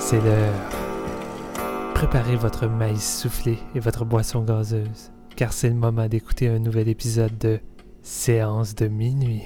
C'est l'heure. Préparez votre maïs soufflé et votre boisson gazeuse, car c'est le moment d'écouter un nouvel épisode de Séance de minuit.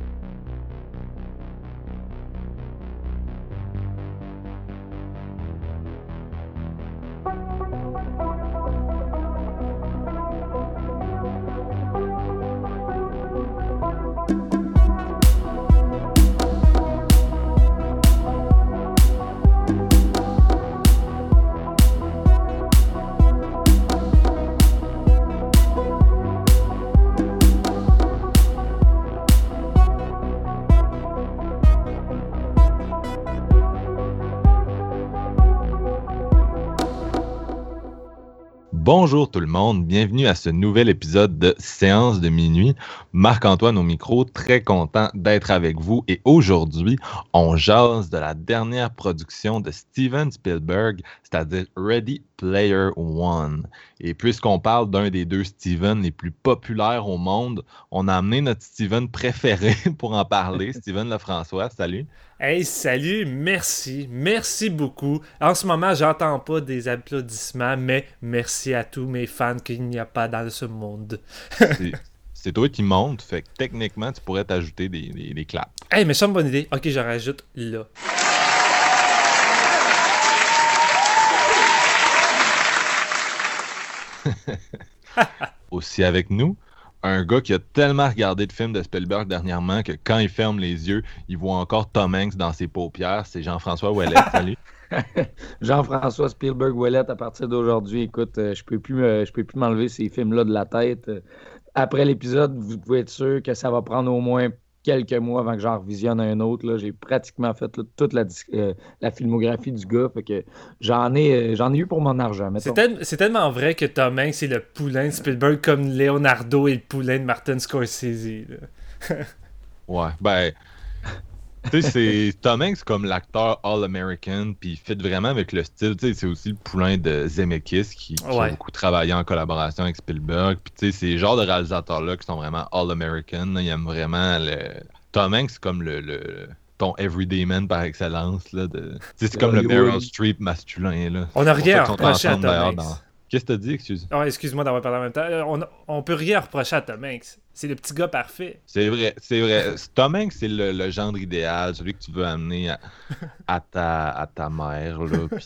Bonjour tout le monde, bienvenue à ce nouvel épisode de Séance de minuit. Marc-Antoine au micro, très content d'être avec vous et aujourd'hui, on jase de la dernière production de Steven Spielberg, c'est-à-dire Ready Player One. Et puisqu'on parle d'un des deux Steven les plus populaires au monde, on a amené notre Steven préféré pour en parler, Steven Lefrançois, salut. Hey, salut, merci beaucoup. En ce moment, j'entends pas des applaudissements, mais merci à tous mes fans qu'il n'y a pas dans ce monde. C'est toi qui montes, fait que techniquement, tu pourrais t'ajouter des claps. Hey, mais c'est une bonne idée. Ok, je rajoute là. Aussi avec nous, un gars qui a tellement regardé de films de Spielberg dernièrement que quand il ferme les yeux, il voit encore Tom Hanks dans ses paupières. C'est Jean-François Ouellet. Salut. Jean-François Spielberg Ouellet, à partir d'aujourd'hui, écoute, je peux plus m'enlever ces films-là de la tête. Après l'épisode, vous pouvez être sûr que ça va prendre au moins quelques mois avant que j'en revisionne un autre. Là. J'ai pratiquement fait toute la filmographie du gars. Fait que j'en ai eu pour mon argent. C'est tellement vrai que Tom Hanks c'est le poulain de Spielberg comme Leonardo est le poulain de Martin Scorsese. Ouais, ben... Tu sais, c'est Tom Hanks comme l'acteur All-American, puis il fit vraiment avec le style. Tu sais, c'est aussi le poulain de Zemeckis qui a beaucoup travaillé en collaboration avec Spielberg. Puis tu sais, c'est le genre de réalisateurs-là qui sont vraiment All-American. Ils aiment vraiment le... Tom Hanks, c'est comme ton everyday man par excellence. Là, c'est comme le Meryl Streep masculin. Là. On n'a rien à reprocher à Tom Hanks. Qu'est-ce que t'as dit, excuse? Oh, excuse-moi d'avoir parlé en même temps. On peut rien reprocher à Tom Hanks. C'est le petit gars parfait. C'est vrai. Tom Hanks, c'est le gendre idéal, celui que tu veux amener à ta mère, là. Puis...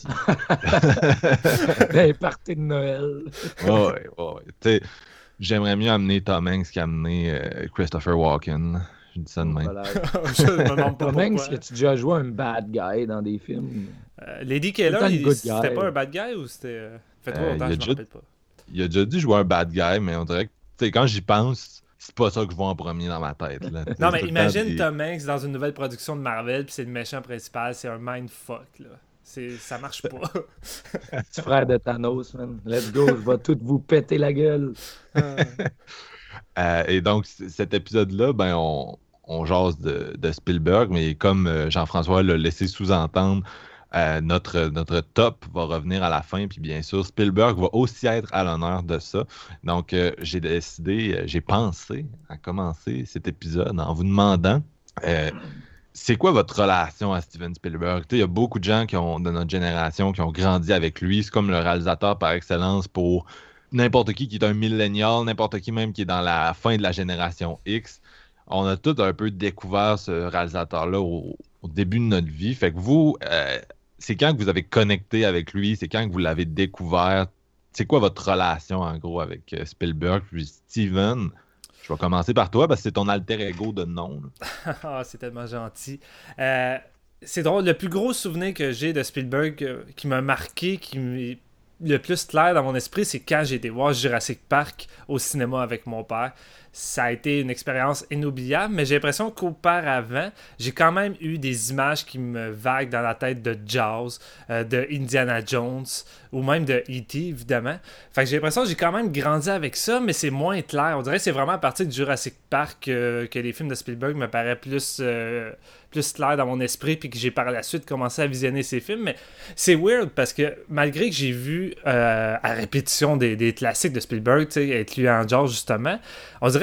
Les parties de Noël. Ouais. J'aimerais mieux amener Tom Hanks qu'amener Christopher Walken. Je dis ça de même. Je me demande pas Tom Hanks, as-tu déjà joué un bad guy dans des films? Lady Keller, c'était pas un bad guy ou c'était... Fait trop longtemps, je me rappelle pas. Il a déjà dit jouer un bad guy, mais on dirait que quand j'y pense, c'est pas ça que je vois en premier dans ma tête. Là. Non, mais imagine Tom Hanks dans une nouvelle production de Marvel, puis c'est le méchant principal, c'est un mindfuck. Là. Ça marche pas. Petit frère de Thanos, man. Let's go, je vais tout vous péter la gueule. Et donc, cet épisode-là, ben, on jase de Spielberg, mais comme Jean-François l'a laissé sous-entendre, notre top va revenir à la fin, puis bien sûr, Spielberg va aussi être à l'honneur de ça. Donc, j'ai pensé à commencer cet épisode en vous demandant c'est quoi votre relation à Steven Spielberg? Il y a beaucoup de gens de notre génération qui ont grandi avec lui. C'est comme le réalisateur par excellence pour n'importe qui est un millénial, n'importe qui même qui est dans la fin de la génération X. On a tous un peu découvert ce réalisateur-là au début de notre vie. Fait que vous... c'est quand que vous avez connecté avec lui? C'est quand que vous l'avez découvert? C'est quoi votre relation, en gros, avec Spielberg? Puis Steven, je vais commencer par toi, parce que c'est ton alter ego de nom. C'est tellement gentil. C'est drôle, le plus gros souvenir que j'ai de Spielberg qui m'a marqué, qui m'est le plus clair dans mon esprit, c'est quand j'ai été voir Jurassic Park au cinéma avec mon père. Ça a été une expérience inoubliable, mais j'ai l'impression qu'auparavant, j'ai quand même eu des images qui me vaguent dans la tête de Jaws, de Indiana Jones, ou même de E.T., évidemment. Fait que j'ai l'impression que j'ai quand même grandi avec ça, mais c'est moins clair. On dirait que c'est vraiment à partir de Jurassic Park que les films de Spielberg me paraissent plus clair dans mon esprit, puis que j'ai par la suite commencé à visionner ces films. Mais c'est weird, parce que malgré que j'ai vu à répétition des classiques de Spielberg, tu sais, être lui en Jaws, justement, on dirait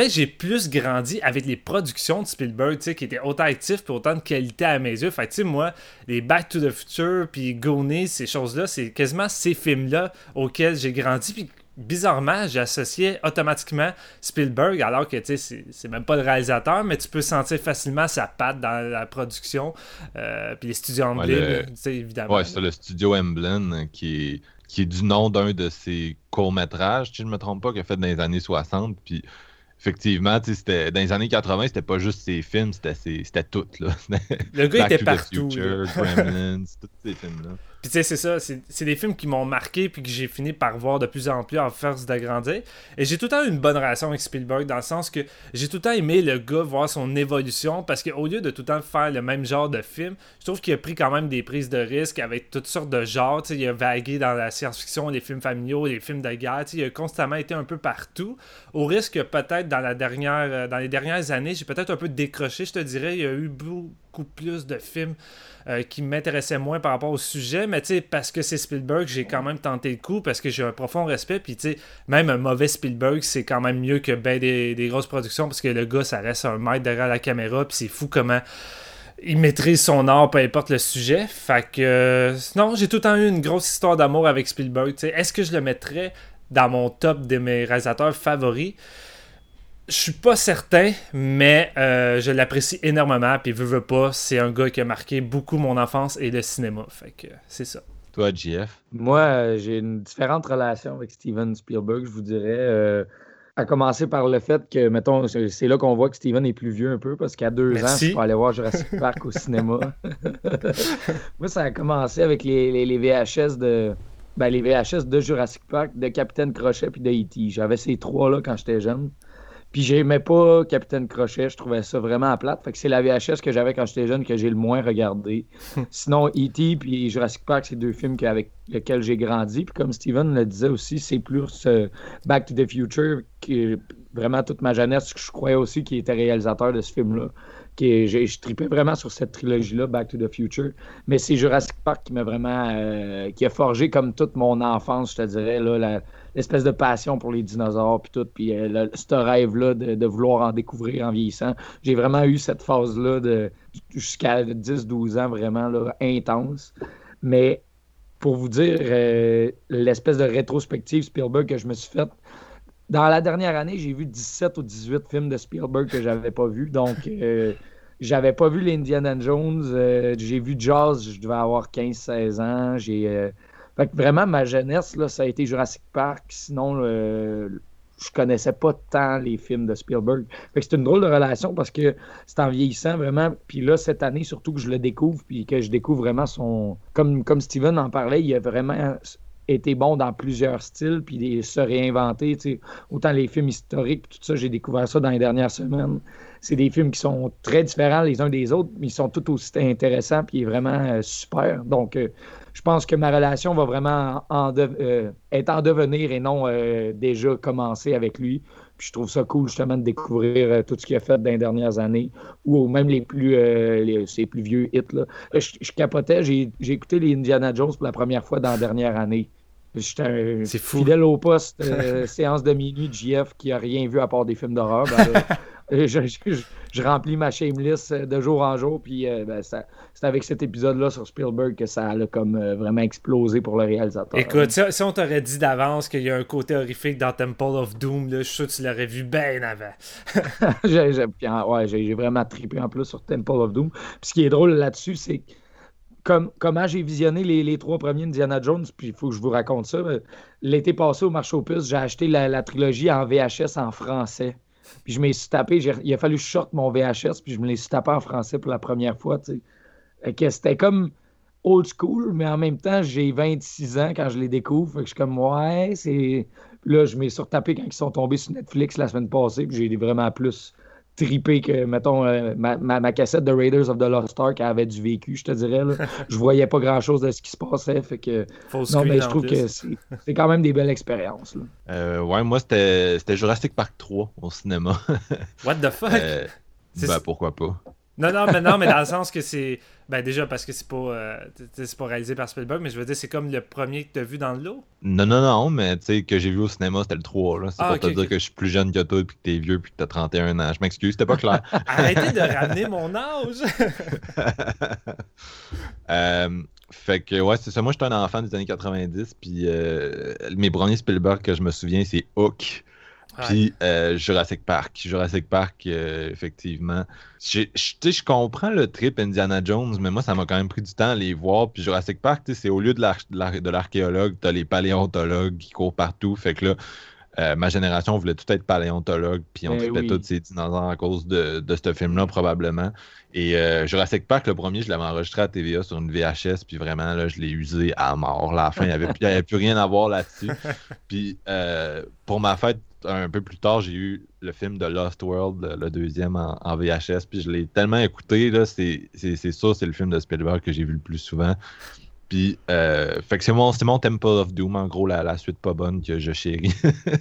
dirait que j'ai plus grandi avec les productions de Spielberg, tu sais, qui étaient autant actifs et autant de qualité à mes yeux. Fait que, tu sais, moi, les Back to the Future puis Goonies, ces choses-là, c'est quasiment ces films-là auxquels j'ai grandi. Puis bizarrement, j'associais automatiquement Spielberg, alors que, tu sais, c'est même pas le réalisateur, mais tu peux sentir facilement sa patte dans la production. Puis les studios Amblin, tu sais, évidemment. Ouais, c'est ça, le studio Amblin qui est du nom d'un de ses courts-métrages, si je ne me trompe pas, qu'il a fait dans les années 60. Puis effectivement, c'était, dans les années 80, c'était pas juste ses films, c'était tout. Là. Le gars Back était to the partout. Future, Gremlins, tous ces films-là. Puis tu sais, c'est ça, c'est des films qui m'ont marqué puis que j'ai fini par voir de plus en plus en force d'agrandir. Et j'ai tout le temps eu une bonne relation avec Spielberg dans le sens que j'ai tout le temps aimé le gars voir son évolution parce qu'au lieu de tout le temps faire le même genre de film, je trouve qu'il a pris quand même des prises de risques avec toutes sortes de genres. Tu sais, il a vagué dans la science-fiction, les films familiaux, les films de guerre. Tu sais, il a constamment été un peu partout. Au risque que peut-être dans les dernières années, j'ai peut-être un peu décroché, je te dirais. Il y a eu beaucoup plus de films qui m'intéressaient moins par rapport au sujet, mais tu sais, parce que c'est Spielberg, j'ai quand même tenté le coup parce que j'ai un profond respect, puis tu sais, même un mauvais Spielberg, c'est quand même mieux que ben des grosses productions parce que le gars, ça reste un maître derrière la caméra, puis c'est fou comment il maîtrise son art, peu importe le sujet. Fait que non, j'ai tout le temps eu une grosse histoire d'amour avec Spielberg. T'sais. Est-ce que je le mettrais dans mon top de mes réalisateurs favoris? Je suis pas certain, mais je l'apprécie énormément. Puis veux pas, c'est un gars qui a marqué beaucoup mon enfance et le cinéma. Fait que c'est ça. Toi, JF? Moi, j'ai une différente relation avec Steven Spielberg, je vous dirais. À commencer par le fait que, mettons, c'est là qu'on voit que Steven est plus vieux un peu, parce qu'à 2 ans, je suis allé voir Jurassic Park au cinéma. Moi, ça a commencé avec les VHS les VHS de Jurassic Park, de Capitaine Crochet puis de E.T. J'avais ces trois-là quand j'étais jeune. Puis j'aimais pas Capitaine Crochet, je trouvais ça vraiment à plate. Fait que c'est la VHS que j'avais quand j'étais jeune que j'ai le moins regardé. Sinon, E.T. puis Jurassic Park, c'est deux films avec lesquels j'ai grandi. Puis comme Steven le disait aussi, c'est plus Back to the Future, qui est vraiment toute ma jeunesse, je croyais aussi qu'il était réalisateur de ce film-là. Je tripais vraiment sur cette trilogie-là, Back to the Future. Mais c'est Jurassic Park qui m'a vraiment... qui a forgé comme toute mon enfance, je te dirais, là, l'espèce de passion pour les dinosaures, puis tout, puis ce rêve-là de vouloir en découvrir en vieillissant. J'ai vraiment eu cette phase-là jusqu'à 10-12 ans, vraiment là, intense. Mais pour vous dire, l'espèce de rétrospective Spielberg que je me suis faite, dans la dernière année, j'ai vu 17 ou 18 films de Spielberg que j'avais pas vus. Donc, j'avais pas vu l'Indiana Jones. J'ai vu Jaws, je devais avoir 15-16 ans. Fait que vraiment, ma jeunesse, là, ça a été Jurassic Park. Sinon, je connaissais pas tant les films de Spielberg. Fait que c'est une drôle de relation parce que c'est en vieillissant vraiment. Puis là, cette année, surtout que je le découvre, puis que je découvre vraiment son... Comme Steven en parlait, il a vraiment été bon dans plusieurs styles, puis se réinventer. T'sais. Autant les films historiques, tout ça, j'ai découvert ça dans les dernières semaines. C'est des films qui sont très différents les uns des autres, mais ils sont tout aussi intéressants, puis vraiment super. Donc, je pense que ma relation va vraiment être en devenir et non déjà commencer avec lui. Puis je trouve ça cool justement de découvrir tout ce qu'il a fait dans les dernières années ou même ses plus vieux hits. Là. Je capotais, j'ai écouté les Indiana Jones pour la première fois dans la dernière année. J'étais C'est fou. Fidèle au poste, séance de minuit de JF qui a rien vu à part des films d'horreur. Je remplis ma shameless de jour en jour, puis c'est avec cet épisode-là sur Spielberg que ça a comme vraiment explosé pour le réalisateur. Écoute, si on t'aurait dit d'avance qu'il y a un côté horrifique dans Temple of Doom, là, je suis sûr que tu l'aurais vu bien avant. J'ai vraiment trippé en plus sur Temple of Doom. Puis ce qui est drôle là-dessus, c'est comment j'ai visionné les 3 premiers Indiana Jones, puis il faut que je vous raconte ça. L'été passé au marché aux puces, j'ai acheté la trilogie en VHS en français. Puis je m'y suis tapé, il a fallu que je sorte mon VHS, puis je me l'ai suis tapé en français pour la première fois. C'était comme old school, mais en même temps, j'ai 26 ans quand je les découvre. Fait que je suis comme, ouais, c'est... Puis là, je m'y suis retapé quand ils sont tombés sur Netflix la semaine passée, puis j'ai vraiment plus trippé que, mettons, ma cassette de Raiders of the Lost Ark avait du vécu, je te dirais. Là. Je voyais pas grand-chose de ce qui se passait, fait que... Non, mais je trouve que c'est quand même des belles expériences. Ouais, moi, c'était Jurassic Park 3 au cinéma. What the fuck? Pourquoi pas? Non, mais dans le sens que c'est... Ben déjà, parce que c'est pas réalisé par Spielberg, mais je veux dire, c'est comme le premier que t'as vu dans le lot. Non, mais tu sais, que j'ai vu au cinéma, c'était le 3, là. C'est pour te dire que je suis plus jeune que toi, puis que t'es vieux, puis que t'as 31 ans. Je m'excuse, c'était pas clair. Arrêtez de ramener mon âge! Fait que, ouais, c'est ça. Moi, j'étais un enfant des années 90, puis mes premiers Spielberg que je me souviens, c'est Hook. Puis Jurassic Park. Effectivement. Je comprends le trip Indiana Jones, mais moi, ça m'a quand même pris du temps à les voir. Puis Jurassic Park, c'est au lieu de l'archéologue, t'as les paléontologues qui courent partout. Fait que là, ma génération voulait tout être paléontologue, puis on tripait tous ces dinosaures à cause de ce film-là, probablement. Et Jurassic Park, le premier, je l'avais enregistré à TVA sur une VHS, puis vraiment, là, je l'ai usé à mort. Là, à la fin, il n'y avait plus rien à voir là-dessus. Puis pour ma fête, un peu plus tard, j'ai eu le film de Lost World, le deuxième en VHS, puis je l'ai tellement écouté, là, c'est sûr, c'est le film de Spielberg que j'ai vu le plus souvent. Puis, fait que c'est mon Temple of Doom, en gros, la suite pas bonne que je chéris.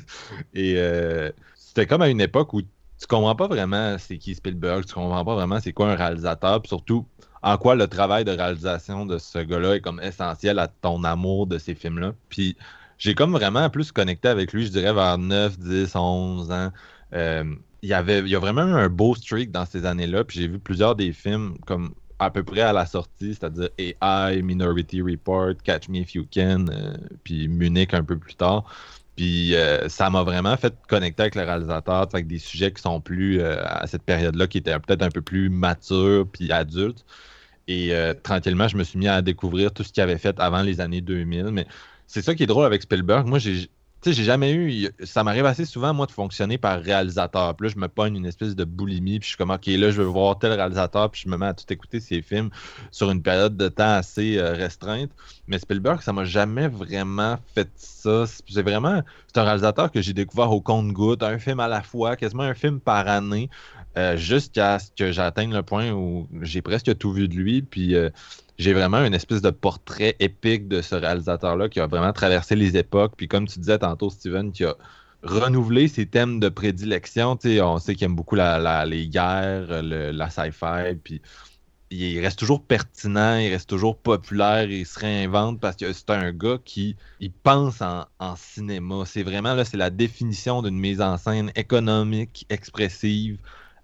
Et c'était comme à une époque où tu comprends pas vraiment c'est qui Spielberg, tu comprends pas vraiment c'est quoi un réalisateur, puis surtout en quoi le travail de réalisation de ce gars-là est comme essentiel à ton amour de ces films-là. Puis, j'ai comme vraiment plus connecté avec lui, je dirais, vers 9, 10, 11 ans. Il y a vraiment eu un beau streak dans ces années-là, puis j'ai vu plusieurs des films comme à peu près à la sortie, c'est-à-dire AI, Minority Report, Catch Me If You Can, puis Munich un peu plus tard. Puis ça m'a vraiment fait connecter avec le réalisateur, avec des sujets qui sont plus, à cette période-là, qui étaient peut-être un peu plus matures puis adultes. Et tranquillement, je me suis mis à découvrir tout ce qu'il avait fait avant les années 2000, mais c'est ça qui est drôle avec Spielberg. Moi, j'ai jamais eu... Ça m'arrive assez souvent, moi, de fonctionner par réalisateur. Puis là, je me pogne une espèce de boulimie, puis je suis comme, OK, là, je veux voir tel réalisateur, puis je me mets à tout écouter ses films sur une période de temps assez restreinte. Mais Spielberg, ça m'a jamais vraiment fait ça. C'est un réalisateur que j'ai découvert au compte-gouttes, un film à la fois, quasiment un film par année, jusqu'à ce que j'atteigne le point où j'ai presque tout vu de lui, puis... j'ai vraiment une espèce de portrait épique de ce réalisateur-là qui a vraiment traversé les époques. Puis comme tu disais tantôt, Steven, qui a renouvelé ses thèmes de prédilection. On sait qu'il aime beaucoup les guerres, la sci-fi. Puis il reste toujours pertinent, il reste toujours populaire, il se réinvente parce que c'est un gars qui pense en cinéma. C'est vraiment, là, c'est la définition d'une mise en scène économique, expressive.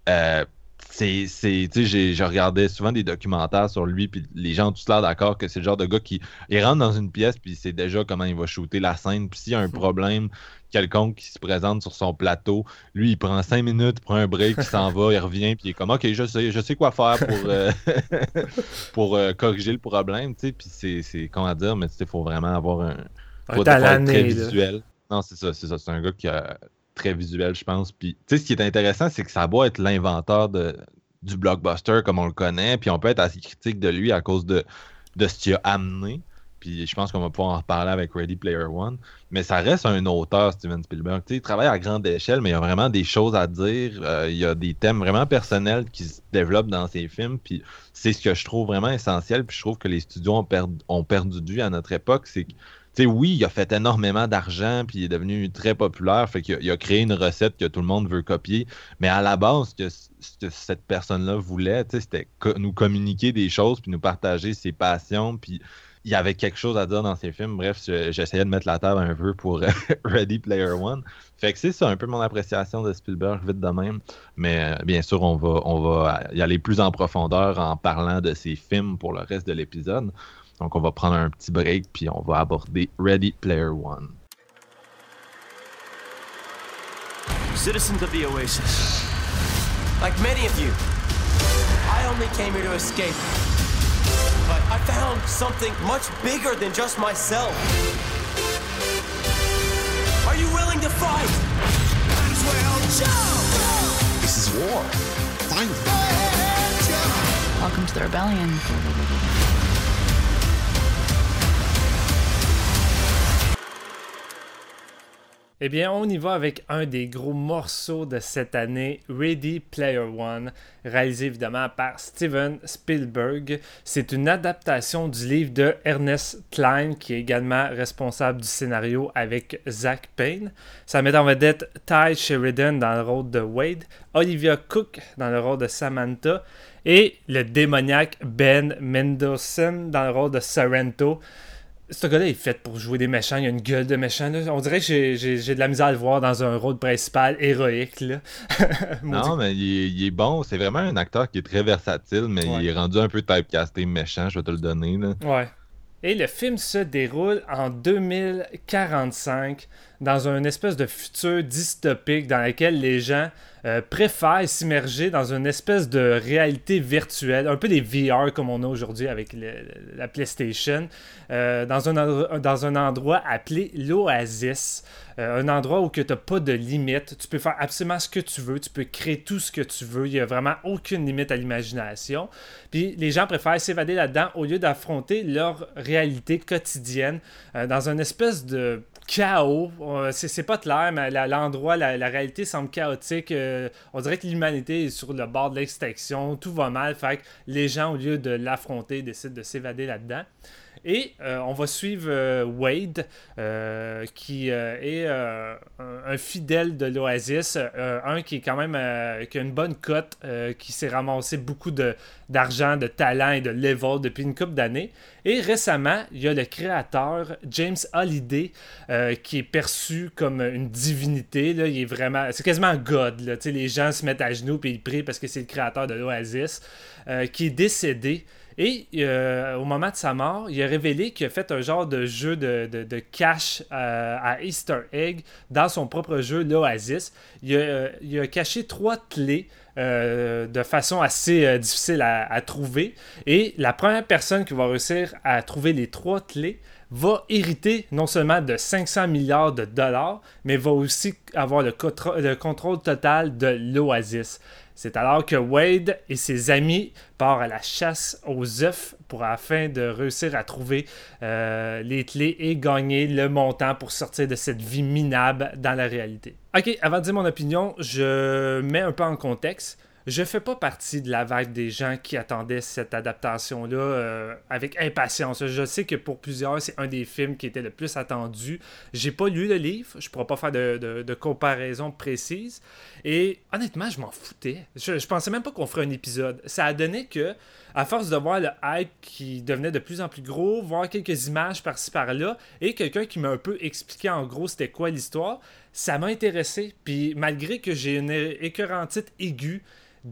Je regardais souvent des documentaires sur lui, puis les gens ont tous l'air d'accord que c'est le genre de gars qui il rentre dans une pièce, puis il sait déjà comment il va shooter la scène. Puis s'il y a un problème quelconque qui se présente sur son plateau, lui, il prend 5 minutes, il prend un break, il s'en va, il revient, puis il est comme, OK, je sais quoi faire pour corriger le problème, tu sais. Puis c'est comment dire, mais il faut vraiment avoir un talent très visuel. Non, c'est ça. C'est un gars qui a... très visuel, je pense. Puis, tu sais, ce qui est intéressant, c'est que ça doit être l'inventeur du blockbuster comme on le connaît, puis on peut être assez critique de lui à cause de ce qu'il a amené. Puis je pense qu'on va pouvoir en reparler avec Ready Player One. Mais ça reste un auteur, Steven Spielberg. Tu sais, il travaille à grande échelle, mais il y a vraiment des choses à dire. Il y a des thèmes vraiment personnels qui se développent dans ses films. Puis c'est ce que je trouve vraiment essentiel. Puis je trouve que les studios ont perdu de vue à notre époque. C'est que oui, il a fait énormément d'argent, puis il est devenu très populaire, fait qu'il a créé une recette que tout le monde veut copier. Mais à la base, ce que cette personne-là voulait, c'était nous communiquer des choses, puis nous partager ses passions, puis il y avait quelque chose à dire dans ses films. Bref, j'essayais de mettre la table un peu pour Ready Player One. Fait que c'est ça, un peu mon appréciation de Spielberg, vite de même. Mais bien sûr, on va y aller plus en profondeur en parlant de ses films pour le reste de l'épisode. Donc, on va prendre un petit break, puis on va aborder Ready Player One. Citizens of the Oasis, like many of you, I only came here to escape. But I found something much bigger than just myself. Are you willing to fight? Might as well jump! This is war. Find it. Welcome to the rebellion. Eh bien, on y va avec un des gros morceaux de cette année, Ready Player One, réalisé évidemment par Steven Spielberg. C'est une adaptation du livre de Ernest Cline, qui est également responsable du scénario avec Zach Payne. Ça met en vedette Ty Sheridan dans le rôle de Wade, Olivia Cooke dans le rôle de Samantha et le démoniaque Ben Mendelsohn dans le rôle de Sorrento. Ce gars-là est fait pour jouer des méchants, il a une gueule de méchant. Là. On dirait que j'ai de la misère à le voir dans un rôle principal héroïque. Là. Non, mais il est bon. C'est vraiment un acteur qui est très versatile, mais il est rendu un peu typecasté méchant, je vais te le donner. Là. Ouais. Et le film se déroule en 2045 dans une espèce de futur dystopique dans lequel les gens préfèrent s'immerger dans une espèce de réalité virtuelle, un peu des VR comme on a aujourd'hui avec la PlayStation, dans un endroit appelé l'Oasis. Un endroit où tu n'as pas de limite. Tu peux faire absolument ce que tu veux. Tu peux créer tout ce que tu veux. Il n'y a vraiment aucune limite à l'imagination. Puis les gens préfèrent s'évader là-dedans au lieu d'affronter leur réalité quotidienne dans une espèce de chaos. C'est pas clair, mais l'endroit, la réalité semble chaotique. On dirait que l'humanité est sur le bord de l'extinction. Tout va mal. Fait que les gens, au lieu de l'affronter, décident de s'évader là-dedans. Et on va suivre Wade, qui est un fidèle de l'Oasis, un qui est quand même qui a une bonne cote, qui s'est ramassé beaucoup d'argent, de talent et de level depuis une couple d'années. Et récemment, il y a le créateur James Halliday qui est perçu comme une divinité. Là. Il est vraiment, c'est quasiment un god. Là. Les gens se mettent à genoux et ils prient parce que c'est le créateur de l'Oasis, qui est décédé. Et au moment de sa mort, il a révélé qu'il a fait un genre de jeu de cache à Easter Egg dans son propre jeu, l'Oasis. Il a caché 3 clés de façon assez difficile à trouver. Et la première personne qui va réussir à trouver les 3 clés va hériter non seulement de 500 milliards de dollars, mais va aussi avoir le contrôle total de l'Oasis. C'est alors que Wade et ses amis partent à la chasse aux œufs afin de réussir à trouver les clés et gagner le montant pour sortir de cette vie minable dans la réalité. Ok, avant de dire mon opinion, je mets un peu en contexte. Je fais pas partie de la vague des gens qui attendaient cette adaptation-là avec impatience. Je sais que pour plusieurs, c'est un des films qui était le plus attendu. J'ai pas lu le livre, je pourrais pas faire de comparaison précise. Et honnêtement, je m'en foutais. Je pensais même pas qu'on ferait un épisode. Ça a donné que, à force de voir le hype qui devenait de plus en plus gros, voir quelques images par-ci par-là, et quelqu'un qui m'a un peu expliqué en gros c'était quoi l'histoire, ça m'a intéressé. Puis malgré que j'ai une écœurantite aiguë,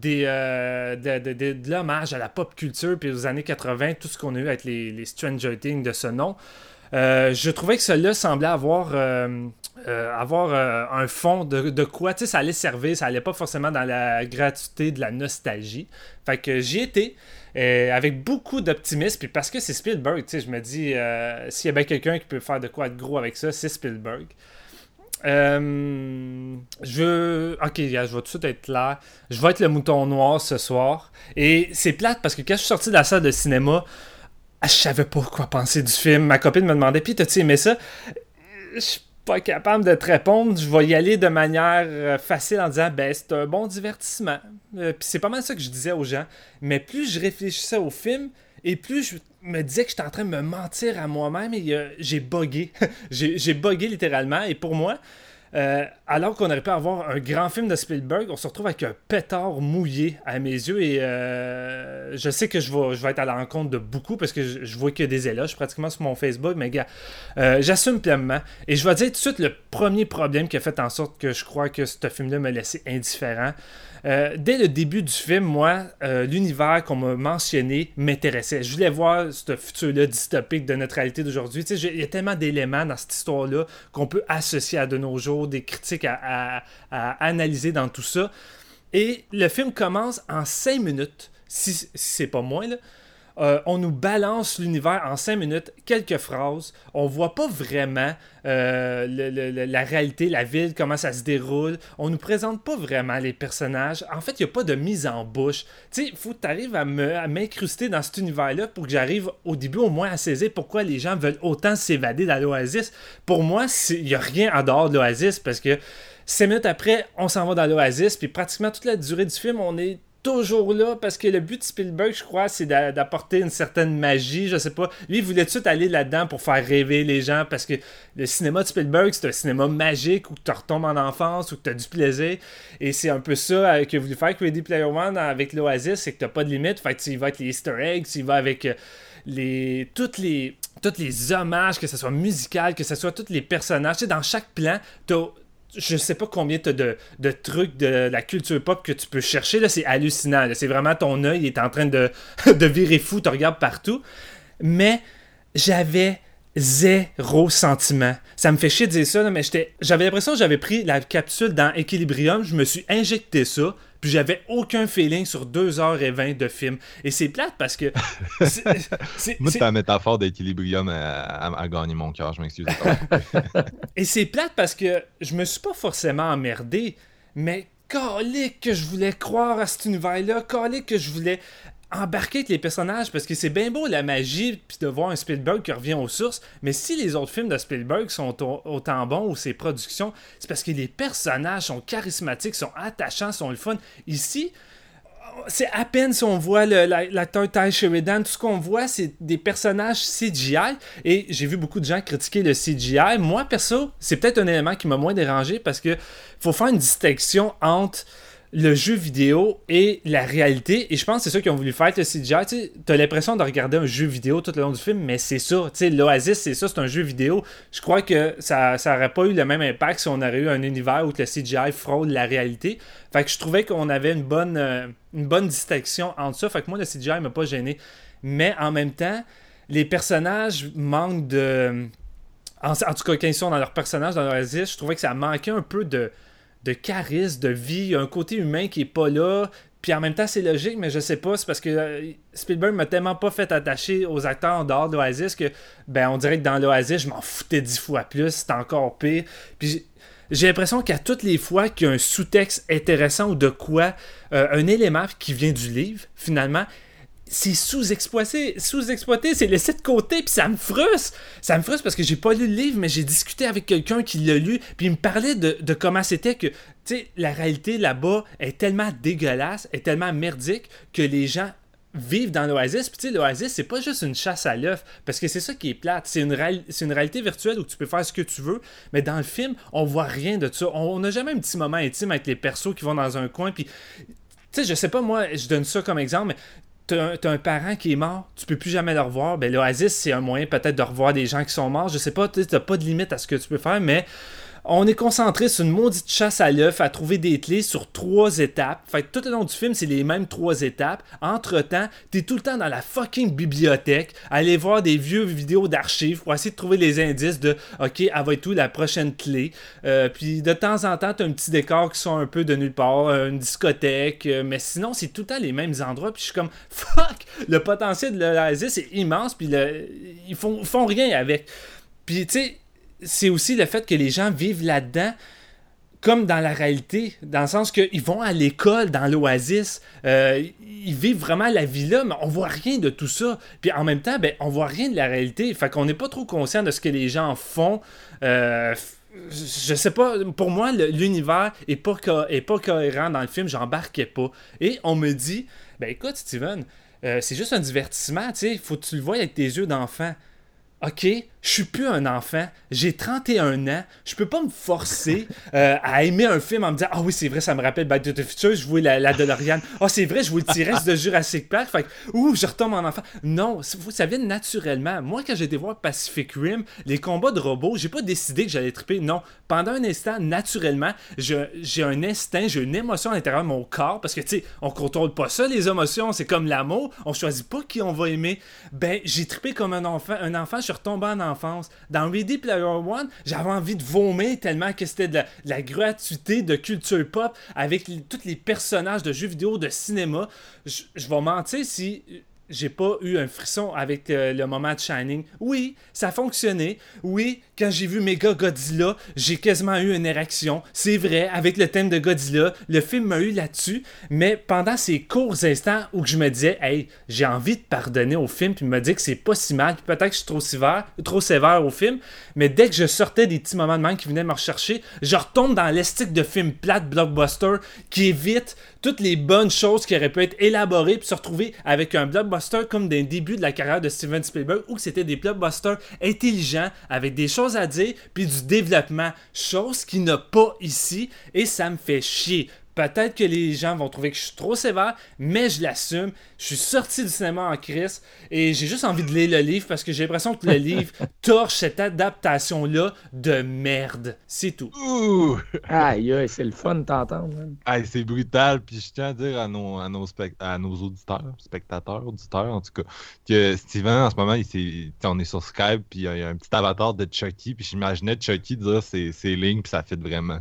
de l'hommage à la pop culture puis aux années 80, tout ce qu'on a eu avec les Stranger Things de ce nom, je trouvais que cela semblait avoir un fond de quoi, tu sais, ça allait servir, ça allait pas forcément dans la gratuité de la nostalgie. Fait que j'y étais avec beaucoup d'optimisme, puis parce que c'est Spielberg, tu sais, je me dis s'il y a bien quelqu'un qui peut faire de quoi de gros avec ça, c'est Spielberg. Ok, je vais tout de suite être clair. Je vais être le mouton noir ce soir. Et c'est plate parce que quand je suis sorti de la salle de cinéma, je savais pas quoi penser du film. Ma copine me demandait: Puis t'as-tu aimé ça? Je suis pas capable de te répondre. Je vais y aller de manière facile en disant: ben, c'est un bon divertissement. Puis c'est pas mal ça que je disais aux gens. Mais plus je réfléchissais au film, et plus je me disais que j'étais en train de me mentir à moi-même, et j'ai buggé. j'ai buggé littéralement. Et pour moi, alors qu'on aurait pu avoir un grand film de Spielberg, on se retrouve avec un pétard mouillé à mes yeux. Et je sais que je vais être à l'encontre de beaucoup parce que je vois que des éloges pratiquement sur mon Facebook. Mais gars, j'assume pleinement. Et je vais dire tout de suite le premier problème qui a fait en sorte que je crois que ce film-là m'a laissé indifférent. Dès le début du film, moi, l'univers qu'on m'a mentionné m'intéressait. Je voulais voir ce futur-là dystopique de notre réalité d'aujourd'hui. Tu sais, il y a tellement d'éléments dans cette histoire-là qu'on peut associer à de nos jours, des critiques à analyser dans tout ça. Et le film commence en 5 minutes, si c'est pas moins, là. On nous balance l'univers en 5 minutes, quelques phrases. On voit pas vraiment la réalité, la ville, comment ça se déroule. On nous présente pas vraiment les personnages. En fait, il n'y a pas de mise en bouche. Tu sais, il faut que tu arrives à m'incruster dans cet univers-là pour que j'arrive au début au moins à saisir pourquoi les gens veulent autant s'évader dans l'Oasis. Pour moi, il n'y a rien en dehors de l'Oasis parce que 5 minutes après, on s'en va dans l'Oasis. Puis pratiquement toute la durée du film, on est toujours là parce que le but de Spielberg, je crois, c'est d'apporter une certaine magie, je sais pas. Lui, il voulait tout de suite aller là-dedans pour faire rêver les gens parce que le cinéma de Spielberg, c'est un cinéma magique où tu retombes en enfance, où tu as du plaisir. Et c'est un peu ça que voulu faire Ready Player One avec l'Oasis, c'est que tu n'as pas de limite. Fait que tu y vas avec les Easter eggs, tu y vas avec tous les hommages, que ce soit musical, que ce soit tous les personnages. Tu sais, dans chaque plan, je sais pas combien t'as de trucs de la culture pop que tu peux chercher. Là, c'est hallucinant. Là. C'est vraiment ton œil est en train de virer fou. Tu regardes partout. Mais j'avais zéro sentiment. Ça me fait chier de dire ça, là, mais j'avais l'impression que j'avais pris la capsule dans Equilibrium. Je me suis injecté ça. Puis j'avais aucun feeling sur 2h20 de film. Et c'est plate parce que... Moi, c'est la métaphore d'Equilibrium à gagner mon cœur, je m'excuse. Et c'est plate parce que je me suis pas forcément emmerdé, mais calique que je voulais croire à cet univers-là, calique que je voulais embarquer avec les personnages, parce que c'est bien beau la magie puis de voir un Spielberg qui revient aux sources, mais si les autres films de Spielberg sont autant bons ou ses productions, c'est parce que les personnages sont charismatiques, sont attachants, sont le fun. Ici, c'est à peine si on voit l'acteur Ty Sheridan, tout ce qu'on voit, c'est des personnages CGI, et j'ai vu beaucoup de gens critiquer le CGI. Moi, perso, c'est peut-être un élément qui m'a moins dérangé, parce que faut faire une distinction entre le jeu vidéo et la réalité, et je pense que c'est ça qu'ils ont voulu faire avec le CGI. Tu as l'impression de regarder un jeu vidéo tout le long du film, mais c'est ça, l'Oasis, c'est ça, c'est un jeu vidéo. Je crois que ça aurait pas eu le même impact si on aurait eu un univers où le CGI fraude la réalité. Fait que je trouvais qu'on avait une bonne distinction entre ça. Fait que moi, le CGI m'a pas gêné, mais en même temps, les personnages manquent de... En tout cas, quand ils sont dans leur personnage, dans l'Oasis, je trouvais que ça manquait un peu de charisme, de vie, un côté humain qui est pas là, puis en même temps c'est logique, mais je sais pas, c'est parce que Spielberg m'a tellement pas fait attacher aux acteurs en dehors de l'Oasis que, on dirait que dans l'Oasis, je m'en foutais 10 fois plus, c'était encore pire, puis j'ai l'impression qu'à toutes les fois qu'il y a un sous-texte intéressant ou de quoi, un élément qui vient du livre, finalement, c'est sous-exploité, c'est laissé de côté, puis ça me frustre parce que j'ai pas lu le livre, mais j'ai discuté avec quelqu'un qui l'a lu, puis il me parlait de comment c'était que, tu sais, la réalité là-bas est tellement dégueulasse, est tellement merdique, que les gens vivent dans l'Oasis, puis tu sais, l'Oasis, c'est pas juste une chasse à l'œuf, parce que c'est ça qui est plate, c'est une réalité virtuelle où tu peux faire ce que tu veux, mais dans le film, on voit rien de ça, on n'a jamais un petit moment intime avec les persos qui vont dans un coin, puis, tu sais, je sais pas, moi, je donne ça comme exemple, mais t'as un parent qui est mort, tu peux plus jamais le revoir. L'Oasis, c'est un moyen peut-être de revoir des gens qui sont morts. Je sais pas, t'as pas de limite à ce que tu peux faire, mais on est concentré sur une maudite chasse à l'œuf à trouver des clés sur 3 étapes. Fait que tout le long du film, c'est les mêmes 3 étapes. Entre-temps, t'es tout le temps dans la fucking bibliothèque, à aller voir des vieux vidéos d'archives pour essayer de trouver les indices de « Ok, elle va être où la prochaine clé? » Puis de temps en temps, t'as un petit décor qui sont un peu de nulle part, une discothèque, mais sinon, c'est tout le temps les mêmes endroits. Puis je suis comme « Fuck! Le potentiel de l'Oasis est immense, puis ils font rien avec. » Puis tu sais, c'est aussi le fait que les gens vivent là-dedans comme dans la réalité, dans le sens qu'ils vont à l'école dans l'Oasis, ils vivent vraiment la vie là, mais on voit rien de tout ça. Puis en même temps, on voit rien de la réalité, fait qu'on n'est pas trop conscient de ce que les gens font. Je sais pas, pour moi, l'univers est pas cohérent dans le film, j'embarquais pas. Et on me dit, écoute Steven, c'est juste un divertissement, tu sais, faut que tu le vois avec tes yeux d'enfant. Ok, je suis plus un enfant, j'ai 31 ans, je peux pas me forcer à aimer un film en me disant « Ah oui, c'est vrai, ça me rappelle Back to the Future, je vois la DeLorean. Ah, c'est vrai, je vois le T-Rex de Jurassic Park. » Fait que, je retombe en enfant. Non, ça vient naturellement. Moi, quand j'ai été voir Pacific Rim, les combats de robots, j'ai pas décidé que j'allais triper. Non, pendant un instant, naturellement, j'ai un instinct, j'ai une émotion à l'intérieur de mon corps, parce que, tu sais, on contrôle pas ça, les émotions, c'est comme l'amour, on choisit pas qui on va aimer. J'ai trippé comme un enfant, je suis retombé en enfance. Dans Ready Player One, j'avais envie de vomir tellement que c'était de la gratuité de culture pop avec tous les personnages de jeux vidéo, de cinéma. Je vais mentir si j'ai pas eu un frisson avec le moment de Shining. Oui, ça a fonctionné. Oui, quand j'ai vu Mega Godzilla, j'ai quasiment eu une érection. C'est vrai, avec le thème de Godzilla, le film m'a eu là-dessus. Mais pendant ces courts instants où je me disais, hey, j'ai envie de pardonner au film, puis me dire que c'est pas si mal, puis peut-être que je suis trop sévère au film, mais dès que je sortais des petits moments de manque qui venaient me rechercher, je retombe dans l'estique de film plate blockbuster qui évite toutes les bonnes choses qui auraient pu être élaborées puis se retrouver avec un blockbuster comme d'un début de la carrière de Steven Spielberg où c'était des blockbusters intelligents avec des choses à dire puis du développement, chose qu'il n'a pas ici et ça me fait chier. Peut-être que les gens vont trouver que je suis trop sévère, mais je l'assume. Je suis sorti du cinéma en crise et j'ai juste envie de lire le livre parce que j'ai l'impression que le livre torche cette adaptation-là de merde. C'est tout. Ouh! Aïe, aïe, c'est le fun de t'entendre. Hey, c'est brutal. Puis je tiens à dire à nos auditeurs, spectateurs, auditeurs en tout cas, que Steven, en ce moment, on est sur Skype, puis il y a un petit avatar de Chucky, puis j'imaginais Chucky dire ses lignes, puis ça fit vraiment.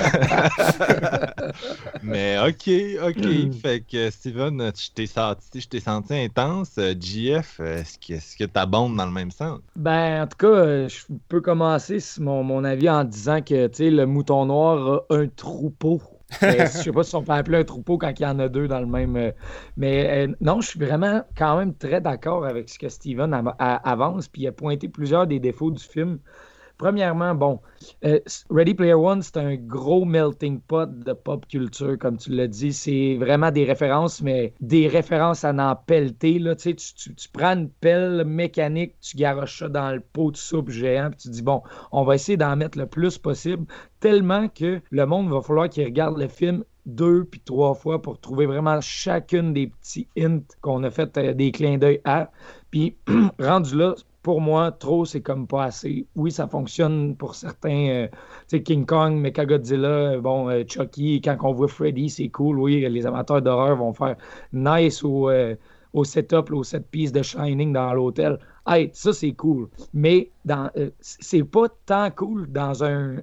Mais ok. Fait que Steven, je t'ai senti intense. JF, est-ce que t'abondes dans le même sens? Ben, en tout cas, je peux commencer mon avis en disant que, tu sais, le mouton noir a un troupeau. Je sais pas si on peut appeler un troupeau quand il y en a deux dans le même... mais non, je suis vraiment quand même très d'accord avec ce que Steven avance, puis il a pointé plusieurs des défauts du film. Premièrement, bon, Ready Player One, c'est un gros melting pot de pop culture, comme tu l'as dit. C'est vraiment des références, mais des références à n'en pelleter. Là. Tu prends une pelle mécanique, tu garoches ça dans le pot de soupe géant, puis tu dis, bon, on va essayer d'en mettre le plus possible, tellement que le monde va falloir qu'il regarde le film 2 puis 3 fois pour trouver vraiment chacune des petits hints qu'on a fait des clins d'œil à. Puis, rendu là, pour moi, trop, c'est comme pas assez. Oui, ça fonctionne pour certains. Tu sais, King Kong, Mechagodzilla, Chucky, quand on voit Freddy, c'est cool. Oui, les amateurs d'horreur vont faire nice au setup, au set piece de Shining dans l'hôtel. Hey, ça, c'est cool. Mais c'est pas tant cool dans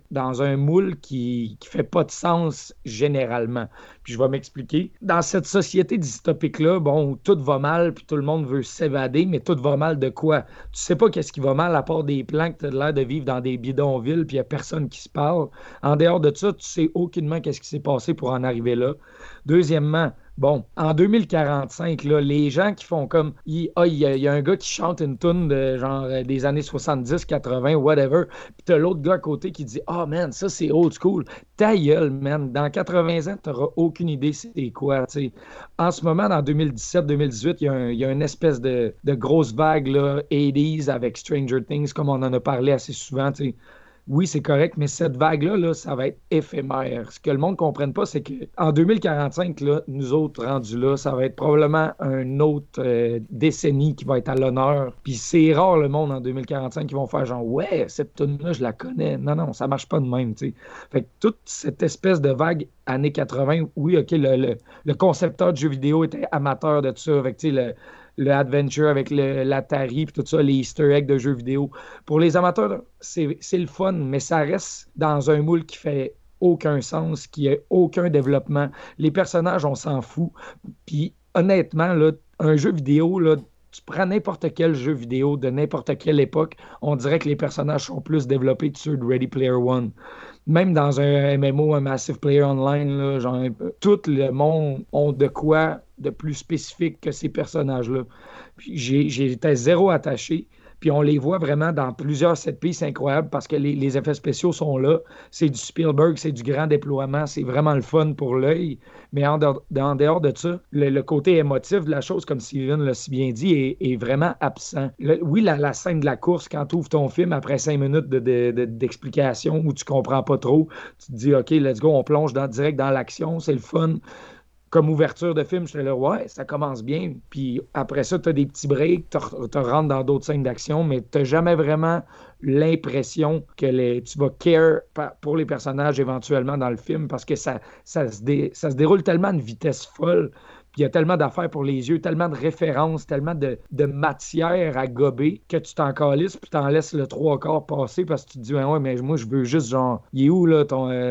un moule qui fait pas de sens généralement. Puis je vais m'expliquer. Dans cette société dystopique-là, bon, où tout va mal, puis tout le monde veut s'évader, mais tout va mal de quoi? Tu sais pas qu'est-ce qui va mal à part des plans que tu as l'air de vivre dans des bidonvilles, puis il n'y a personne qui se parle. En dehors de ça, tu sais aucunement qu'est-ce qui s'est passé pour en arriver là. Deuxièmement, bon, en 2045, là, les gens qui font comme... Il y a un gars qui chante une toune de genre des années 70, 80, whatever, puis t'as l'autre gars à côté qui dit « Ah, man, ça, c'est old school. » Ta gueule, man. Dans 80 ans, t'auras aucune idée c'est quoi, tu sais. En ce moment, dans 2017-2018, il y a une espèce de grosse vague, là, 80s avec Stranger Things, comme on en a parlé assez souvent, tu sais. Oui, c'est correct, mais cette vague-là, là, ça va être éphémère. Ce que le monde ne comprenne pas, c'est qu'en 2045, là, nous autres rendus là, ça va être probablement une autre décennie qui va être à l'honneur. Puis c'est rare le monde en 2045 qui vont faire genre « Ouais, cette tune-là, je la connais. » Non, ça marche pas de même, tu sais. Fait que toute cette espèce de vague années 80, oui, OK, le concepteur de jeux vidéo était amateur de ça. Fait que, tu sais, le Adventure avec l'Atari puis tout ça, les Easter eggs de jeux vidéo. Pour les amateurs, c'est le fun, mais ça reste dans un moule qui fait aucun sens, qui a aucun développement. Les personnages, on s'en fout. Puis honnêtement, là, un jeu vidéo, là, tu prends n'importe quel jeu vidéo de n'importe quelle époque, on dirait que les personnages sont plus développés que ceux de Ready Player One. Même dans un MMO, un Massive Player Online, là, genre, tout le monde ont de quoi de plus spécifique que ces personnages-là. Puis j'étais zéro attaché. Puis on les voit vraiment dans plusieurs set pieces incroyables parce que les effets spéciaux sont là. C'est du Spielberg, c'est du grand déploiement, c'est vraiment le fun pour l'œil. Mais en dehors de ça, le côté émotif de la chose, comme Steven l'a si bien dit, est vraiment absent. Oui, la scène de la course, quand tu ouvres ton film après 5 minutes d'explication où tu comprends pas trop, tu te dis « OK, let's go, on plonge direct dans l'action, c'est le fun ». Comme ouverture de film, je suis là, ouais, ça commence bien. Puis après ça, tu as des petits breaks, tu rentres dans d'autres scènes d'action, mais tu n'as jamais vraiment l'impression que tu vas care pour les personnages éventuellement dans le film parce que ça se déroule tellement à une vitesse folle Puis il y a tellement d'affaires pour les yeux, tellement de références, tellement de matière à gober que tu t'en calisses puis t'en laisses le 3/4 passer parce que tu te dis ouais, mais moi je veux juste genre il est où là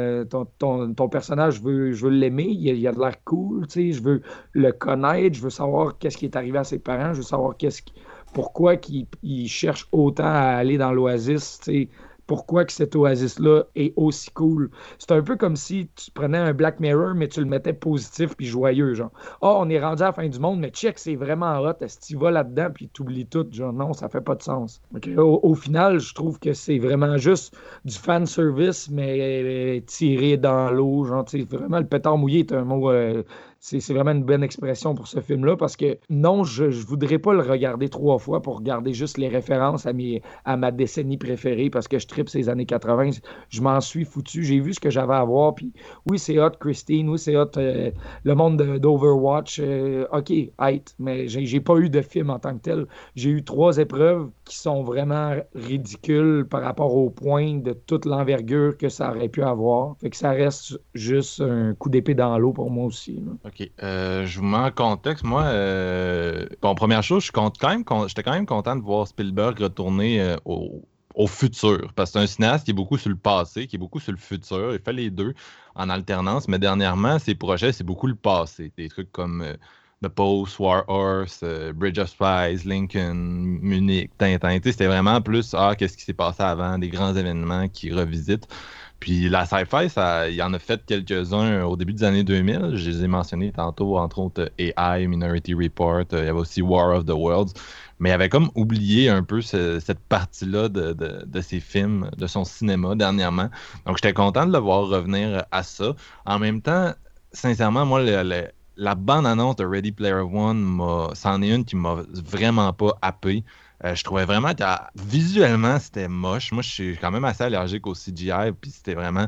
ton personnage, je veux l'aimer, il a de l'air cool, tu sais, je veux le connaître, je veux savoir qu'est-ce qui est arrivé à ses parents, je veux savoir pourquoi il cherche autant à aller dans l'Oasis, tu sais. Pourquoi que cet oasis-là est aussi cool. C'est un peu comme si tu prenais un Black Mirror, mais tu le mettais positif puis joyeux, genre. Oh, on est rendu à la fin du monde, mais check, c'est vraiment hot. Est-ce que tu vas là-dedans puis tu oublies tout? Genre, non, ça fait pas de sens. Okay. Au final, je trouve que c'est vraiment juste du fan service, mais tiré dans l'eau. Genre, tu sais, vraiment, le pétard mouillé est un mot... C'est vraiment une bonne expression pour ce film-là parce que non, je voudrais pas le regarder 3 fois pour regarder juste les références à ma décennie préférée parce que je tripe ces années 80. Je m'en suis foutu. J'ai vu ce que j'avais à voir. Puis oui, c'est hot Christine. Oui, c'est hot le monde d'Overwatch. OK, hate. Mais j'ai pas eu de film en tant que tel. J'ai eu 3 épreuves qui sont vraiment ridicules par rapport au point de toute l'envergure que ça aurait pu avoir. Fait que ça reste juste un coup d'épée dans l'eau pour moi aussi. Là. OK. Je vous mets en contexte. Moi, première chose, j'étais quand même content de voir Spielberg retourner au futur. Parce que c'est un cinéaste qui est beaucoup sur le passé, qui est beaucoup sur le futur. Il fait les deux en alternance. Mais dernièrement, ses projets, c'est beaucoup le passé. Des trucs comme The Post, War Horse, Bridge of Spies, Lincoln, Munich, Tintin. C'était vraiment plus qu'est-ce qui s'est passé avant, des grands événements qu'il revisite. Puis la sci-fi, il en a fait quelques-uns au début des années 2000. Je les ai mentionnés tantôt, entre autres AI, Minority Report. Il y avait aussi War of the Worlds. Mais il avait comme oublié un peu cette partie-là de ses films, de son cinéma dernièrement. Donc j'étais content de le voir revenir à ça. En même temps, sincèrement, moi, la bande-annonce de Ready Player One, c'en est une qui m'a vraiment pas happé. Je trouvais vraiment que visuellement, c'était moche. Moi, je suis quand même assez allergique au CGI, puis c'était vraiment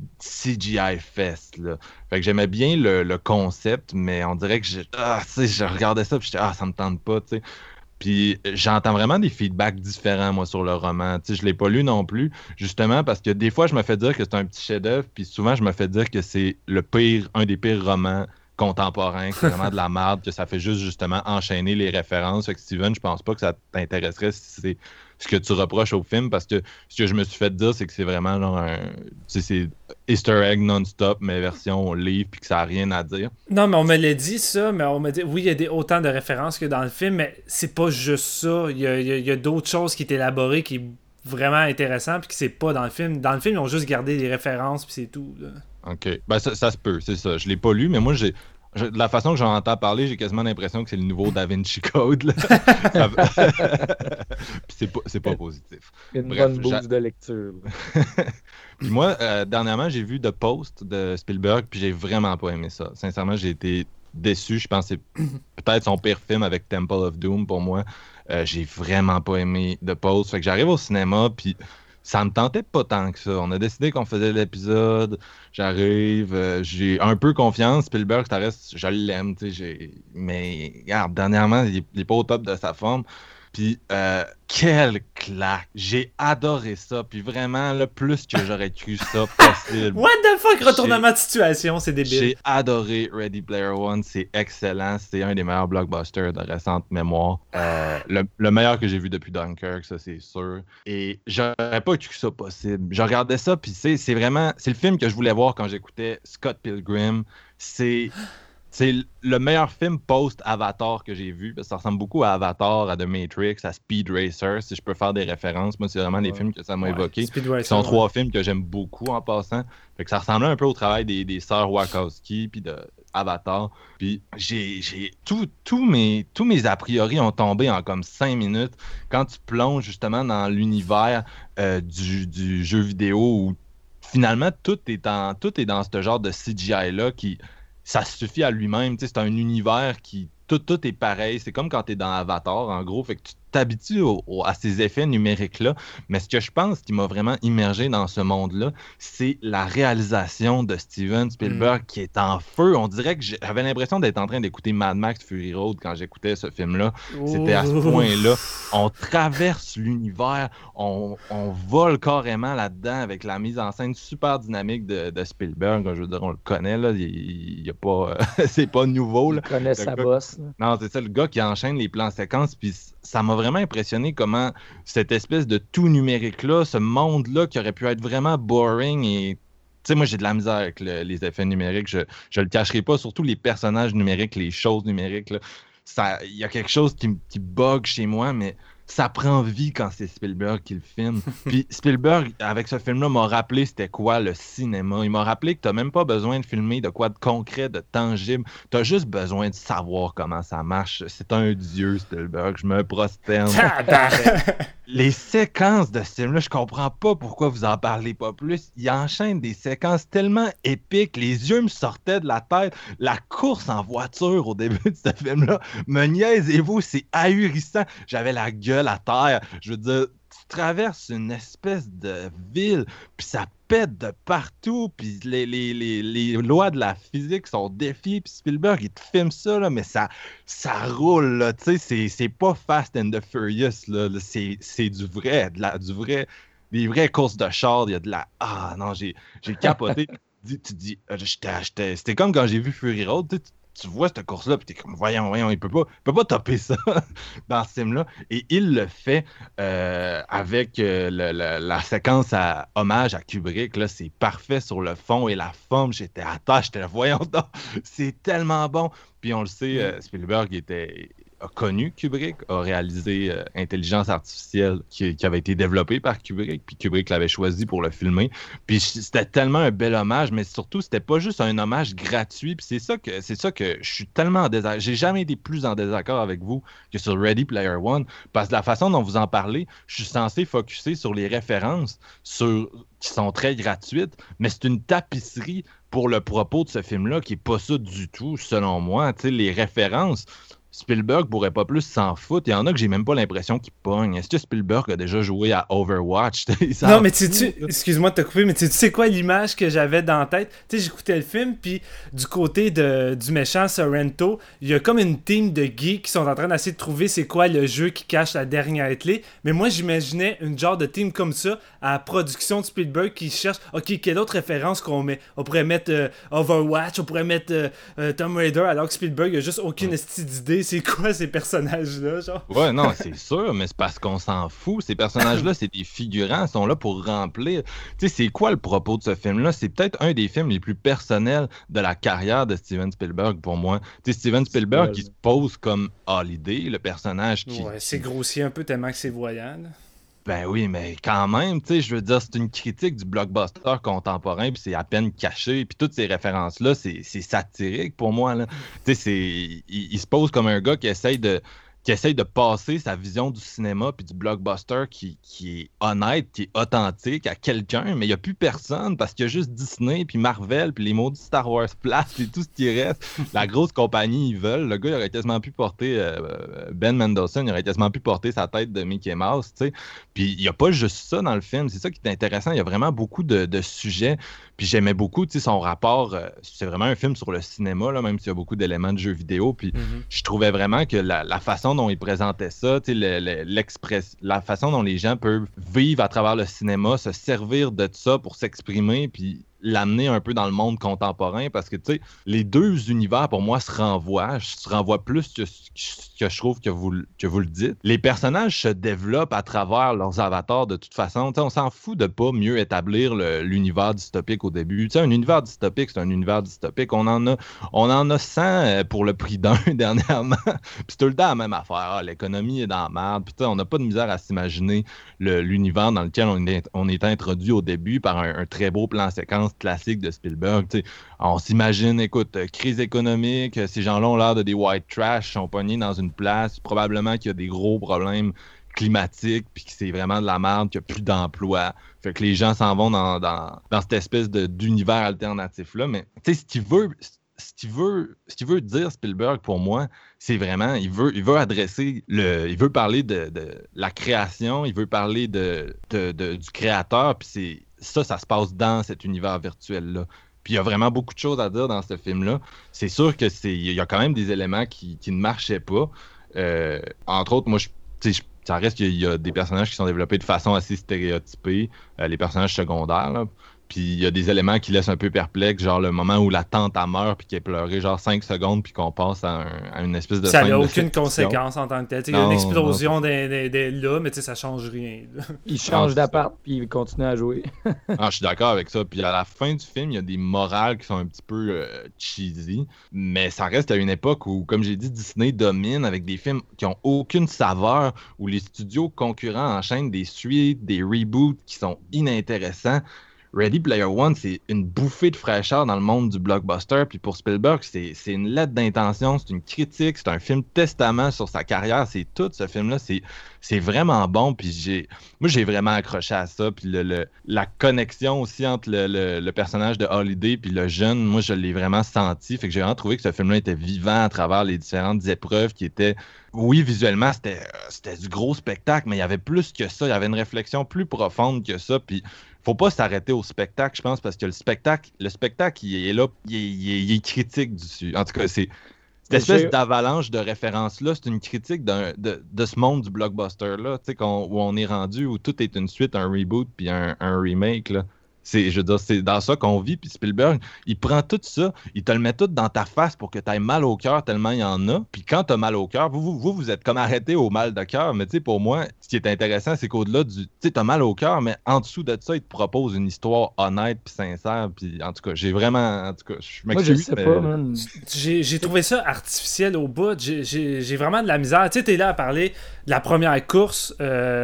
CGI fest, là. Fait que j'aimais bien le concept, mais on dirait que je regardais ça, puis j'étais ça me tente pas, tu sais. Puis j'entends vraiment des feedbacks différents, moi, sur le roman. Tu sais, je l'ai pas lu non plus, justement, parce que des fois, je me fais dire que c'est un petit chef-d'œuvre, puis souvent, je me fais dire que c'est un des pires romans contemporain, que c'est vraiment de la merde, que ça fait juste justement enchaîner les références. Fait que Steven, je pense pas que ça t'intéresserait si c'est ce que tu reproches au film, parce que ce que je me suis fait dire, c'est que c'est vraiment genre c'est Easter egg non-stop, mais version livre, puis que ça n'a rien à dire. Non, mais on me l'a dit ça, mais on m'a dit oui, il y a autant de références que dans le film, mais c'est pas juste ça. Il y a d'autres choses qui est élaborées, qui est vraiment intéressant, puis que c'est pas dans le film. Dans le film, ils ont juste gardé les références, puis c'est tout, là. OK. Ben, ça se peut, c'est ça. Je l'ai pas lu, mais moi, de la façon que j'en entends parler, j'ai quasiment l'impression que c'est le nouveau Da Vinci Code, là. Puis c'est pas positif. Une bonne boost de lecture. Puis moi, dernièrement, j'ai vu The Post de Spielberg, puis j'ai vraiment pas aimé ça. Sincèrement, j'ai été déçu. Je pense que c'est peut-être son pire film avec Temple of Doom pour moi. J'ai vraiment pas aimé The Post. Fait que j'arrive au cinéma, puis ça me tentait pas tant que ça. On a décidé qu'on faisait l'épisode. J'arrive, j'ai un peu confiance. Spielberg, ça reste, je l'aime, tu sais. Mais regarde, dernièrement, il est pas au top de sa forme. Puis, quelle claque! J'ai adoré ça. Puis vraiment, le plus que j'aurais cru ça possible. What the fuck, retournement de situation, c'est débile. J'ai adoré Ready Player One. C'est excellent. C'est un des meilleurs blockbusters de récente mémoire. Le meilleur que j'ai vu depuis Dunkirk, ça, c'est sûr. Et j'aurais pas cru ça possible. Je regardais ça, puis c'est le film que je voulais voir quand j'écoutais Scott Pilgrim. C'est le meilleur film post-Avatar que j'ai vu, parce que ça ressemble beaucoup à Avatar, à The Matrix, à Speed Racer, si je peux faire des références. Moi, c'est vraiment des films que ça m'a évoqué. Ce sont 3 films que j'aime beaucoup en passant. Fait que ça ressemblait un peu au travail des sœurs Wachowski puis de Avatar. Puis tous mes a priori ont tombé en comme 5 minutes quand tu plonges justement dans l'univers du jeu vidéo où finalement tout est dans ce genre de CGI-là qui... Ça suffit à lui-même, tu sais, c'est un univers qui... Tout est pareil. C'est comme quand t'es dans Avatar, en gros. Fait que t'habitues à ces effets numériques-là. Mais ce que je pense qui m'a vraiment immergé dans ce monde-là, c'est la réalisation de Steven Spielberg qui est en feu. On dirait que j'avais l'impression d'être en train d'écouter Mad Max Fury Road quand j'écoutais ce film-là. C'était à ce point-là. On traverse l'univers, on vole carrément là-dedans avec la mise en scène super dynamique de Spielberg. Je veux dire, on le connaît, là. Il y a pas... c'est pas nouveau, là. Il connaît sa bosse. Non, c'est ça, le gars qui enchaîne les plans séquences, puis ça m'a vraiment impressionné comment cette espèce de tout numérique-là, ce monde-là qui aurait pu être vraiment boring et... Tu sais, moi, j'ai de la misère avec les effets numériques, je le cacherai pas, surtout les personnages numériques, les choses numériques, là. Il y a quelque chose qui bug chez moi, mais ça prend vie quand c'est Spielberg qui le filme. Puis Spielberg, avec ce film-là, m'a rappelé c'était quoi le cinéma. Il m'a rappelé que t'as même pas besoin de filmer de quoi de concret, de tangible. T'as juste besoin de savoir comment ça marche. C'est un dieu, Spielberg. Je me prosterne. Les séquences de ce film-là, je comprends pas pourquoi vous en parlez pas plus. Il enchaîne des séquences tellement épiques. Les yeux me sortaient de la tête. La course en voiture au début de ce film-là, me niaisez-vous, c'est ahurissant. J'avais la gueule à terre. Je veux dire, tu traverses une espèce de ville, puis ça pète de partout, puis les lois de la physique sont défiées, puis Spielberg, il te filme ça, là, mais ça roule, là, tu sais, c'est pas Fast and the Furious, là, c'est du vrai, des vraies courses de char, il y a de la... Ah non, j'ai capoté. Tu dis, c'était comme quand j'ai vu Fury Road, tu vois cette course-là, puis t'es comme, voyons, il peut pas topper ça dans ce film-là. Et il le fait avec la séquence à hommage à Kubrick. Là, c'est parfait sur le fond et la forme. J'étais à terre, j'étais là, voyons donc, c'est tellement bon. Puis on le sait, Spielberg a connu Kubrick, a réalisé Intelligence artificielle qui avait été développée par Kubrick, puis Kubrick l'avait choisi pour le filmer. Puis c'était tellement un bel hommage, mais surtout, c'était pas juste un hommage gratuit. Puis c'est ça que je suis tellement en désaccord. J'ai jamais été plus en désaccord avec vous que sur Ready Player One, parce que la façon dont vous en parlez, je suis censé focusser sur les références qui sont très gratuites, mais c'est une tapisserie pour le propos de ce film-là qui est pas ça du tout, selon moi. Tu sais, les références... Spielberg pourrait pas plus s'en foutre. Il y en a que j'ai même pas l'impression qu'il pogne. Est-ce que Spielberg a déjà joué à Overwatch? Non, mais excuse-moi de te couper, mais tu sais quoi l'image que j'avais dans la tête? Tu sais, j'écoutais le film, puis du côté du méchant Sorrento, il y a comme une team de geeks qui sont en train d'essayer de trouver c'est quoi le jeu qui cache la dernière clé. Mais moi, j'imaginais une genre de team comme ça à la production de Spielberg qui cherche, OK, quelle autre référence qu'on met? On pourrait mettre Overwatch, on pourrait mettre Tomb Raider, alors que Spielberg a juste aucune d'idée. C'est quoi ces personnages-là, genre? Ouais, non, c'est sûr, mais c'est parce qu'on s'en fout. Ces personnages-là, c'est des figurants, ils sont là pour remplir. Tu sais, c'est quoi le propos de ce film-là? C'est peut-être un des films les plus personnels de la carrière de Steven Spielberg, pour moi. Tu sais, Steven Spielberg qui se pose comme Holiday, le personnage qui... Ouais, c'est grossier un peu tellement que c'est voyant, là. Ben oui, mais quand même, tu sais, je veux dire, c'est une critique du blockbuster contemporain, puis c'est à peine caché, puis toutes ces références-là, c'est satirique pour moi, là. Tu sais, il se pose comme un gars qui essaye de passer sa vision du cinéma puis du blockbuster qui est honnête, qui est authentique à quelqu'un, mais il n'y a plus personne parce qu'il y a juste Disney puis Marvel puis les maudits Star Wars Plus et tout ce qui reste. La grosse compagnie, ils veulent. Le gars, il aurait quasiment pu porter Ben Mendelsohn, il aurait quasiment pu porter sa tête de Mickey Mouse, tu sais. Puis il n'y a pas juste ça dans le film. C'est ça qui est intéressant. Il y a vraiment beaucoup de sujets. Puis j'aimais beaucoup, tu sais, son rapport. C'est vraiment un film sur le cinéma, là, même s'il y a beaucoup d'éléments de jeux vidéo. Puis je trouvais vraiment que la façon dont il présentait ça, tu sais, la façon dont les gens peuvent vivre à travers le cinéma, se servir de ça pour s'exprimer, puis l'amener un peu dans le monde contemporain, parce que, tu sais, les deux univers, pour moi, se renvoient plus que je trouve que vous le dites. Les personnages se développent à travers leurs avatars de toute façon. Tu sais, on s'en fout de pas mieux établir l'univers dystopique au début. Tu sais, un univers dystopique, c'est un univers dystopique. On en a 100 pour le prix d'un dernièrement. Puis c'est tout le temps la même affaire. Ah, l'économie est dans la merde. Puis tu sais, on n'a pas de misère à s'imaginer l'univers dans lequel on est introduit au début par un très beau plan séquence classique de Spielberg. T'sais, on s'imagine, écoute, crise économique, ces gens-là ont l'air de des white trash, sont pognés dans une place, probablement qu'il y a des gros problèmes climatiques, puis que c'est vraiment de la merde, qu'il n'y a plus d'emploi. Fait que les gens s'en vont dans cette espèce d'univers alternatif-là. Mais tu sais, ce qu'il veut dire Spielberg pour moi, c'est vraiment, il veut adresser il veut parler de la création, il veut parler du créateur, puis ça se passe dans cet univers virtuel-là. Puis il y a vraiment beaucoup de choses à dire dans ce film-là. C'est sûr que il y a quand même des éléments qui ne marchaient pas. Entre autres, moi, ça reste qu'il y a des personnages qui sont développés de façon assez stéréotypée, les personnages secondaires, là. Puis il y a des éléments qui laissent un peu perplexe, genre le moment où la tante a meurt puis qu'elle est pleurée genre 5 secondes puis qu'on passe à une espèce de ça scène n'a de aucune fiction. conséquence en tant que tel. Il y a une explosion là, mais ça change rien. Il change d'appart puis il continue à jouer. Je suis d'accord avec ça. Puis à la fin du film, il y a des morales qui sont un petit peu cheesy, mais ça reste à une époque où, comme j'ai dit, Disney domine avec des films qui ont aucune saveur, où les studios concurrents enchaînent des suites, des reboots qui sont inintéressants. Ready Player One, c'est une bouffée de fraîcheur dans le monde du blockbuster. Puis pour Spielberg, c'est une lettre d'intention, c'est une critique, c'est un film testament sur sa carrière. C'est tout, ce film-là. C'est vraiment bon. Puis moi, j'ai vraiment accroché à ça. Puis la connexion aussi entre le personnage de Holiday puis le jeune, moi, je l'ai vraiment senti. Fait que j'ai vraiment trouvé que ce film-là était vivant à travers les différentes épreuves qui étaient... Oui, visuellement, c'était du gros spectacle, mais il y avait plus que ça. Il y avait une réflexion plus profonde que ça. Puis faut pas s'arrêter au spectacle, je pense, parce que le spectacle, il est là, il est critique dessus. En tout cas, cette espèce d'avalanche de références-là, c'est une critique de ce monde du blockbuster-là, tu sais, où on est rendu, où tout est une suite, un reboot puis un remake, là. Je veux dire, c'est dans ça qu'on vit, puis Spielberg, il prend tout ça, il te le met tout dans ta face pour que tu aies mal au cœur tellement il y en a, puis quand tu as mal au cœur, vous êtes comme arrêté au mal de cœur, mais tu sais, pour moi, ce qui est intéressant, c'est qu'au-delà tu sais, t'as mal au cœur, mais en dessous de ça, il te propose une histoire honnête puis sincère, puis en tout cas, je m'excuse. Moi, je sais pas, man. J'ai trouvé ça artificiel au bout, j'ai vraiment de la misère, tu sais, t'es là à parler de la première course,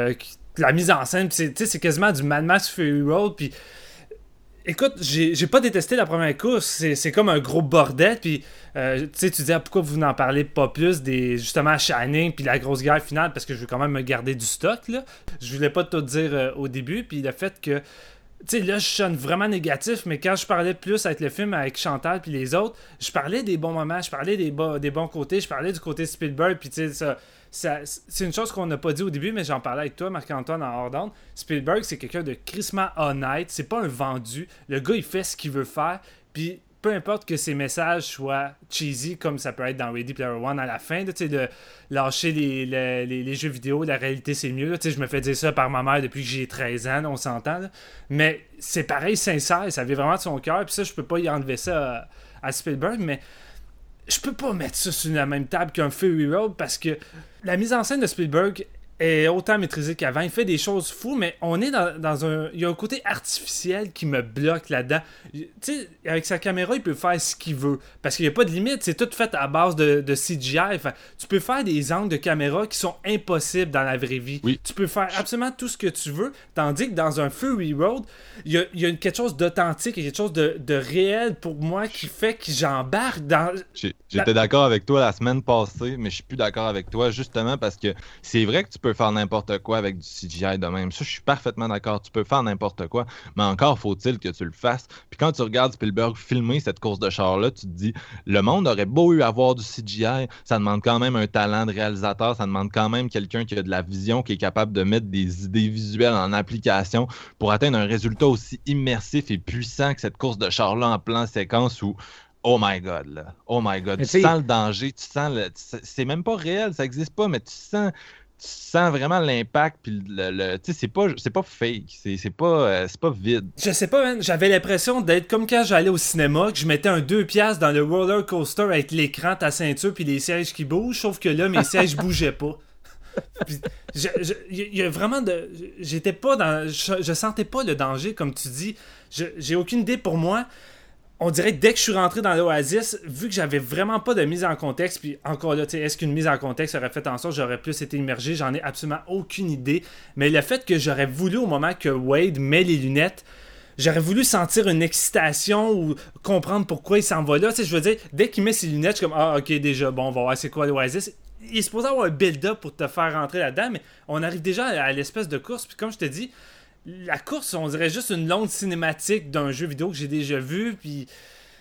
la mise en scène, c'est quasiment du Mad Max Fury Road, puis écoute, j'ai pas détesté la première course, c'est comme un gros bordel, puis tu dis pourquoi vous n'en parlez pas plus justement Shining puis la grosse guerre finale, parce que je veux quand même me garder du stock, là. Je voulais pas tout dire au début, puis le fait que, tu sais, là je sonne vraiment négatif, mais quand je parlais plus avec le film, avec Chantal puis les autres, je parlais des bons moments, je parlais des bons côtés, je parlais du côté Spielberg, puis tu sais, ça, c'est une chose qu'on n'a pas dit au début, mais j'en parlais avec toi, Marc-Antoine, en hors d'onde. Spielberg, c'est quelqu'un de crissement honnête. C'est pas un vendu. Le gars, il fait ce qu'il veut faire. Puis peu importe que ses messages soient cheesy, comme ça peut être dans Ready Player One à la fin, de lâcher les jeux vidéo, la réalité, c'est mieux. Là, je me fais dire ça par ma mère depuis que j'ai 13 ans, là, on s'entend. Là. Mais c'est pareil, sincère. Ça vient vraiment de son cœur. Puis ça, je peux pas y enlever ça à Spielberg, mais je peux pas mettre ça sur la même table qu'un Fury Road parce que la mise en scène de Spielberg est autant maîtrisée qu'avant. Il fait des choses fous, mais on est dans un... Il y a un côté artificiel qui me bloque là-dedans. Tu sais, avec sa caméra, il peut faire ce qu'il veut. Parce qu'il n'y a pas de limite. C'est tout fait à base de CGI. Enfin, tu peux faire des angles de caméra qui sont impossibles dans la vraie vie. Oui. Tu peux faire absolument tout ce que tu veux. Tandis que dans un Fury Road, il y a quelque chose d'authentique, il y a quelque chose de réel pour moi qui fait que j'embarque dans... J'étais d'accord avec toi la semaine passée, mais je suis plus d'accord avec toi justement parce que c'est vrai que tu peux faire n'importe quoi avec du CGI de même. Ça, je suis parfaitement d'accord. Tu peux faire n'importe quoi, mais encore faut-il que tu le fasses. Puis quand tu regardes Spielberg filmer cette course de char-là, tu te dis, le monde aurait beau eu avoir du CGI, ça demande quand même un talent de réalisateur, ça demande quand même quelqu'un qui a de la vision, qui est capable de mettre des idées visuelles en application pour atteindre un résultat aussi immersif et puissant que cette course de char-là en plan séquence où oh my God, là. Oh my God. Tu sens le danger, tu sens c'est même pas réel, ça existe pas, mais tu sens vraiment l'impact, puis tu sais, c'est pas fake, c'est pas vide. Je sais pas, man, j'avais l'impression d'être comme quand j'allais au cinéma, que je mettais un 2$ dans le roller coaster avec l'écran, ta ceinture, puis les sièges qui bougent, sauf que là, mes sièges bougeaient pas. Il y a vraiment j'étais pas dans... Je sentais pas le danger, comme tu dis. J'ai aucune idée pour moi. On dirait que dès que je suis rentré dans l'Oasis, vu que j'avais vraiment pas de mise en contexte, puis encore là, est-ce qu'une mise en contexte aurait fait en sorte que j'aurais plus été immergé? J'en ai absolument aucune idée. Mais le fait que j'aurais voulu, au moment que Wade met les lunettes, j'aurais voulu sentir une excitation ou comprendre pourquoi il s'en va là. Tu sais, je veux dire, dès qu'il met ses lunettes, je suis comme, ah, ok, déjà, bon, on va voir c'est quoi l'Oasis. Il est supposé avoir un build-up pour te faire rentrer là-dedans, mais on arrive déjà à l'espèce de course, puis comme je te dis, la course, on dirait juste une longue cinématique d'un jeu vidéo que j'ai déjà vu, puis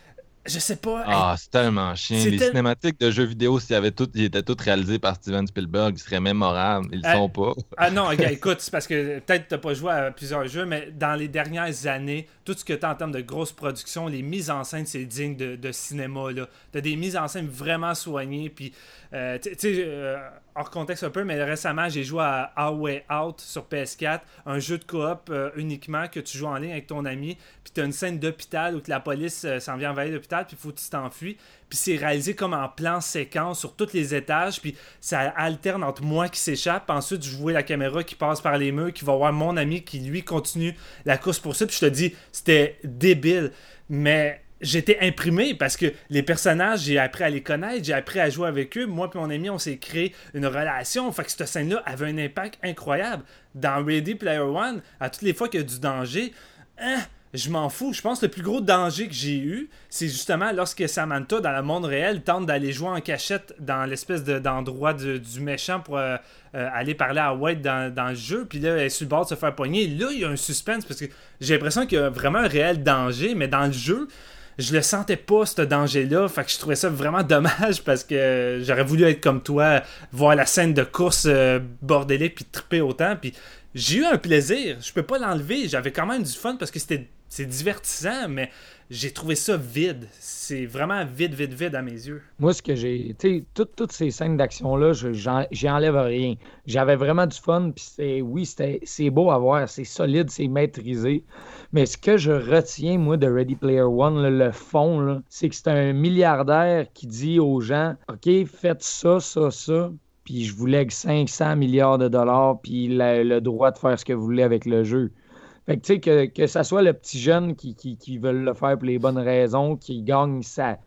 Je sais pas. Ah, c'est tellement chiant. Les cinématiques de jeux vidéo, s'ils étaient tous réalisés par Steven Spielberg, ils seraient mémorables. Ils le sont pas. Ah non, écoute, c'est parce que peut-être t'as pas joué à plusieurs jeux, mais dans les dernières années, tout ce que t'as en termes de grosses productions, les mises en scène, c'est digne de cinéma. Là. T'as des mises en scène vraiment soignées, puis tu sais, hors contexte un peu, mais récemment, j'ai joué à A Way Out sur PS4, un jeu de coop uniquement que tu joues en ligne avec ton ami, puis t'as une scène d'hôpital où que la police s'en vient envahir l'hôpital, puis il faut que tu t'enfuis, puis c'est réalisé comme en plan séquence sur tous les étages, puis ça alterne entre moi qui s'échappe, ensuite je vois la caméra qui passe par les murs, qui va voir mon ami qui lui continue la course-poursuite, puis je te dis, c'était débile, mais j'étais imprimé parce que les personnages, j'ai appris à les connaître, j'ai appris à jouer avec eux. Moi et mon ami, on s'est créé une relation. Fait que cette scène-là avait un impact incroyable. Dans Ready Player One, à toutes les fois qu'il y a du danger, je m'en fous. Je pense que le plus gros danger que j'ai eu, c'est justement lorsque Samantha, dans le monde réel, tente d'aller jouer en cachette dans l'espèce d'endroit du méchant pour aller parler à White dans le jeu. Puis là, elle est sur le bord de se faire pogner. Là, il y a un suspense parce que j'ai l'impression qu'il y a vraiment un réel danger, mais dans le jeu, je le sentais pas, ce danger-là. Fait que je trouvais ça vraiment dommage parce que j'aurais voulu être comme toi, voir la scène de course bordélique puis triper autant. Puis j'ai eu un plaisir. Je peux pas l'enlever. J'avais quand même du fun parce que c'est divertissant, mais j'ai trouvé ça vide. C'est vraiment vide à mes yeux. Moi, ce que j'ai... Tu sais, toutes ces scènes d'action-là, j'y enlève rien. J'avais vraiment du fun, puis c'est beau à voir, c'est solide, c'est maîtrisé. Mais ce que je retiens, moi, de Ready Player One, là, le fond, là, c'est que c'est un milliardaire qui dit aux gens, « OK, faites ça, puis je vous lègue 500 milliards de dollars, puis le droit de faire ce que vous voulez avec le jeu. » Fait que tu sais, que ça soit le petit jeune qui veut le faire pour les bonnes raisons, qui gagne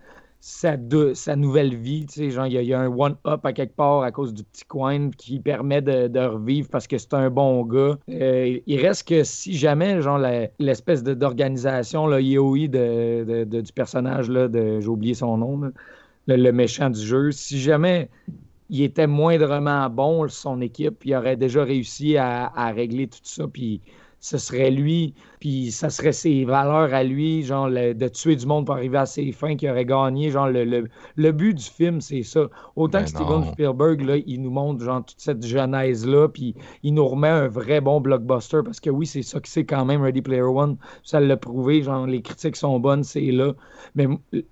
sa nouvelle vie, tu sais, genre il y a un one-up à quelque part à cause du petit coin qui permet de revivre parce que c'est un bon gars. Il reste que si jamais, genre l'espèce d'organisation, là, IOI du personnage, là, j'ai oublié son nom, là, le méchant du jeu, si jamais il était moindrement bon, son équipe, il aurait déjà réussi à régler tout ça, puis ce serait lui, puis ça serait ses valeurs à lui, genre de tuer du monde pour arriver à ses fins qu'il aurait gagné. Genre le but du film, c'est ça. Autant que Steven Spielberg, là, il nous montre genre toute cette genèse-là, puis il nous remet un vrai bon blockbuster, parce que oui, c'est ça que c'est quand même Ready Player One. Ça l'a prouvé, genre les critiques sont bonnes, c'est là. Mais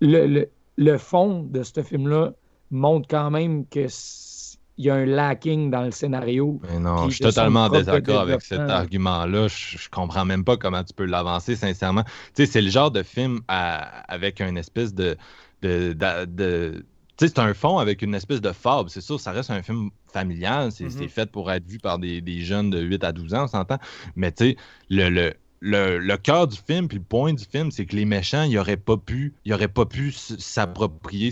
le fond de ce film-là montre quand même que il y a un lacking dans le scénario. Mais non, je suis totalement en désaccord avec cet argument-là. Je comprends même pas comment tu peux l'avancer, sincèrement. Tu sais, c'est le genre de film avec une espèce de tu sais, c'est un fond avec une espèce de fable. C'est sûr, ça reste un film familial. C'est fait pour être vu par des jeunes de 8 à 12 ans, on s'entend. Mais tu sais, le cœur du film puis le point du film, c'est que les méchants, ils n'auraient pas pu s'approprier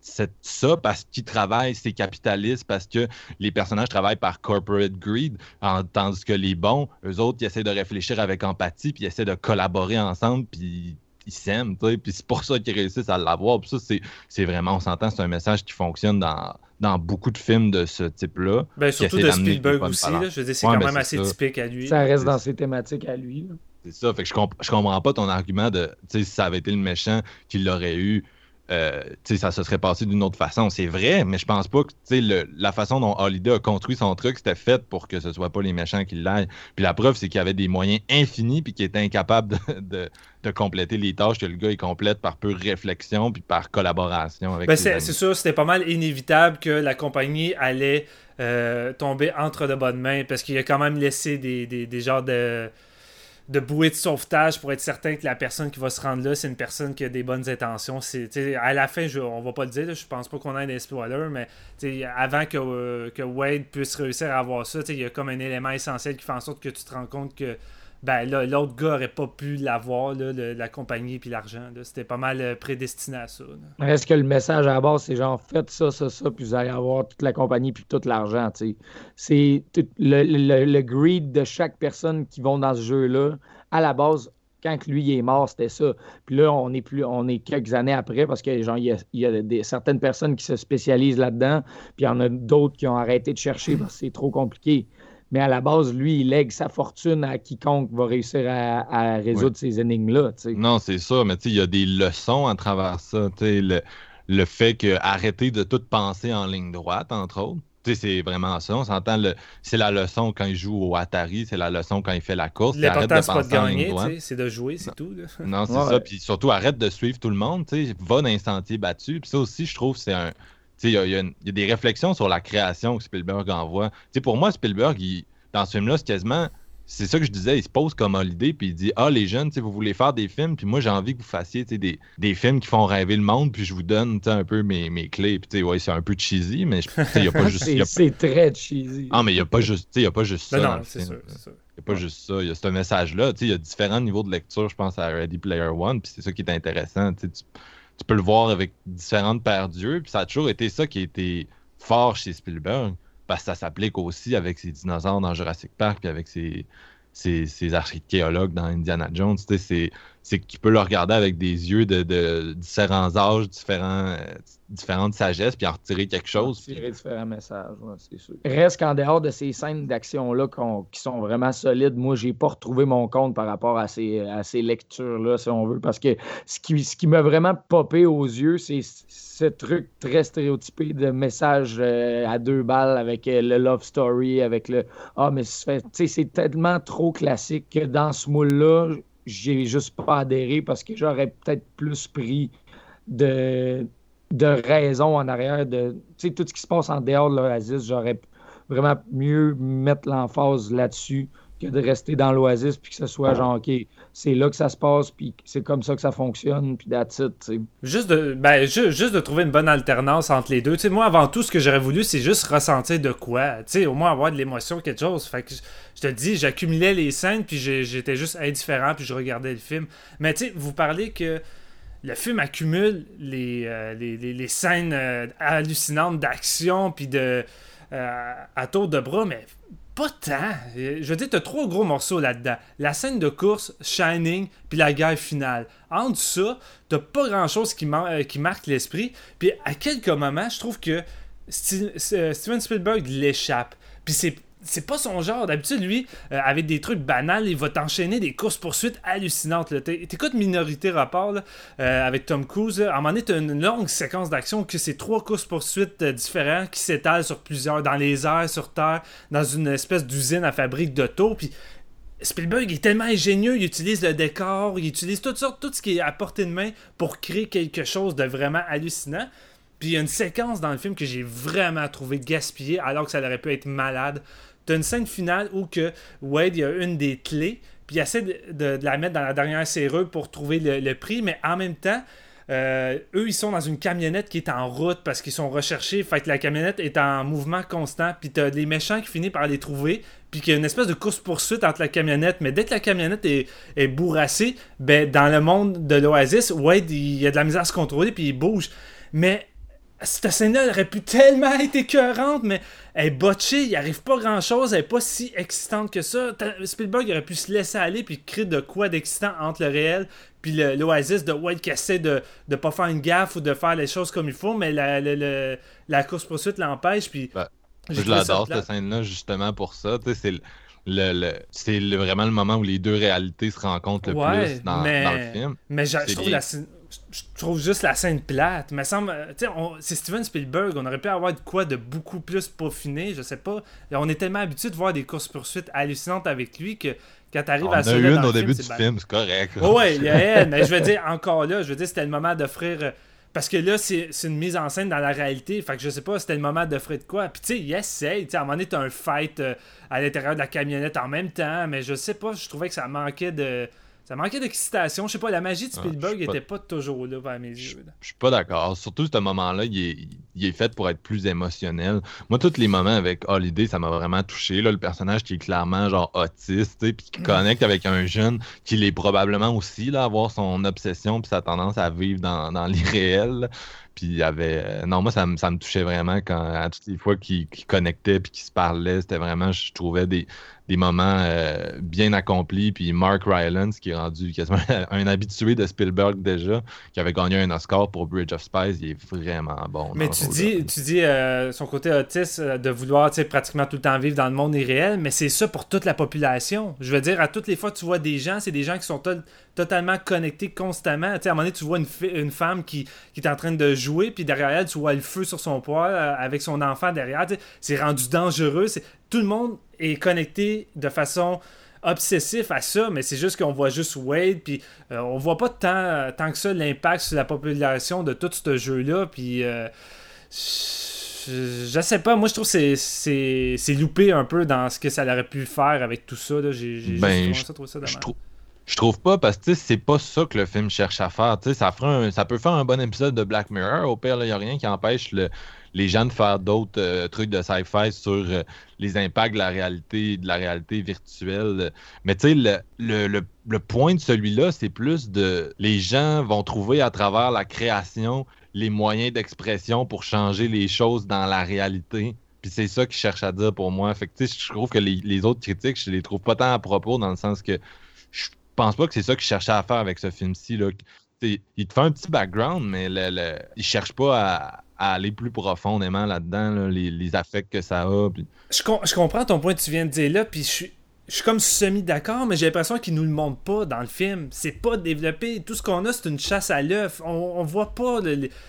ça parce qu'ils travaillent, c'est capitaliste, parce que les personnages travaillent par corporate greed, tandis que les bons, eux autres, ils essaient de réfléchir avec empathie puis ils essaient de collaborer ensemble puis ils s'aiment, tu sais, puis c'est pour ça qu'ils réussissent à l'avoir. Puis ça, c'est vraiment, on s'entend, c'est un message qui fonctionne dans beaucoup de films de ce type-là. Ben, surtout de Spielberg aussi, là, je veux dire, c'est quand même assez typique à lui. Ça reste dans ses thématiques à lui. Là. C'est ça, fait que je comprends pas ton argument de, tu sais, si ça avait été le méchant qui l'aurait eu, tu sais, ça se serait passé d'une autre façon. C'est vrai, mais je pense pas que, tu sais, la façon dont Holiday a construit son truc, c'était fait pour que ce soit pas les méchants qui l'aillent. Puis la preuve, c'est qu'il y avait des moyens infinis puis qu'il était incapable de compléter les tâches que le gars il complète par pure réflexion puis par collaboration avec ses amis. C'est sûr, c'était pas mal inévitable que la compagnie allait tomber entre de bonnes mains parce qu'il a quand même laissé des genres de bouée de sauvetage pour être certain que la personne qui va se rendre là, c'est une personne qui a des bonnes intentions. À la fin, on va pas le dire, là, je pense pas qu'on ait des spoilers, mais avant que Wade puisse réussir à avoir ça, il y a comme un élément essentiel qui fait en sorte que tu te rends compte que là, l'autre gars aurait pas pu l'avoir, là, la compagnie puis l'argent. Là. C'était pas mal prédestiné à ça. Là. Est-ce que le message à la base, c'est genre faites ça, puis vous allez avoir toute la compagnie puis tout l'argent, tu sais. C'est le greed de chaque personne qui vont dans ce jeu-là. À la base, quand lui il est mort, c'était ça. Puis là, on est quelques années après parce que genre il y a certaines personnes qui se spécialisent là-dedans, puis il y en a d'autres qui ont arrêté de chercher parce que c'est trop compliqué. mais à la base, lui, il lègue sa fortune à quiconque va réussir à résoudre ces énigmes-là. Tu sais. Non, c'est ça, mais tu sais, il y a des leçons à travers ça. Tu sais, le fait que arrêter de tout penser en ligne droite, entre autres. Tu sais, c'est vraiment ça. On s'entend, c'est la leçon quand il joue au Atari, c'est la leçon quand il fait la course. L'important, c'est pas de gagner, c'est de jouer, c'est tout. Là. Non, c'est ça. Puis surtout, arrête de suivre tout le monde. Tu sais, va dans un sentier battu. Puis ça aussi, je trouve, c'est un... Tu sais, il y a des réflexions sur la création que Spielberg envoie. Tu sais, pour moi, Spielberg, dans ce film-là, c'est quasiment... C'est ça que je disais, il se pose comme l'idée, puis il dit « Ah, les jeunes, vous voulez faire des films, puis moi, j'ai envie que vous fassiez des films qui font rêver le monde, puis je vous donne un peu mes clés. » Puis ouais, c'est un peu cheesy, mais il n'y a pas juste... c'est très cheesy. Ah, mais il n'y a pas juste ça. Non, c'est sûr. Il n'y a pas juste ça. Il y a ce message-là. Il y a différents niveaux de lecture, je pense, à Ready Player One, puis c'est ça qui est intéressant. Tu peux le voir avec différentes paires d'yeux, puis ça a toujours été ça qui a été fort chez Spielberg. Parce que ça s'applique aussi avec ses dinosaures dans Jurassic Park puis avec ses archéologues dans Indiana Jones. C'est que tu peux le regarder avec des yeux de différents âges, différentes sagesses, puis en retirer quelque chose. Tirer différents messages, ouais, c'est sûr. Reste qu'en dehors de ces scènes d'action-là qui sont vraiment solides, moi, j'ai pas retrouvé mon compte par rapport à ces lectures-là, si on veut, parce que ce qui m'a vraiment popé aux yeux, c'est ce truc très stéréotypé de message à 2 balles avec le love story, avec le « Ah, mais c'est tellement trop classique que dans ce moule-là, j'ai juste pas adhéré parce que j'aurais peut-être plus pris de raison en arrière de tout ce qui se passe en dehors de l'Oasis. J'aurais vraiment mieux mettre l'emphase là-dessus que de rester dans l'Oasis puis que ce soit genre OK, c'est là que ça se passe puis c'est comme ça que ça fonctionne puis that's it, t'sais. Juste de trouver une bonne alternance entre les deux. T'sais, moi, avant tout, ce que j'aurais voulu, c'est juste ressentir de quoi. T'sais, au moins avoir de l'émotion, quelque chose. Fait que je te dis, j'accumulais les scènes puis j'étais juste indifférent puis je regardais le film. Mais tu sais, vous parlez que le film accumule les scènes hallucinantes d'action puis à tour de bras, mais pas tant. Je veux dire, t'as 3 gros morceaux là-dedans. La scène de course, Shining, puis la guerre finale. Entre ça, t'as pas grand-chose qui marque l'esprit. Puis à quelques moments, je trouve que Steven Spielberg l'échappe. Puis c'est pas son genre. D'habitude, lui, avec des trucs banals, il va t'enchaîner des courses-poursuites hallucinantes. Là. T'écoutes Minorité Report là, avec Tom Cruise. Là. À un moment donné, t'as une longue séquence d'action que c'est 3 courses-poursuites différentes qui s'étalent sur plusieurs, dans les airs, sur terre, dans une espèce d'usine à fabrique d'auto. Puis Spielberg est tellement ingénieux, il utilise le décor, il utilise tout ce qui est à portée de main pour créer quelque chose de vraiment hallucinant. Puis il y a une séquence dans le film que j'ai vraiment trouvé gaspillée alors que ça aurait pu être malade. T'as une scène finale où que Wade, il a une des clés, puis il essaie de la mettre dans la dernière serrure pour trouver le prix, mais en même temps, eux, ils sont dans une camionnette qui est en route parce qu'ils sont recherchés, fait que la camionnette est en mouvement constant, puis t'as les méchants qui finissent par les trouver, puis qu'il y a une espèce de course-poursuite entre la camionnette, mais dès que la camionnette est bourrassée, ben, dans le monde de l'Oasis, Wade, il a de la misère à se contrôler, puis il bouge. Mais cette scène-là aurait pu tellement être écœurante, mais elle est botchée, il arrive pas grand-chose, elle est pas si excitante que ça. Spielberg aurait pu se laisser aller puis créer de quoi d'excitant entre le réel puis l'Oasis de Wade qui essaie de pas faire une gaffe ou de faire les choses comme il faut, mais la course-poursuite l'empêche. Puis je l'adore, cette scène-là, justement pour ça. C'est vraiment le moment où les deux réalités se rencontrent le plus dans le film. Mais je trouve juste la scène plate. Mais c'est Steven Spielberg. On aurait pu avoir de quoi de beaucoup plus peaufiné. Je sais pas. On est tellement habitué de voir des courses-poursuites hallucinantes avec lui que quand t'arrives à ça. On a une au début du film, c'est correct. Ouais, il y a elle. Mais je veux dire, encore là, c'était le moment d'offrir. Parce que là, c'est une mise en scène dans la réalité. Fait que je sais pas, c'était le moment d'offrir de quoi. Puis tu sais, il essaye. À un moment donné, t'as un fight à l'intérieur de la camionnette en même temps. Mais je sais pas, je trouvais que ça manquait d'excitation. Je sais pas, la magie de Spielberg était pas toujours là vers mes yeux. Je suis pas d'accord. Surtout ce moment-là, il est fait pour être plus émotionnel. Moi, tous les moments avec Holiday, ça m'a vraiment touché. Là, le personnage qui est clairement genre autiste, puis qui connecte avec un jeune qui l'est probablement aussi, là, avoir son obsession puis sa tendance à vivre dans l'irréel. puis il y avait... non, moi, ça me touchait vraiment à toutes les fois qu'ils connectaient puis qu'ils se parlaient. C'était vraiment, je trouvais, des moments bien accomplis. Puis Mark Rylance, qui est rendu quasiment un habitué de Spielberg déjà, qui avait gagné un Oscar pour Bridge of Spies, il est vraiment bon. Mais tu dis son côté autiste de vouloir pratiquement tout le temps vivre dans le monde irréel, mais c'est ça pour toute la population. Je veux dire, à toutes les fois que tu vois des gens, c'est des gens qui sont totalement connectés constamment. À un moment donné, tu vois une femme qui est en train de jouer, puis derrière elle, tu vois le feu sur son poêle avec son enfant derrière. C'est rendu dangereux. Tout le monde est connecté de façon obsessive à ça, mais c'est juste qu'on voit juste Wade, puis on voit pas tant que ça l'impact sur la population de tout ce jeu-là, puis je sais pas, moi je trouve que c'est loupé un peu dans ce que ça aurait pu faire avec tout ça, là. J'ai trouvé ça dommage. Je trouve pas, parce que c'est pas ça que le film cherche à faire. Ça peut faire un bon épisode de Black Mirror. Au pire, il n'y a rien qui empêche les gens de faire d'autres trucs de sci-fi sur les impacts de la réalité virtuelle. Mais tu sais, le point de celui-là, c'est plus les gens vont trouver à travers la création les moyens d'expression pour changer les choses dans la réalité. Puis c'est ça qu'ils cherchent à dire pour moi. Fait que tu sais, je trouve que les autres critiques, je les trouve pas tant à propos, dans le sens que je pense pas que c'est ça qu'ils cherchaient à faire avec ce film-ci, là. Il te fait un petit background, mais il cherche pas à aller plus profondément là-dedans, là, les affects que ça a. Puis... Je comprends ton point que tu viens de dire là, puis je suis comme semi-d'accord, mais j'ai l'impression qu'ils nous le montrent pas dans le film. C'est pas développé. Tout ce qu'on a, c'est une chasse à l'œuf. On voit pas...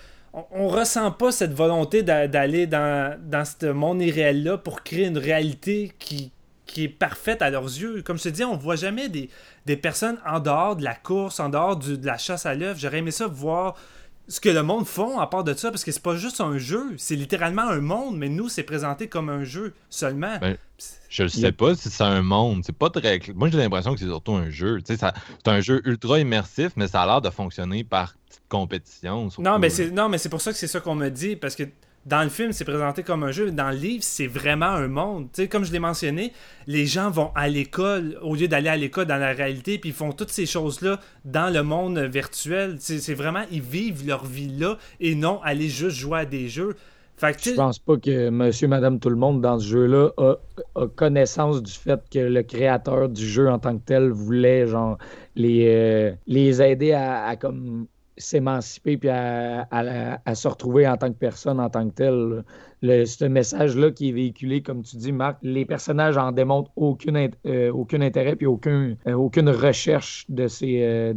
On ressent pas cette volonté d'aller dans ce monde irréel-là pour créer une réalité qui est parfaite à leurs yeux. Comme je te dis, on voit jamais des personnes en dehors de la course, en dehors de la chasse à l'œuf. J'aurais aimé ça voir ce que le monde font à part de ça, parce que c'est pas juste un jeu, c'est littéralement un monde, mais nous, c'est présenté comme un jeu seulement. Ben, je ne sais pas si c'est un monde. C'est pas très... Moi, j'ai l'impression que c'est surtout un jeu. C'est un jeu ultra immersif, mais ça a l'air de fonctionner par petite compétition. Surtout. Non, mais c'est pour ça que c'est ça qu'on me dit, parce que dans le film, c'est présenté comme un jeu, mais dans le livre, c'est vraiment un monde. T'sais, comme je l'ai mentionné, les gens vont à l'école au lieu d'aller à l'école dans la réalité, puis ils font toutes ces choses-là dans le monde virtuel. C'est vraiment, ils vivent leur vie là et non aller juste jouer à des jeux. Fait que, je pense pas que monsieur, madame, tout le monde dans ce jeu-là a connaissance du fait que le créateur du jeu en tant que tel voulait genre les aider à comme s'émanciper puis à se retrouver en tant que personne, en tant que tel. Ce message-là qui est véhiculé, comme tu dis, Marc, les personnages en démontrent aucun intérêt puis aucune recherche de ces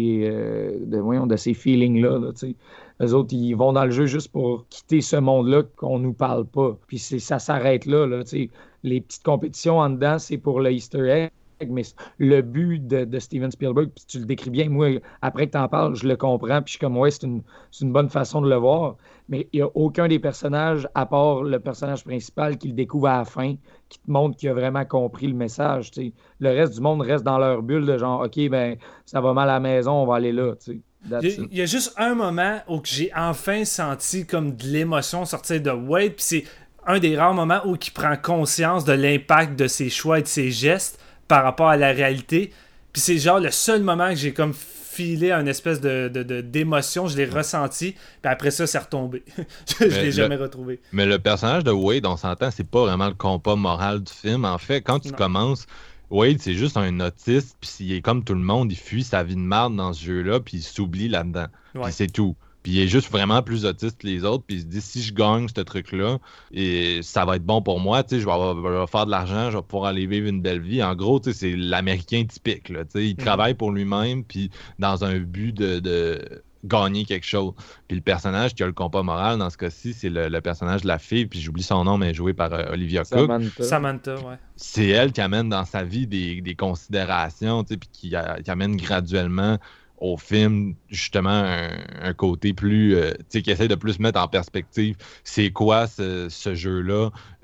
feelings-là. Là, eux autres, ils vont dans le jeu juste pour quitter ce monde-là qu'on nous parle pas. Puis ça s'arrête là. Les petites compétitions en dedans, c'est pour le Easter egg. Mais le but de Steven Spielberg, puis tu le décris bien, moi, après que tu en parles, je le comprends, puis je suis comme, ouais, c'est une bonne façon de le voir, mais il n'y a aucun des personnages, à part le personnage principal, qui le découvre à la fin, qui te montre qu'il a vraiment compris le message, t'sais. Le reste du monde reste dans leur bulle de genre, OK, ben, ça va mal à la maison, on va aller là, tu sais. Il y a juste un moment où j'ai enfin senti comme de l'émotion sortir de Wade, puis c'est un des rares moments où il prend conscience de l'impact de ses choix et de ses gestes par rapport à la réalité. Puis c'est genre le seul moment que j'ai comme filé une espèce d'émotion, je l'ai ressenti, puis après ça, c'est retombé. je l'ai jamais retrouvé. Mais le personnage de Wade, on s'entend, c'est pas vraiment le compas moral du film. En fait, quand tu commences, Wade, c'est juste un autiste, puis il est comme tout le monde, il fuit sa vie de merde dans ce jeu-là, puis il s'oublie là-dedans. Ouais. Puis c'est tout. Puis il est juste vraiment plus autiste que les autres. Puis il se dit, si je gagne ce truc-là, et ça va être bon pour moi, tu sais, je vais faire de l'argent, je vais pouvoir aller vivre une belle vie. En gros, tu sais, c'est l'Américain typique, là. Tu sais, il travaille pour lui-même, puis dans un but de gagner quelque chose. Puis le personnage qui a le compas moral, dans ce cas-ci, c'est le personnage de la fille, puis j'oublie son nom, mais joué par Olivia Cook. Samantha, ouais. C'est elle qui amène dans sa vie des considérations, tu sais, puis qui amène graduellement au film, justement, un côté plus... tu sais, qui essaie de plus mettre en perspective c'est quoi ce jeu-là,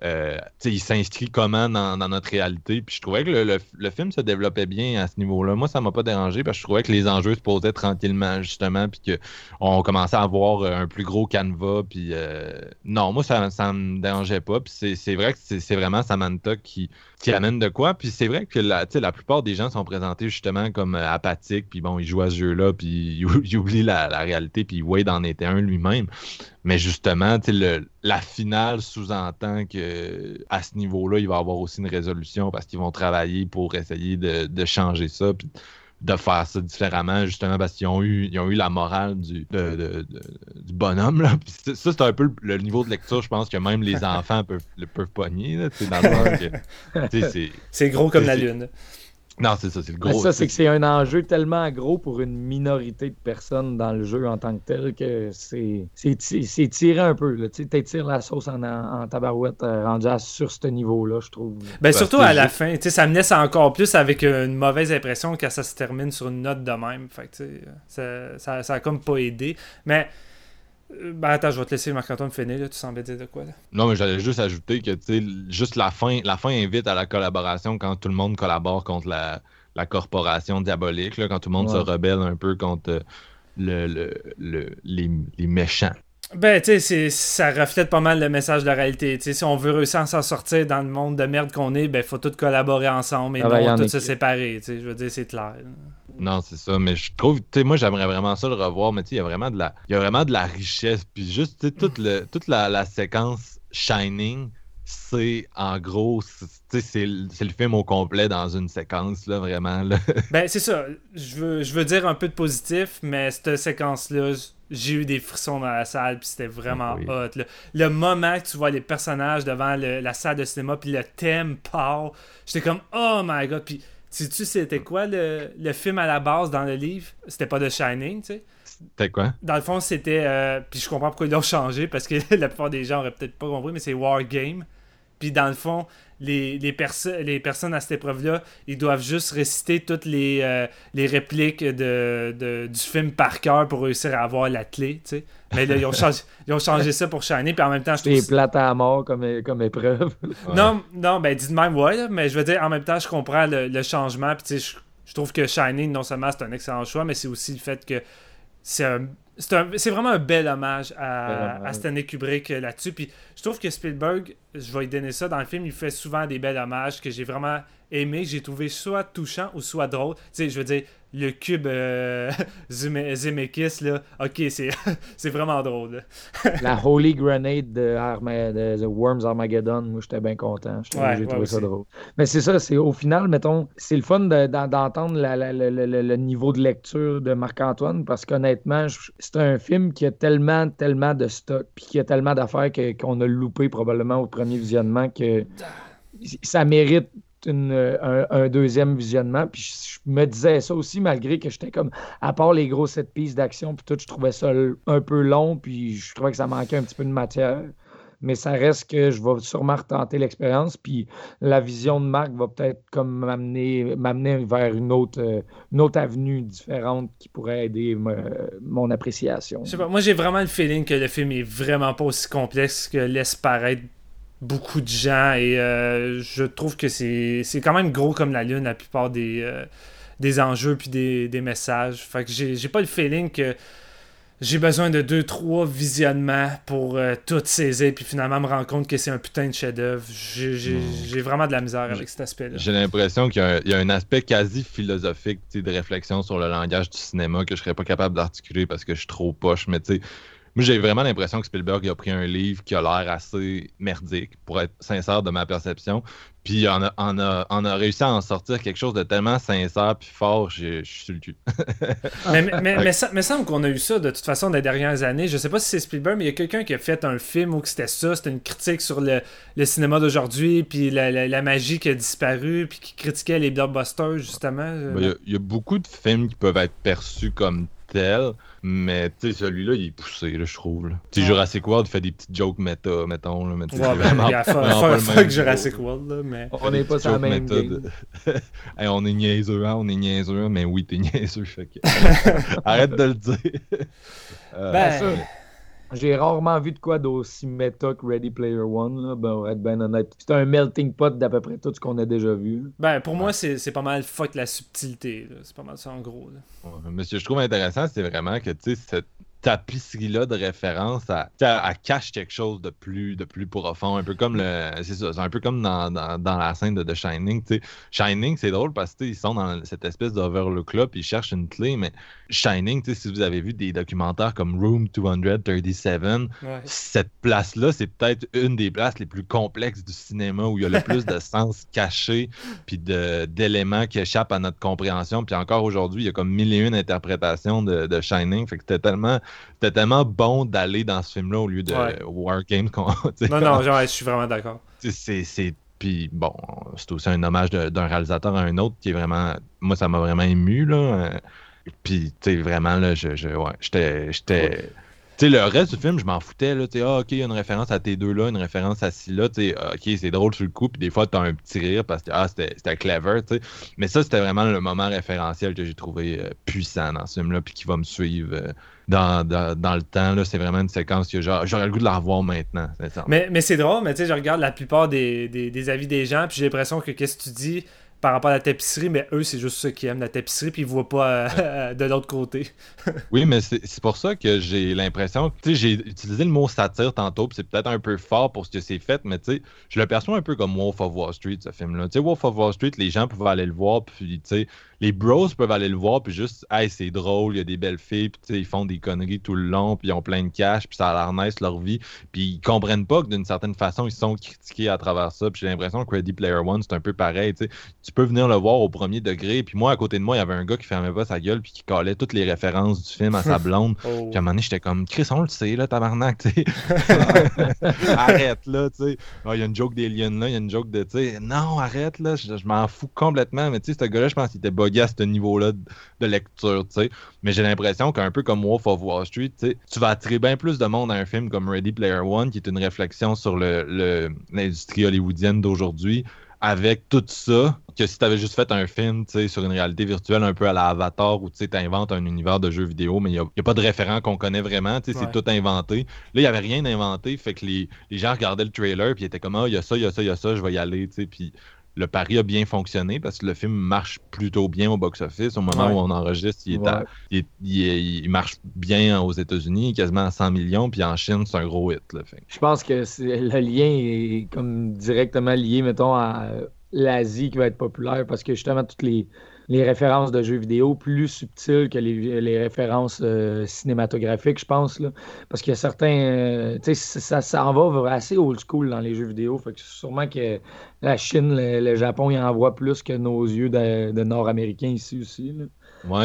il s'inscrit comment dans notre réalité. Puis je trouvais que le film se développait bien à ce niveau-là. Moi, ça m'a pas dérangé parce que je trouvais que les enjeux se posaient tranquillement, justement, puis qu'on commençait à avoir un plus gros canevas. Puis non, moi, ça me dérangeait pas. Puis c'est vrai que c'est vraiment Samantha qui amène de quoi. Puis c'est vrai que la plupart des gens sont présentés justement comme apathiques. Puis bon, ils jouent à ce jeu-là, puis ils oublient la réalité, puis Wade en était un lui-même. Mais justement, la finale sous-entend qu'à ce niveau-là, il va y avoir aussi une résolution parce qu'ils vont travailler pour essayer de changer ça puis de faire ça différemment, justement parce qu'ils ont eu la morale du bonhomme. Là. Puis ça, c'est un peu le niveau de lecture, je pense, que même les enfants peuvent pogner. Là, dans le que, c'est gros comme la lune. Non, c'est ça, c'est le gros. Ça, c'est que c'est un enjeu tellement gros pour une minorité de personnes dans le jeu en tant que tel que c'est tiré un peu. Tu t'étires la sauce en tabarouette rendu sur ce niveau-là, je trouve. Ben, surtout à la fin, ça me laisse encore plus avec une mauvaise impression quand ça se termine sur une note de même. Fait que, ça a comme pas aidé. Mais ben attends, je vais te laisser Marc-Antoine finir, là. Tu semblais dire de quoi là? Non, mais j'allais juste ajouter que juste la fin invite à la collaboration quand tout le monde collabore contre la corporation diabolique, là, quand tout le monde se rebelle un peu contre les méchants. Ben, tu sais, ça reflète pas mal le message de la réalité. Tu sais, si on veut réussir à s'en sortir dans le monde de merde qu'on est, ben, faut tous collaborer ensemble et non tous se séparer. Tu sais, je veux dire, c'est clair. Non, c'est ça, mais je trouve, tu sais, moi j'aimerais vraiment ça le revoir, mais tu sais, il y a vraiment de la richesse, puis juste, tu sais, toute la séquence Shining, c'est en gros, tu sais, c'est le film au complet dans une séquence, là, vraiment, là. Ben, c'est ça, je veux dire un peu de positif, mais cette séquence-là, j'ai eu des frissons dans la salle, puis c'était vraiment hot, là. Le moment que tu vois les personnages devant la salle de cinéma, puis le thème part, j'étais comme, oh my god, puis sais-tu c'était quoi le film à la base dans le livre? C'était pas The Shining, tu sais? C'était quoi? Dans le fond, c'était... puis je comprends pourquoi ils l'ont changé, parce que la plupart des gens auraient peut-être pas compris, mais c'est War Game. Puis dans le fond, les personnes à cette épreuve-là, ils doivent juste réciter toutes les répliques du film par cœur pour réussir à avoir la clé, tu sais. Mais là, ils ont changé ça pour Shining, puis en même temps, je trouve... C'est plate à mort comme épreuve. Ouais. Non, ben dis de même, ouais, là, mais je veux dire, en même temps, je comprends le changement, puis tu sais, je trouve que Shining, non seulement c'est un excellent choix, mais c'est aussi le fait que c'est vraiment un bel hommage à Stanley Kubrick là-dessus. Puis je trouve que Spielberg, je vais lui donner ça dans le film, il fait souvent des bels hommages que j'ai vraiment aimé, que j'ai trouvé soit touchant ou soit drôle. Tu sais, je veux dire, le cube Zemeckis, là, ok, c'est vraiment drôle. La Holy Grenade de The Worms Armageddon, moi j'étais bien content. J'ai trouvé ça drôle. Mais c'est ça, c'est au final, mettons, c'est le fun d'entendre le niveau de lecture de Marc-Antoine parce qu'honnêtement, c'est un film qui a tellement de stock puis qui a tellement d'affaires qu'on a loupé probablement au premier visionnement que ça mérite un deuxième visionnement. Puis je me disais ça aussi, malgré que j'étais comme, à part les gros set pieces d'action, puis tout, je trouvais ça un peu long, puis je trouvais que ça manquait un petit peu de matière. Mais ça reste que je vais sûrement retenter l'expérience, puis la vision de Marc va peut-être comme m'amener vers une autre avenue différente qui pourrait aider mon appréciation. Je sais pas, moi j'ai vraiment le feeling que le film est vraiment pas aussi complexe que laisse paraître beaucoup de gens, et je trouve que c'est quand même gros comme la lune la plupart des enjeux puis des messages. Fait que j'ai pas le feeling que j'ai besoin de 2-3 visionnements pour tout saisir puis finalement me rendre compte que c'est un putain de chef-d'œuvre. J'ai vraiment de la misère avec cet aspect-là. J'ai l'impression qu'il y a un aspect quasi philosophique de réflexion sur le langage du cinéma que je serais pas capable d'articuler parce que je suis trop poche, mais tu sais, moi, j'ai vraiment l'impression que Spielberg a pris un livre qui a l'air assez merdique, pour être sincère de ma perception, puis on a réussi à en sortir quelque chose de tellement sincère puis fort, je suis sur le cul. mais ça me semble qu'on a eu ça de toute façon des dernières années. Je sais pas si c'est Spielberg, mais il y a quelqu'un qui a fait un film où c'était ça, c'était une critique sur le cinéma d'aujourd'hui, puis la magie qui a disparu, puis qui critiquait les blockbusters, justement. Il y a beaucoup de films qui peuvent être perçus comme tels, mais tu sais, celui-là, il est poussé, là, je trouve. Tu sais, Jurassic World fait des petites jokes méta, mettons. Là, mais c'est vraiment, fuck Jurassic World, là, mais... On n'est pas sur la même game. Hey, on est niaiseux, mais oui, t'es niaiseux, fait que... Arrête de le dire. J'ai rarement vu de quoi d'aussi méta que Ready Player One, là. Ben, on va être bien honnête. C'est un melting pot d'à peu près tout ce qu'on a déjà vu. Ben, pour moi, c'est pas mal fuck la subtilité. Là. C'est pas mal ça en gros. Là. Ouais, mais ce que je trouve intéressant, c'est vraiment que, tu sais, cette tapisserie-là de référence, elle cache quelque chose de plus profond. Un peu comme c'est ça, c'est un peu comme dans la scène de The Shining. Tu sais. Shining, c'est drôle parce que ils sont dans cette espèce d'overlook-là, puis ils cherchent une clé, mais Shining, tu sais, si vous avez vu des documentaires comme Room 237, cette place-là, c'est peut-être une des places les plus complexes du cinéma où il y a le plus de sens cachés puis d'éléments qui échappent à notre compréhension. Puis encore aujourd'hui, il y a comme 1001 interprétations de Shining. Fait que c'était tellement bon d'aller dans ce film-là au lieu de Wargames. Non, genre, je suis vraiment d'accord. Puis bon, c'est aussi un hommage d'un réalisateur à un autre qui est vraiment... Moi, ça m'a vraiment ému, là. Puis, tu sais, vraiment, là, j'étais... Tu sais, le reste du film, je m'en foutais, là, tu sais, OK, il y a une référence à tes deux là, une référence à ci-là, tu sais, OK, c'est drôle sur le coup, puis des fois, t'as un petit rire parce que, c'était clever, tu sais. Mais ça, c'était vraiment le moment référentiel que j'ai trouvé puissant dans ce film-là, puis qui va me suivre dans le temps, là. C'est vraiment une séquence que j'aurais le goût de la revoir maintenant, mais c'est drôle, mais tu sais, je regarde la plupart des avis des gens, puis j'ai l'impression que qu'est-ce que tu dis par rapport à la tapisserie, mais eux, c'est juste ceux qui aiment la tapisserie, puis ils voient pas de l'autre côté. Oui, mais c'est pour ça que j'ai l'impression que, tu sais, j'ai utilisé le mot satire tantôt, puis c'est peut-être un peu fort pour ce que c'est fait, mais tu sais, je le perçois un peu comme Wolf of Wall Street, ce film-là. Tu sais, Wolf of Wall Street, les gens peuvent aller le voir, puis tu sais, les bros peuvent aller le voir, puis juste, hey, c'est drôle, il y a des belles filles, puis tu sais, ils font des conneries tout le long, puis ils ont plein de cash, puis ça a l'air nice leur vie, puis ils comprennent pas que d'une certaine façon, ils sont critiqués à travers ça, puis j'ai l'impression que Ready Player One, c'est un peu pareil, tu sais. Tu peux venir le voir au premier degré, puis moi, à côté de moi, il y avait un gars qui fermait pas sa gueule, puis qui collait toutes les références du film à sa blonde, puis à un moment donné, j'étais comme, Chris, on le sait, là, tabarnak, tu sais. Arrête, là, tu sais. Il y a une joke d'Alien, là, il y a une joke de, tu sais, non, arrête, là, je m'en fous complètement, mais tu sais, ce gars-là, je pense qu'il était buggé à ce niveau-là de lecture, tu sais. Mais j'ai l'impression qu'un peu comme Wolf of Wall Street, tu sais, tu vas attirer bien plus de monde à un film comme Ready Player One, qui est une réflexion sur l'industrie hollywoodienne d'aujourd'hui, avec tout ça, que si tu avais juste fait un film, tu sais, sur une réalité virtuelle un peu à la Avatar, où tu sais, inventes un univers de jeux vidéo, mais il n'y a pas de référent qu'on connaît vraiment, tu sais, c'est tout inventé. Là, il n'y avait rien inventé, fait que les gens regardaient le trailer, puis ils étaient comme, il y a ça, je vais y aller, tu sais, puis le pari a bien fonctionné parce que le film marche plutôt bien au box-office. Au moment où on enregistre, il marche bien aux États-Unis, quasiment à 100 millions, puis en Chine, c'est un gros hit. Là, fait. Je pense que le lien est comme directement lié, mettons, à l'Asie qui va être populaire parce que justement, toutes les références de jeux vidéo plus subtiles que les références cinématographiques, je pense. Là. Parce qu'il y a certains... tu sais, ça en va assez old school dans les jeux vidéo. Fait que sûrement que la Chine, le Japon, ils en voient plus que nos yeux de Nord-Américains ici aussi. Là. Ouais,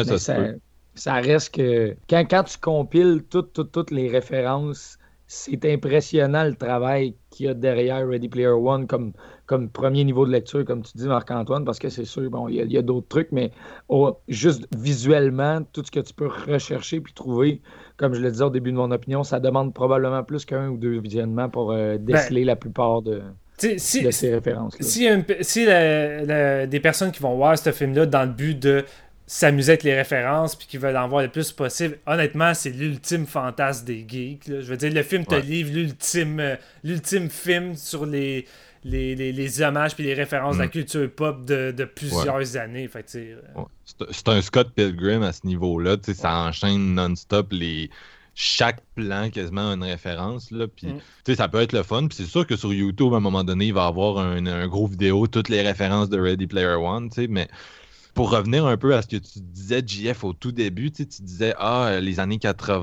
ça reste que... Quand tu compiles toutes les références, c'est impressionnant le travail qu'il y a derrière Ready Player One comme premier niveau de lecture, comme tu dis, Marc-Antoine, parce que c'est sûr, bon, il y a d'autres trucs, mais juste visuellement, tout ce que tu peux rechercher puis trouver, comme je le disais au début de mon opinion, ça demande probablement plus qu'un ou deux visionnements pour déceler la plupart de ces références-là. Si des personnes qui vont voir ce film-là dans le but de s'amuser avec les références puis qui veulent en voir le plus possible, honnêtement, c'est l'ultime fantasme des geeks. Là. Je veux dire, le film te livre l'ultime film sur les hommages puis les références de la culture pop de plusieurs années. Fait que, c'est un Scott Pilgrim à ce niveau-là. Ça enchaîne non-stop chaque plan quasiment une référence. Là, puis, ça peut être le fun. Puis c'est sûr que sur YouTube, à un moment donné, il va y avoir un gros vidéo, toutes les références de Ready Player One. Mais pour revenir un peu à ce que tu disais, JF, au tout début, tu disais, les années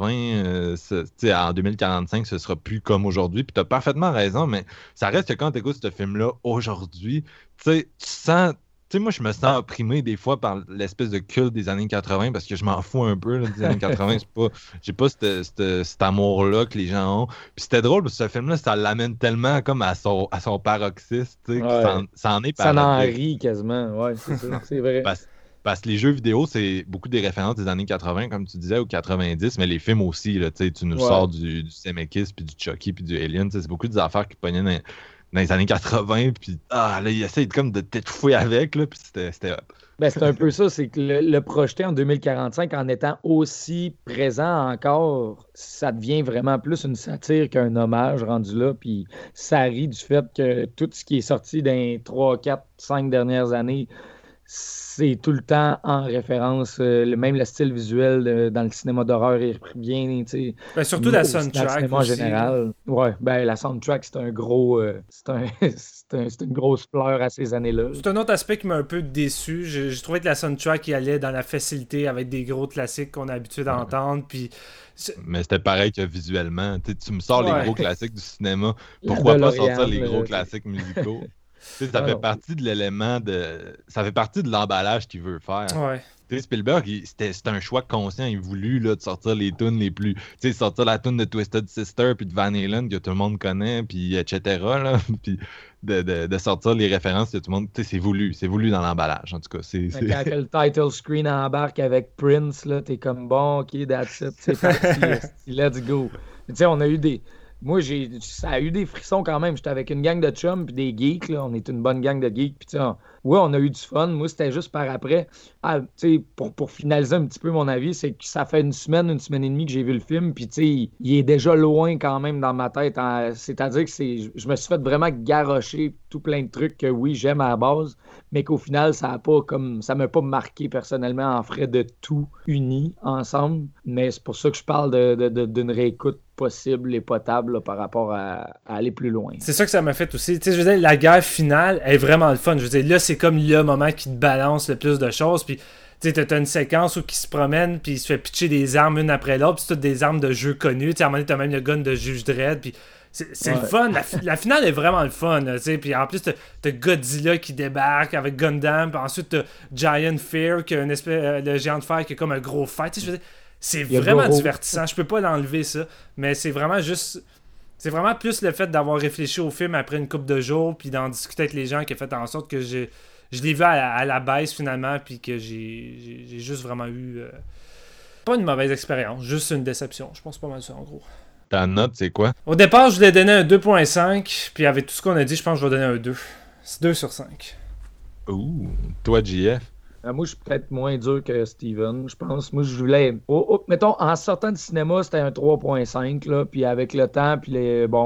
80, en 2045, ce sera plus comme aujourd'hui. Puis tu as parfaitement raison, mais ça reste que quand tu écoutes ce film-là aujourd'hui, tu sens... Tu sais, moi, je me sens opprimé des fois par l'espèce de culte des années 80 parce que je m'en fous un peu là, des années 80. J'ai pas cet amour-là que les gens ont. Puis c'était drôle parce que ce film-là, ça l'amène tellement comme à son paroxysme. Tu sais, ça en est parodique. Ça en rit quasiment. Ouais, c'est ça. C'est vrai. Parce que les jeux vidéo, c'est beaucoup des références des années 80, comme tu disais, ou 90, mais les films aussi. Là, tu nous sors du Zemeckis, puis du Chucky, puis du Alien. C'est beaucoup des affaires qui pognaient dans les années 80, puis là, il essaie comme de t'étouffer avec, là, puis c'était hot. Ben, c'est un peu ça, c'est que le projeter en 2045 en étant aussi présent encore, ça devient vraiment plus une satire qu'un hommage rendu là. Puis ça rit du fait que tout ce qui est sorti dans les 3, 4, 5 dernières années, c'est tout le temps en référence. Même le style visuel dans le cinéma d'horreur est bien, tu sais. Ben, surtout la Dans le soundtrack cinéma en aussi. général. Ouais, ben la soundtrack, c'est un gros. C'est une grosse fleur à ces années-là. C'est un autre aspect qui m'a un peu déçu. J'ai trouvé que la soundtrack y allait dans la facilité avec des gros classiques qu'on a l'habitude d'entendre. Puis Mais c'était pareil que visuellement. Tu me sors Ouais. les gros classiques du cinéma. La Pourquoi pas DeLorean, sortir les gros le- classiques musicaux? Tu sais, ça Ah fait non. partie de l'élément de. Ça fait partie de l'emballage qu'il veut faire. ouais. Tu sais, Spielberg, c'était un choix conscient et voulu là, de sortir les tunes les plus. Tu sais, sortir la tune de Twisted Sister puis de Van Halen que tout le monde connaît, puis etc. Là, puis de sortir les références que tout le monde. Tu sais, c'est voulu dans l'emballage, en tout cas. Mais quand que le title screen embarque avec Prince, là, t'es comme bon, ok, that's it, c'est parti, let's go. Tu sais, on a eu des. Moi, ça a eu des frissons quand même. J'étais avec une gang de chums puis des geeks, là. On est une bonne gang de geeks. Puis, tu sais, on a eu du fun. Moi, c'était juste par après. Ah, tu sais, pour finaliser un petit peu mon avis, c'est que ça fait une semaine et demie que j'ai vu le film. Puis, tu sais, il est déjà loin quand même dans ma tête. C'est-à-dire que je me suis fait vraiment garrocher tout plein de trucs que oui, j'aime à la base, mais qu'au final, ça m'a pas marqué personnellement en frais de tout uni ensemble. Mais c'est pour ça que je parle d'une réécoute possible et potable là, par rapport à aller plus loin. C'est ça que ça m'a fait aussi. Tu sais, je veux dire, la guerre finale est vraiment le fun. Je veux dire, là, c'est comme le moment qui te balance le plus de choses. Puis, tu sais, t'as une séquence où il se promène, puis il se fait pitcher des armes une après l'autre, puis c'est toutes des armes de jeux connus. Tu sais, à un moment donné, t'as même le gun de Juge Dredd, puis c'est le fun. La finale est vraiment le fun, là, tu sais. Puis en plus, t'as Godzilla qui débarque avec Gundam, puis ensuite, t'as Giant Fear, qui a une espèce, le géant de fer qui est comme un gros fight. Tu sais, je veux dire, c'est vraiment divertissant. Je peux pas l'enlever, ça. Mais c'est vraiment juste. C'est vraiment plus le fait d'avoir réfléchi au film après une couple de jours, puis d'en discuter avec les gens qui a fait en sorte que je l'ai vu à la baisse finalement, puis que j'ai juste vraiment eu. Pas une mauvaise expérience, juste une déception. Je pense pas mal ça en gros. Ta note, c'est quoi? Au départ, je voulais donner un 2.5, puis avec tout ce qu'on a dit, je pense que je vais donner un 2. C'est 2 sur 5. Ouh, toi, JF. Moi, je suis peut-être moins dur que Steven, je pense. Moi, je voulais. Mettons, en sortant du cinéma, c'était un 3.5, là. Puis avec le temps, puis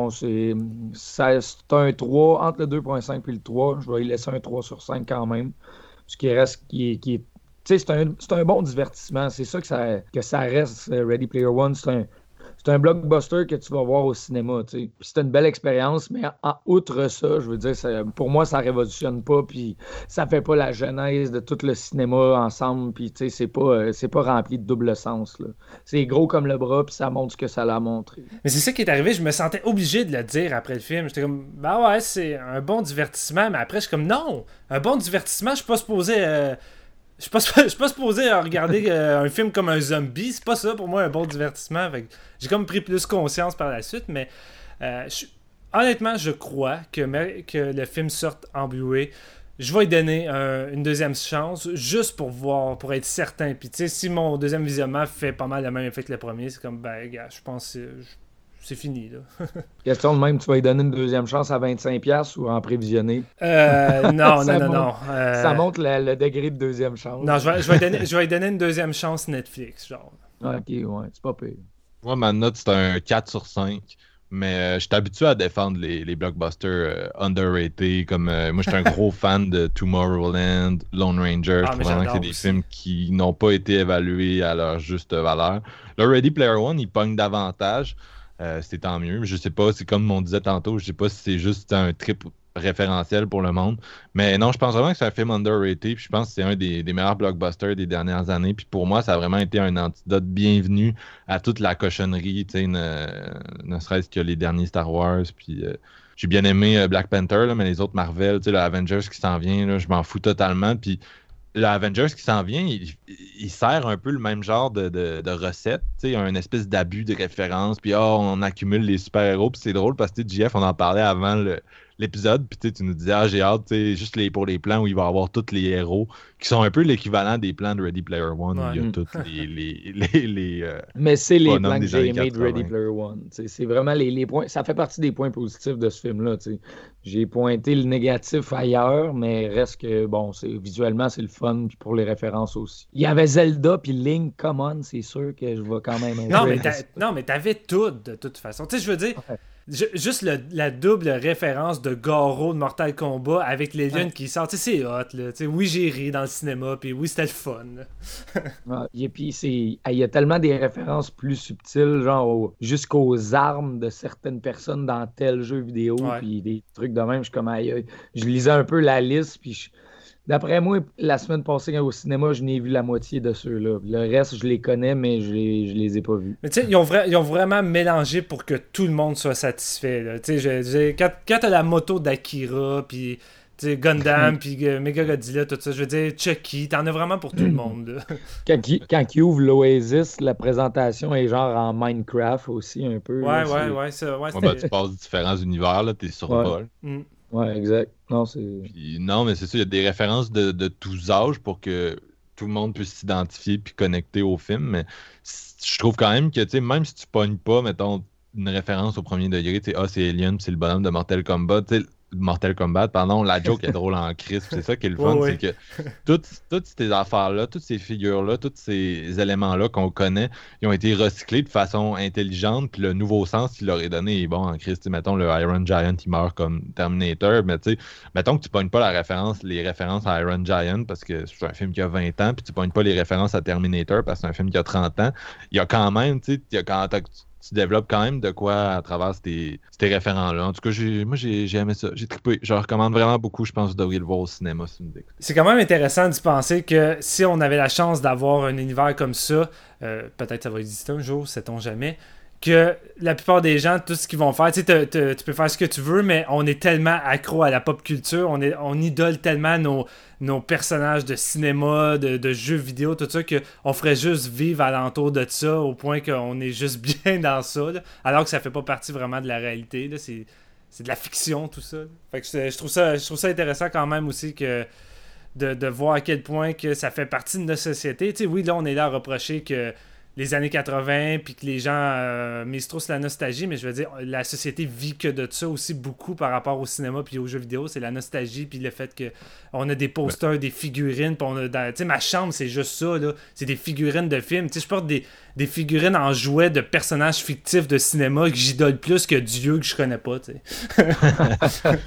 c'est un 3. Entre le 2.5 et le 3, je vais y laisser un 3 sur 5 quand même. Ce qui reste, qui est. Tu sais, c'est un bon divertissement. C'est ça que ça reste, Ready Player One. C'est un blockbuster que tu vas voir au cinéma, tu sais. Puis c'est une belle expérience, mais outre ça, je veux dire, pour moi, ça révolutionne pas, puis ça fait pas la genèse de tout le cinéma ensemble, puis tu sais, c'est pas rempli de double sens, là. C'est gros comme le bras, puis ça montre ce que ça l'a montré. Mais c'est ça qui est arrivé, je me sentais obligé de le dire après le film. J'étais comme, bah ouais, c'est un bon divertissement, mais après, je suis comme, non, un bon divertissement, je suis pas supposé. Je suis pas supposé regarder un film comme un zombie. C'est pas ça pour moi un bon divertissement. Fait que j'ai comme pris plus conscience par la suite. Mais honnêtement, je crois que le film sorte en Blu-ray. Je vais lui donner une deuxième chance juste pour voir, pour être certain. Puis tu sais, si mon deuxième visionnement fait pas mal le même effet que le premier, c'est comme, ben gars, je pense que c'est fini là. Question de même, tu vas lui donner une deuxième chance à 25$ ou en prévisionné? Non. Ça montre le degré de deuxième chance. Non, je vais lui donner une deuxième chance Netflix, genre. Ok, ouais, c'est pas pire. Moi, ma note, c'est un 4 sur 5. Mais je suis habitué à défendre les blockbusters underrated. Comme moi, je suis un gros fan de Tomorrowland, Lone Ranger. Je trouve vraiment que c'est des films qui n'ont pas été évalués à leur juste valeur. Le Ready Player One, il pogne davantage. C'est tant mieux. Je sais pas, c'est comme on disait tantôt, je sais pas si c'est juste un trip référentiel pour le monde. Mais non, je pense vraiment que c'est un film underrated. Puis je pense que c'est un des meilleurs blockbusters des dernières années. Puis pour moi, ça a vraiment été un antidote bienvenu à toute la cochonnerie, tu sais, ne serait-ce que les derniers Star Wars. Puis j'ai bien aimé Black Panther, là, mais les autres Marvel, tu sais, le Avengers qui s'en vient, là, je m'en fous totalement. Puis le Avengers qui s'en vient, il sert un peu le même genre de recette. Tu sais, un espèce d'abus de référence. Puis on accumule les super-héros. Puis c'est drôle parce que JF, on en parlait avant l'épisode, puis tu nous disais, j'ai hâte, juste pour les plans où il va y avoir tous les héros, qui sont un peu l'équivalent des plans de Ready Player One, où il y a tous les mais c'est les bonhommes plans que des j'ai années aimés de 80. Ready Player One. C'est vraiment les points. Ça fait partie des points positifs de ce film-là. J'ai pointé le négatif ailleurs, mais reste que, bon, visuellement, c'est le fun, puis pour les références aussi. Il y avait Zelda, puis Link, come on, c'est sûr que je vais quand même... Non, mais t'avais tout, de toute façon. Tu sais, je veux dire... Ouais. Juste la double référence de Garo de Mortal Kombat avec les lions qui sortent, c'est hot, là. T'sais, oui, j'ai ri dans le cinéma, puis oui, c'était le fun. Et puis, il y a tellement des références plus subtiles, genre jusqu'aux armes de certaines personnes dans tel jeu vidéo, puis des trucs de même. Je suis comme, je lisais un peu la liste, puis d'après moi, la semaine passée, au cinéma, je n'ai vu la moitié de ceux-là. Le reste, je les connais, mais je les ai pas vus. Mais tu sais, ils ont vraiment mélangé pour que tout le monde soit satisfait. Tu sais, quand t'as la moto d'Akira, puis Gundam, puis Mechagodzilla, tout ça, je veux dire, Chucky, t'en as vraiment pour tout le monde. Là. Quand il ouvre l'Oasis, la présentation est genre en Minecraft aussi, un peu. Ouais, tu passes différents univers, là, t'es sur vol. Ouais, exact. Non, mais c'est ça, il y a des références de tous âges pour que tout le monde puisse s'identifier puis connecter au film, mais je trouve quand même que, même si tu pognes pas, mettons, une référence au premier degré, c'est Alien, c'est le bonhomme de Mortal Kombat, la joke est drôle en crise, c'est ça qui est le fun, c'est que toutes ces affaires-là, toutes ces figures-là, tous ces éléments-là qu'on connaît, ils ont été recyclés de façon intelligente, puis le nouveau sens qu'il leur est donné est bon en crise. Mettons, le Iron Giant, il meurt comme Terminator, mais mettons que tu pognes pas les références à Iron Giant parce que c'est un film qui a 20 ans, puis tu pognes pas les références à Terminator parce que c'est un film qui a 30 ans, il y a quand même, tu développes quand même de quoi à travers ces référents-là. En tout cas, moi, j'ai aimé ça. J'ai trippé. Je le recommande vraiment beaucoup. Je pense que vous devriez le voir au cinéma si vous écoutez. C'est quand même intéressant de penser que si on avait la chance d'avoir un univers comme ça, peut-être ça va exister un jour, sait-on jamais, que la plupart des gens, tout ce qu'ils vont faire, tu peux faire ce que tu veux, mais on est tellement accro à la pop culture, on idole tellement nos personnages de cinéma, de jeux vidéo, tout ça, qu'on ferait juste vivre alentour de ça au point qu'on est juste bien dans ça, là, alors que ça fait pas partie vraiment de la réalité. Là, c'est de la fiction, tout ça. Là. Fait que je trouve ça intéressant quand même aussi que de voir à quel point que ça fait partie de notre société. Tu sais, oui, là, on est là à reprocher que les années 80, puis que les gens misent trop sur la nostalgie, mais je veux dire, la société vit que de ça aussi beaucoup par rapport au cinéma puis aux jeux vidéo. C'est la nostalgie, puis le fait qu'on a des posters, des figurines, puis tu sais, ma chambre, c'est juste ça, là. C'est des figurines de films. Tu sais, je porte des figurines en jouets de personnages fictifs de cinéma que j'idole plus que Dieu que je connais pas, tu sais.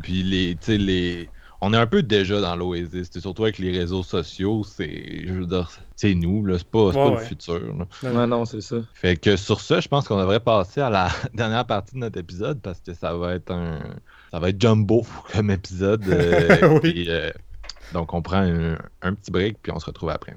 Puis on est un peu déjà dans l'Oasis, surtout avec les réseaux sociaux, c'est nous, là, c'est pas le futur. Là. Non, c'est ça. Fait que sur ça, je pense qu'on devrait passer à la dernière partie de notre épisode parce que ça va être jumbo comme épisode. Oui. Donc on prend un petit break puis on se retrouve après.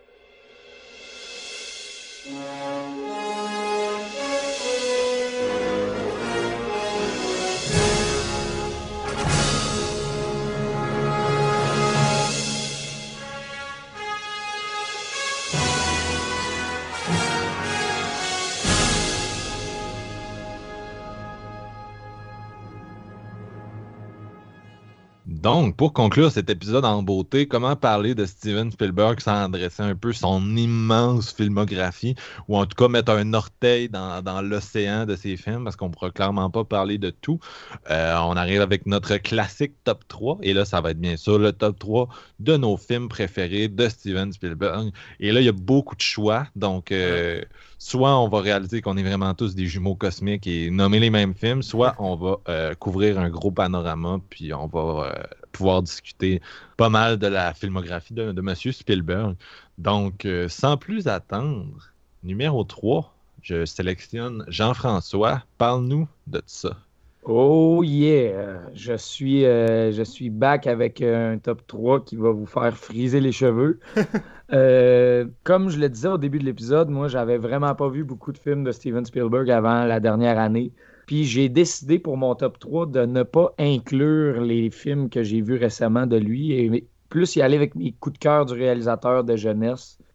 Donc, pour conclure cet épisode en beauté, comment parler de Steven Spielberg sans dresser un peu son immense filmographie, ou en tout cas mettre un orteil dans l'océan de ses films, parce qu'on ne pourra clairement pas parler de tout. On arrive avec notre classique top 3, et là, ça va être bien sûr le top 3 de nos films préférés de Steven Spielberg. Et là, il y a beaucoup de choix, donc soit on va réaliser qu'on est vraiment tous des jumeaux cosmiques et nommer les mêmes films, soit on va couvrir un gros panorama, puis on va pouvoir discuter pas mal de la filmographie de M. Spielberg. Donc, sans plus attendre, numéro 3, je sélectionne Jean-François. Parle-nous de ça. Oh yeah! Je suis back avec un top 3 qui va vous faire friser les cheveux. Comme je le disais au début de l'épisode, moi, j'avais vraiment pas vu beaucoup de films de Steven Spielberg avant la dernière année. Puis j'ai décidé pour mon top 3 de ne pas inclure les films que j'ai vus récemment de lui et plus y aller avec mes coups de cœur du réalisateur de jeunesse.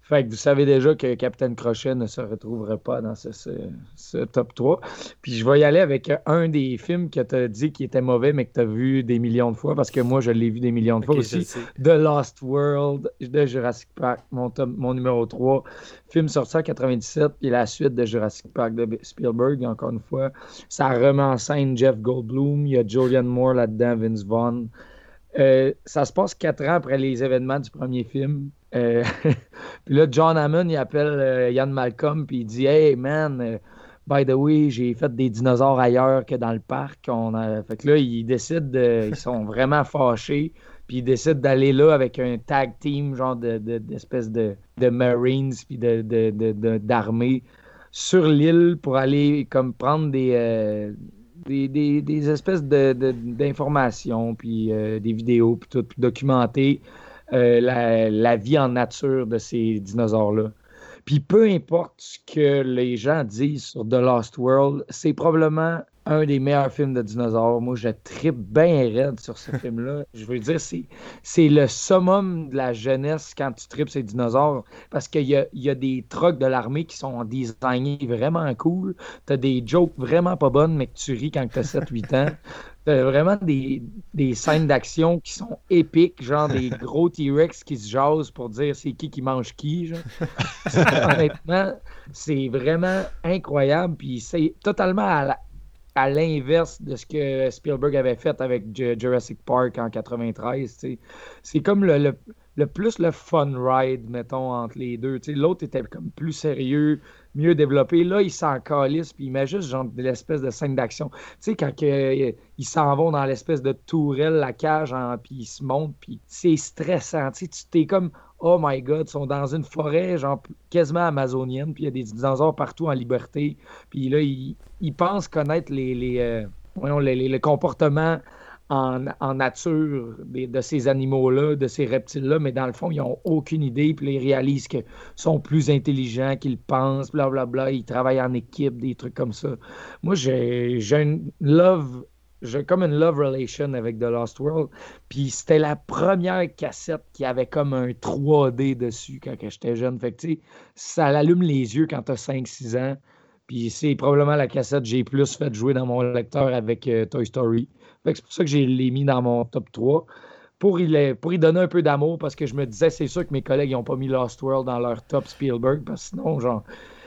Fait que vous savez déjà que Capitaine Crochet ne se retrouverait pas dans ce top 3. Puis je vais y aller avec un des films que tu as dit qui était mauvais, mais que tu as vu des millions de fois, parce que moi, je l'ai vu des millions de fois aussi. The Lost World de Jurassic Park, mon numéro 3. Film sorti en 97, puis la suite de Jurassic Park de Spielberg, encore une fois. Ça remet en scène Jeff Goldblum, il y a Julianne Moore là-dedans, Vince Vaughn. Ça se passe 4 ans après les événements du premier film. Puis là, John Hammond, il appelle Ian Malcolm, puis il dit « Hey, man, by the way, j'ai fait des dinosaures ailleurs que dans le parc. » Fait que là, ils décident, ils sont vraiment fâchés, puis ils décident d'aller là avec un tag team, genre d'espèce de Marines, puis d'armée, sur l'île pour aller comme prendre des espèces d'informations, puis des vidéos, puis tout, puis documenter la vie en nature de ces dinosaures-là. Puis peu importe ce que les gens disent sur The Lost World, c'est probablement un des meilleurs films de dinosaures. Moi, je trippe bien raide sur ce film-là. Je veux dire, c'est le summum de la jeunesse quand tu tripes ces dinosaures, parce qu'il y a des trucks de l'armée qui sont designés vraiment cool. T'as des jokes vraiment pas bonnes, mais que tu ris quand t'as 7-8 ans. T'as vraiment des scènes d'action qui sont épiques, genre des gros T-Rex qui se jasent pour dire c'est qui mange qui. Genre. Honnêtement, c'est vraiment incroyable, puis c'est totalement à l'inverse de ce que Spielberg avait fait avec Jurassic Park en 93. T'sais. C'est comme le plus le fun ride, mettons, entre les deux. T'sais. L'autre était comme plus sérieux, mieux développé. Là, il s'en calisse, puis il met juste genre de l'espèce de scène d'action. Tu sais, quand ils s'en vont dans l'espèce de tourelle, la cage, puis ils se montent, puis c'est stressant. Tu t'es comme... Oh my God, ils sont dans une forêt genre quasiment amazonienne, puis il y a des dinosaures partout en liberté. Puis là, ils pensent connaître les comportements en nature de ces animaux-là, de ces reptiles-là, mais dans le fond, ils n'ont aucune idée, puis là, ils réalisent qu'ils sont plus intelligents qu'ils pensent, blablabla, ils travaillent en équipe, des trucs comme ça. Moi, j'ai comme une love relation avec The Lost World. Puis c'était la première cassette qui avait comme un 3D dessus quand j'étais jeune. Fait que tu sais, ça allume les yeux quand t'as 5-6 ans. Puis c'est probablement la cassette que j'ai plus fait jouer dans mon lecteur avec Toy Story. Fait que c'est pour ça que je l'ai mis dans mon top 3. Pour y donner un peu d'amour, parce que je me disais, c'est sûr que mes collègues n'ont pas mis Lost World dans leur top Spielberg, parce que sinon, genre...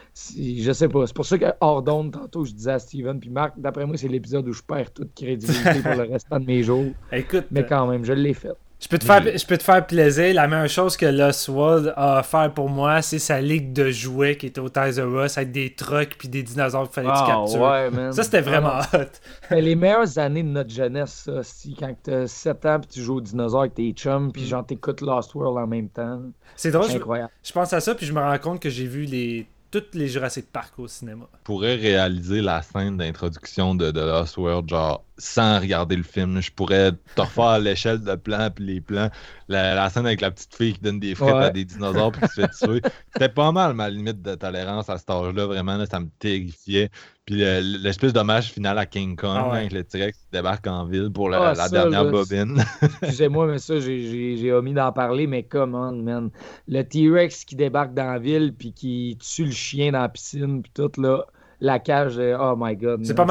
Je sais pas. C'est pour ça que hors d'onde, tantôt, je disais à Steven puis Marc, d'après moi, c'est l'épisode où je perds toute crédibilité pour le restant de mes jours. Écoute, mais quand même, je l'ai fait. Je peux te faire plaisir. La meilleure chose que Lost World a à faire pour moi, c'est sa ligue de jouets qui était au Toys R Us avec des trucks puis des dinosaures qu'il fallait que tu captures. Ouais, man. Ça, c'était vraiment hot. Les meilleures années de notre jeunesse, ça, quand t'as 7 ans puis tu joues aux dinosaures avec tes chums puis genre t'écoutes Lost World en même temps. C'est drôle. Incroyable. Je pense à ça puis je me rends compte que j'ai vu toutes les Jurassic Park au cinéma. Je pourrais réaliser la scène d'introduction de Lost World, genre, sans regarder le film. Je pourrais te refaire à l'échelle de plans puis les plans. La scène avec la petite fille qui donne des frites à des dinosaures puis qui se fait tuer. C'était pas mal ma limite de tolérance à cet âge-là. Vraiment, là, ça me terrifiait. Puis l'espèce d'hommage final à King Kong, avec le T-Rex qui débarque en ville pour la dernière bobine. Excusez-moi, mais ça, j'ai omis d'en parler, mais come on, man. Le T-Rex qui débarque dans la ville puis qui tue le chien dans la piscine puis tout, là, la cage, oh my God. C'est pas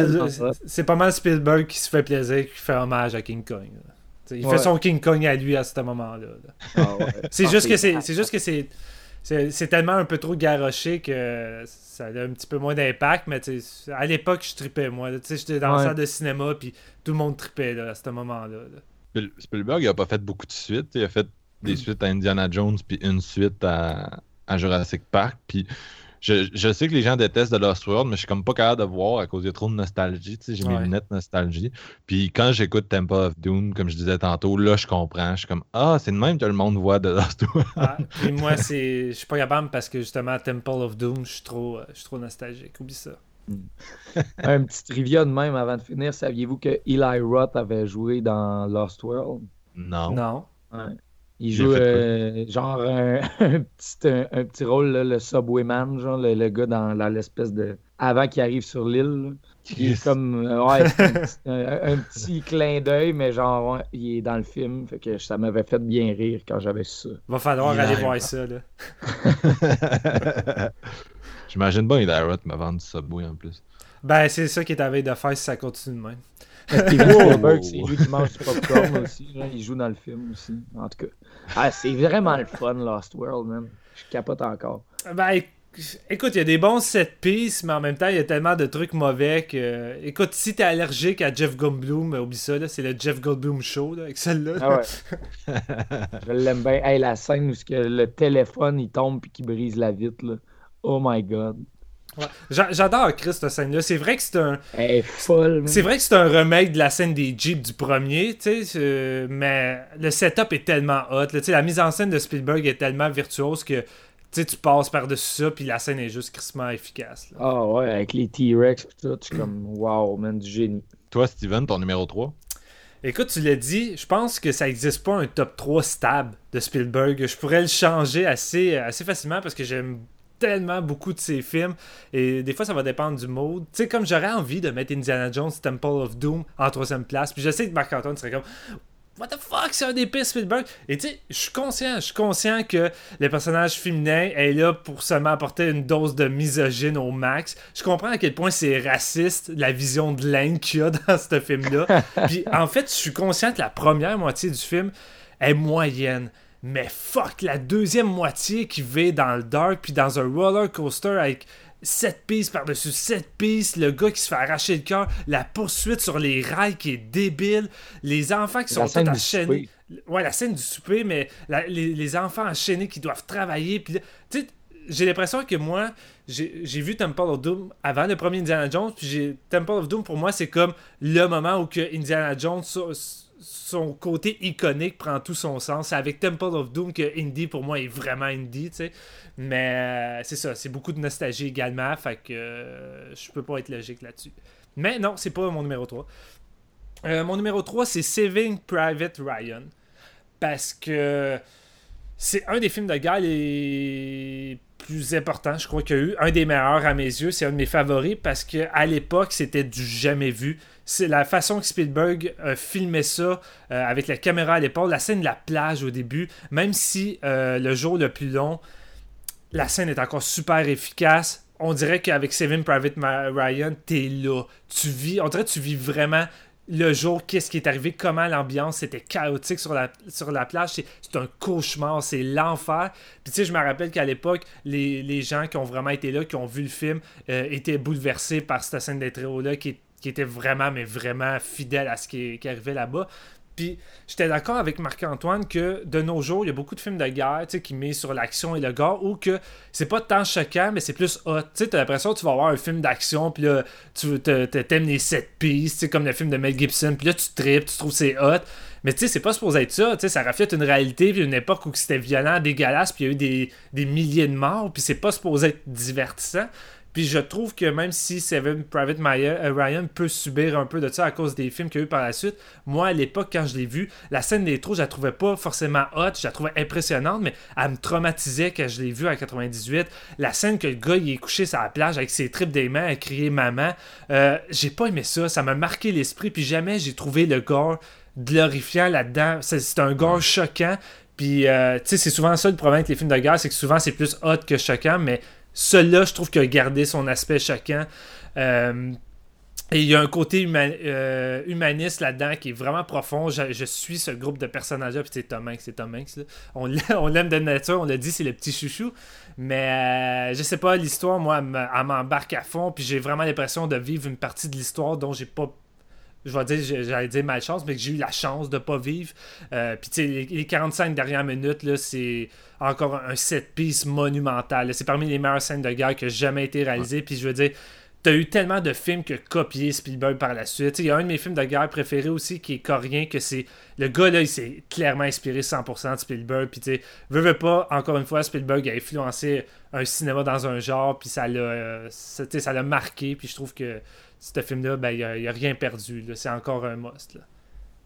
mal Spielberg qui se fait plaisir, qui fait hommage à King Kong. Il fait son King Kong à lui à ce moment-là. C'est juste que c'est tellement un peu trop garoché que ça a un petit peu moins d'impact, mais à l'époque, je tripais, moi. J'étais dans la salle de cinéma, puis tout le monde tripait à ce moment-là. Spielberg, il a pas fait beaucoup de suites. Il a fait des suites à Indiana Jones, puis une suite à Jurassic Park. Puis je sais que les gens détestent The Lost World, mais je suis comme pas capable de voir à cause qu'il y a trop de nostalgie. J'ai mes lunettes nostalgie. Puis quand j'écoute Temple of Doom, comme je disais tantôt, là, je comprends. Je suis comme, c'est de même que le monde voit The Lost World. Puis moi, je suis pas capable parce que justement, Temple of Doom, je suis trop nostalgique. Oublie ça. Un petit trivia de même avant de finir. Saviez-vous que Eli Roth avait joué dans Lost World? Non. Ouais. Il joue genre un petit rôle, là, le Subwayman, genre le gars dans l'espèce de... Avant qu'il arrive sur l'île, là. Il est comme... c'est un petit clin d'œil, mais genre, il est dans le film. Fait que ça m'avait fait bien rire quand j'avais ça. Va falloir aller voir ça, là. J'imagine bien Eli Roth me vendre du Subway en plus. Ben, c'est ça qui est à veille de faire si ça continue de même. Steven Spielberg, c'est lui qui mange du popcorn aussi. Là. Il joue dans le film aussi, en tout cas. C'est vraiment le fun, Lost World, man. Je capote encore. Ben, écoute, il y a des bons set pieces, mais en même temps, il y a tellement de trucs mauvais que... Écoute, si t'es allergique à Jeff Goldblum, oublie ça, là, c'est le Jeff Goldblum Show, là, avec celle-là. Ah ouais. Je l'aime bien. Hey, la scène où le téléphone, il tombe et qu'il brise la vitre, là. Oh my God. Ouais. J'adore Chris cette scène-là. C'est vrai que c'est un. Elle est folle, man. C'est vrai que c'est un remake de la scène des Jeeps du premier, tu sais, mais le setup est tellement hot. Là, la mise en scène de Spielberg est tellement virtuose que tu passes par-dessus ça, puis la scène est juste crissement efficace. Là. Ah ouais, avec les T-Rex et tout, je suis comme wow, man, du génie. Toi, Steven, ton numéro 3? Écoute, tu l'as dit, je pense que ça n'existe pas un top 3 stable de Spielberg. Je pourrais le changer assez facilement parce que j'aime tellement beaucoup de ses films et des fois ça va dépendre du mode. Tu sais, comme j'aurais envie de mettre Indiana Jones Temple of Doom en 3e place, puis je sais que Marc-Antoine serait comme what the fuck, c'est un des pires Spielberg. Et tu sais, je suis conscient que le personnage féminin est là pour seulement apporter une dose de misogyne au max. Je comprends à quel point c'est raciste la vision de l'Inde qu'il y a dans ce film-là. Puis en fait, je suis conscient que la première moitié du film est moyenne. Mais fuck, la deuxième moitié qui va dans le dark, puis dans un roller coaster avec 7 pistes par-dessus 7 pistes, le gars qui se fait arracher le cœur, la poursuite sur les rails qui est débile, les enfants qui sont tous enchaînés. Ouais, la scène du souper, mais les enfants enchaînés qui doivent travailler. Puis, tu sais, j'ai l'impression que moi, j'ai vu Temple of Doom avant le premier Indiana Jones, puis Temple of Doom, pour moi, c'est comme le moment où que Indiana Jones... son côté iconique prend tout son sens. C'est avec Temple of Doom que Indy, pour moi, est vraiment Indy, tu sais. Mais c'est ça, c'est beaucoup de nostalgie également, fait que je peux pas être logique là-dessus. Mais non, c'est pas mon numéro 3. Mon numéro 3, c'est Saving Private Ryan. Parce que c'est un des films de guerre les plus importants, je crois qu'il y a eu. Un des meilleurs à mes yeux, c'est un de mes favoris, parce qu'à l'époque, c'était du jamais vu. C'est la façon que Spielberg filmait ça avec la caméra à l'épaule, la scène de la plage au début, même si le jour le plus long, la scène est encore super efficace. On dirait qu'avec Saving Private Ryan, t'es là. On dirait que tu vis vraiment le jour, qu'est-ce qui est arrivé, comment l'ambiance était chaotique sur la plage. C'est un cauchemar, c'est l'enfer. Puis tu sais, je me rappelle qu'à l'époque, les gens qui ont vraiment été là, qui ont vu le film, étaient bouleversés par cette scène d'intro-là qui était vraiment, mais vraiment fidèle à ce qui arrivait là-bas. Puis j'étais d'accord avec Marc-Antoine que de nos jours, il y a beaucoup de films de guerre qui misent sur l'action et le gore, ou que c'est pas tant choquant, mais c'est plus hot. Tu sais, t'as l'impression que tu vas avoir un film d'action, puis là, tu t'aimes les 7 pistes, comme le film de Mel Gibson, puis là, tu tripes, tu trouves que c'est hot. Mais tu sais, c'est pas supposé être ça. Tu sais, ça reflète une réalité, puis une époque où c'était violent, dégueulasse, puis il y a eu des milliers de morts, puis c'est pas supposé être divertissant. Puis je trouve que même si Saving Private Ryan peut subir un peu de ça à cause des films qu'il y a eu par la suite, moi à l'époque quand je l'ai vu, la scène des trous, je la trouvais pas forcément hot, je la trouvais impressionnante, mais elle me traumatisait quand je l'ai vu en 98. La scène que le gars il est couché sur la plage avec ses tripes des mains à crier maman, j'ai pas aimé ça m'a marqué l'esprit, puis jamais j'ai trouvé le gore glorifiant là-dedans. C'est un gore choquant, puis tu sais, c'est souvent ça le problème avec les films de guerre, c'est que souvent c'est plus hot que choquant, mais celui-là, je trouve qu'il a gardé son aspect choquant. Et il y a un côté humaniste là-dedans qui est vraiment profond. Je suis ce groupe de personnages-là. Puis c'est Tom Hanks. Là. On l'aime de nature. On l'a dit, c'est le petit chouchou. Mais je sais pas, l'histoire, moi, elle m'embarque à fond. Puis j'ai vraiment l'impression de vivre une partie de l'histoire dont j'ai pas... j'allais dire malchance, mais que j'ai eu la chance de pas vivre. Puis tu sais, les 45 dernières minutes, là, c'est encore un set-piece monumental. C'est parmi les meilleures scènes de guerre qui a jamais été réalisées. Puis je veux dire, t'as eu tellement de films que copié Spielberg par la suite. Il y a un de mes films de guerre préférés aussi qui est coréen, que c'est... Le gars, là, il s'est clairement inspiré 100% de Spielberg. Puis tu sais, veux pas, encore une fois, Spielberg a influencé un cinéma dans un genre, puis ça l'a marqué. Puis je trouve que ce film-là, ben, il a rien perdu. Là. C'est encore un must. Là.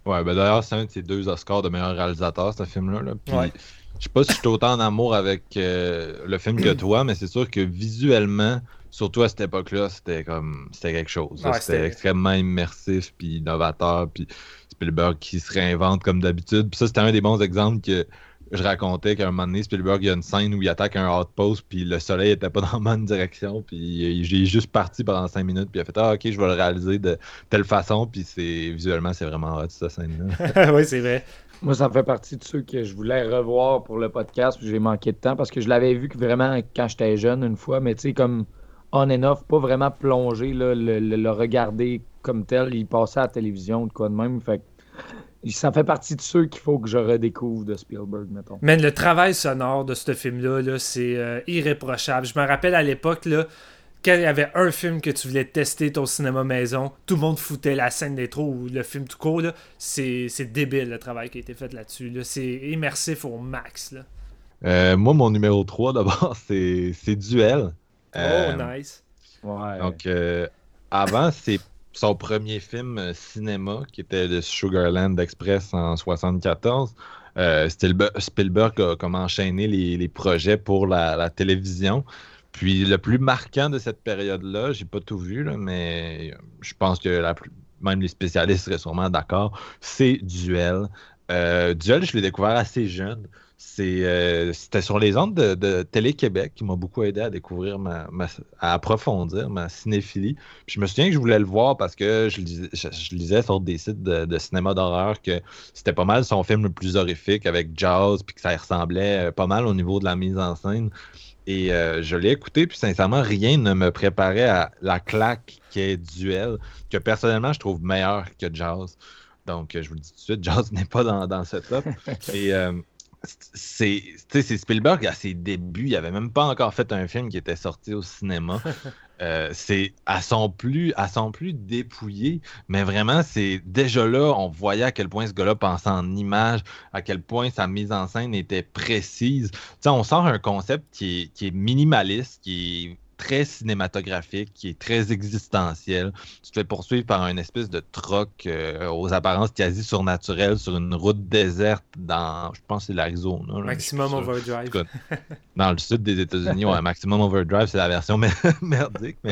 Ouais, ben d'ailleurs, c'est un de ses 2 Oscars de meilleur réalisateur, ce film-là. Là. Puis, Ouais. je sais pas si je suis autant en amour avec le film que toi, mais c'est sûr que visuellement, surtout à cette époque-là, c'était quelque chose. Là. Ouais, C'était c'était- extrêmement immersif puis innovateur, puis Spielberg qui se réinvente comme d'habitude. Puis ça, c'était un des bons exemples que je racontais qu'à un moment donné, Spielberg, il y a une scène où il attaque un outpost, puis le soleil était pas dans la bonne direction, puis il est juste parti pendant 5 minutes, puis il a fait « Ah, ok, je vais le réaliser de telle façon », puis visuellement, c'est vraiment hot, cette scène-là. Oui, c'est vrai. Moi, ça fait partie de ceux que je voulais revoir pour le podcast, puis j'ai manqué de temps parce que je l'avais vu que vraiment quand j'étais jeune une fois, mais tu sais, comme on and off, pas vraiment plongé, là, le regarder comme tel, il passait à la télévision, de quoi de même. Fait que ça fait partie de ceux qu'il faut que je redécouvre de Spielberg, mettons. Man, le travail sonore de ce film-là, là, c'est irréprochable. Je me rappelle à l'époque, là, quand il y avait un film que tu voulais tester ton cinéma maison, tout le monde foutait la scène d'intro ou le film tout court. Là. C'est débile le travail qui a été fait là-dessus. Là. C'est immersif au max. Là. Moi, mon numéro 3, d'abord, c'est Duel. Oh, nice. Ouais. Donc, avant, c'est son premier film cinéma, qui était le Sugarland Express en 1974. Spielberg a comme enchaîné les projets pour la télévision. Puis le plus marquant de cette période-là, j'ai pas tout vu, là, mais je pense que même les spécialistes seraient sûrement d'accord, c'est Duel. Duel, je l'ai découvert assez jeune. C'était sur les ondes de Télé-Québec qui m'a beaucoup aidé à découvrir à approfondir ma cinéphilie. Puis je me souviens que je voulais le voir parce que je lisais sur des sites de cinéma d'horreur que c'était pas mal son film le plus horrifique avec Jaws, puis que ça y ressemblait pas mal au niveau de la mise en scène. Et je l'ai écouté, puis sincèrement, rien ne me préparait à la claque qu'est Duel, que personnellement, je trouve meilleur que Jaws. Donc, je vous le dis tout de suite, Jaws n'est pas dans ce top. Et c'est Spielberg, à ses débuts, il n'avait même pas encore fait un film qui était sorti au cinéma. C'est à son plus dépouillé, mais vraiment, c'est déjà là, on voyait à quel point ce gars-là pensait en images, à quel point sa mise en scène était précise. T'sais, on sort un concept qui est minimaliste, qui est très cinématographique, qui est très existentiel. Tu te fais poursuivre par une espèce de troc aux apparences quasi surnaturelles sur une route déserte dans, je pense que c'est l'Arizona. Là, Maximum Overdrive. Dans le sud des États-Unis, ouais, Maximum Overdrive, c'est la version merdique, mais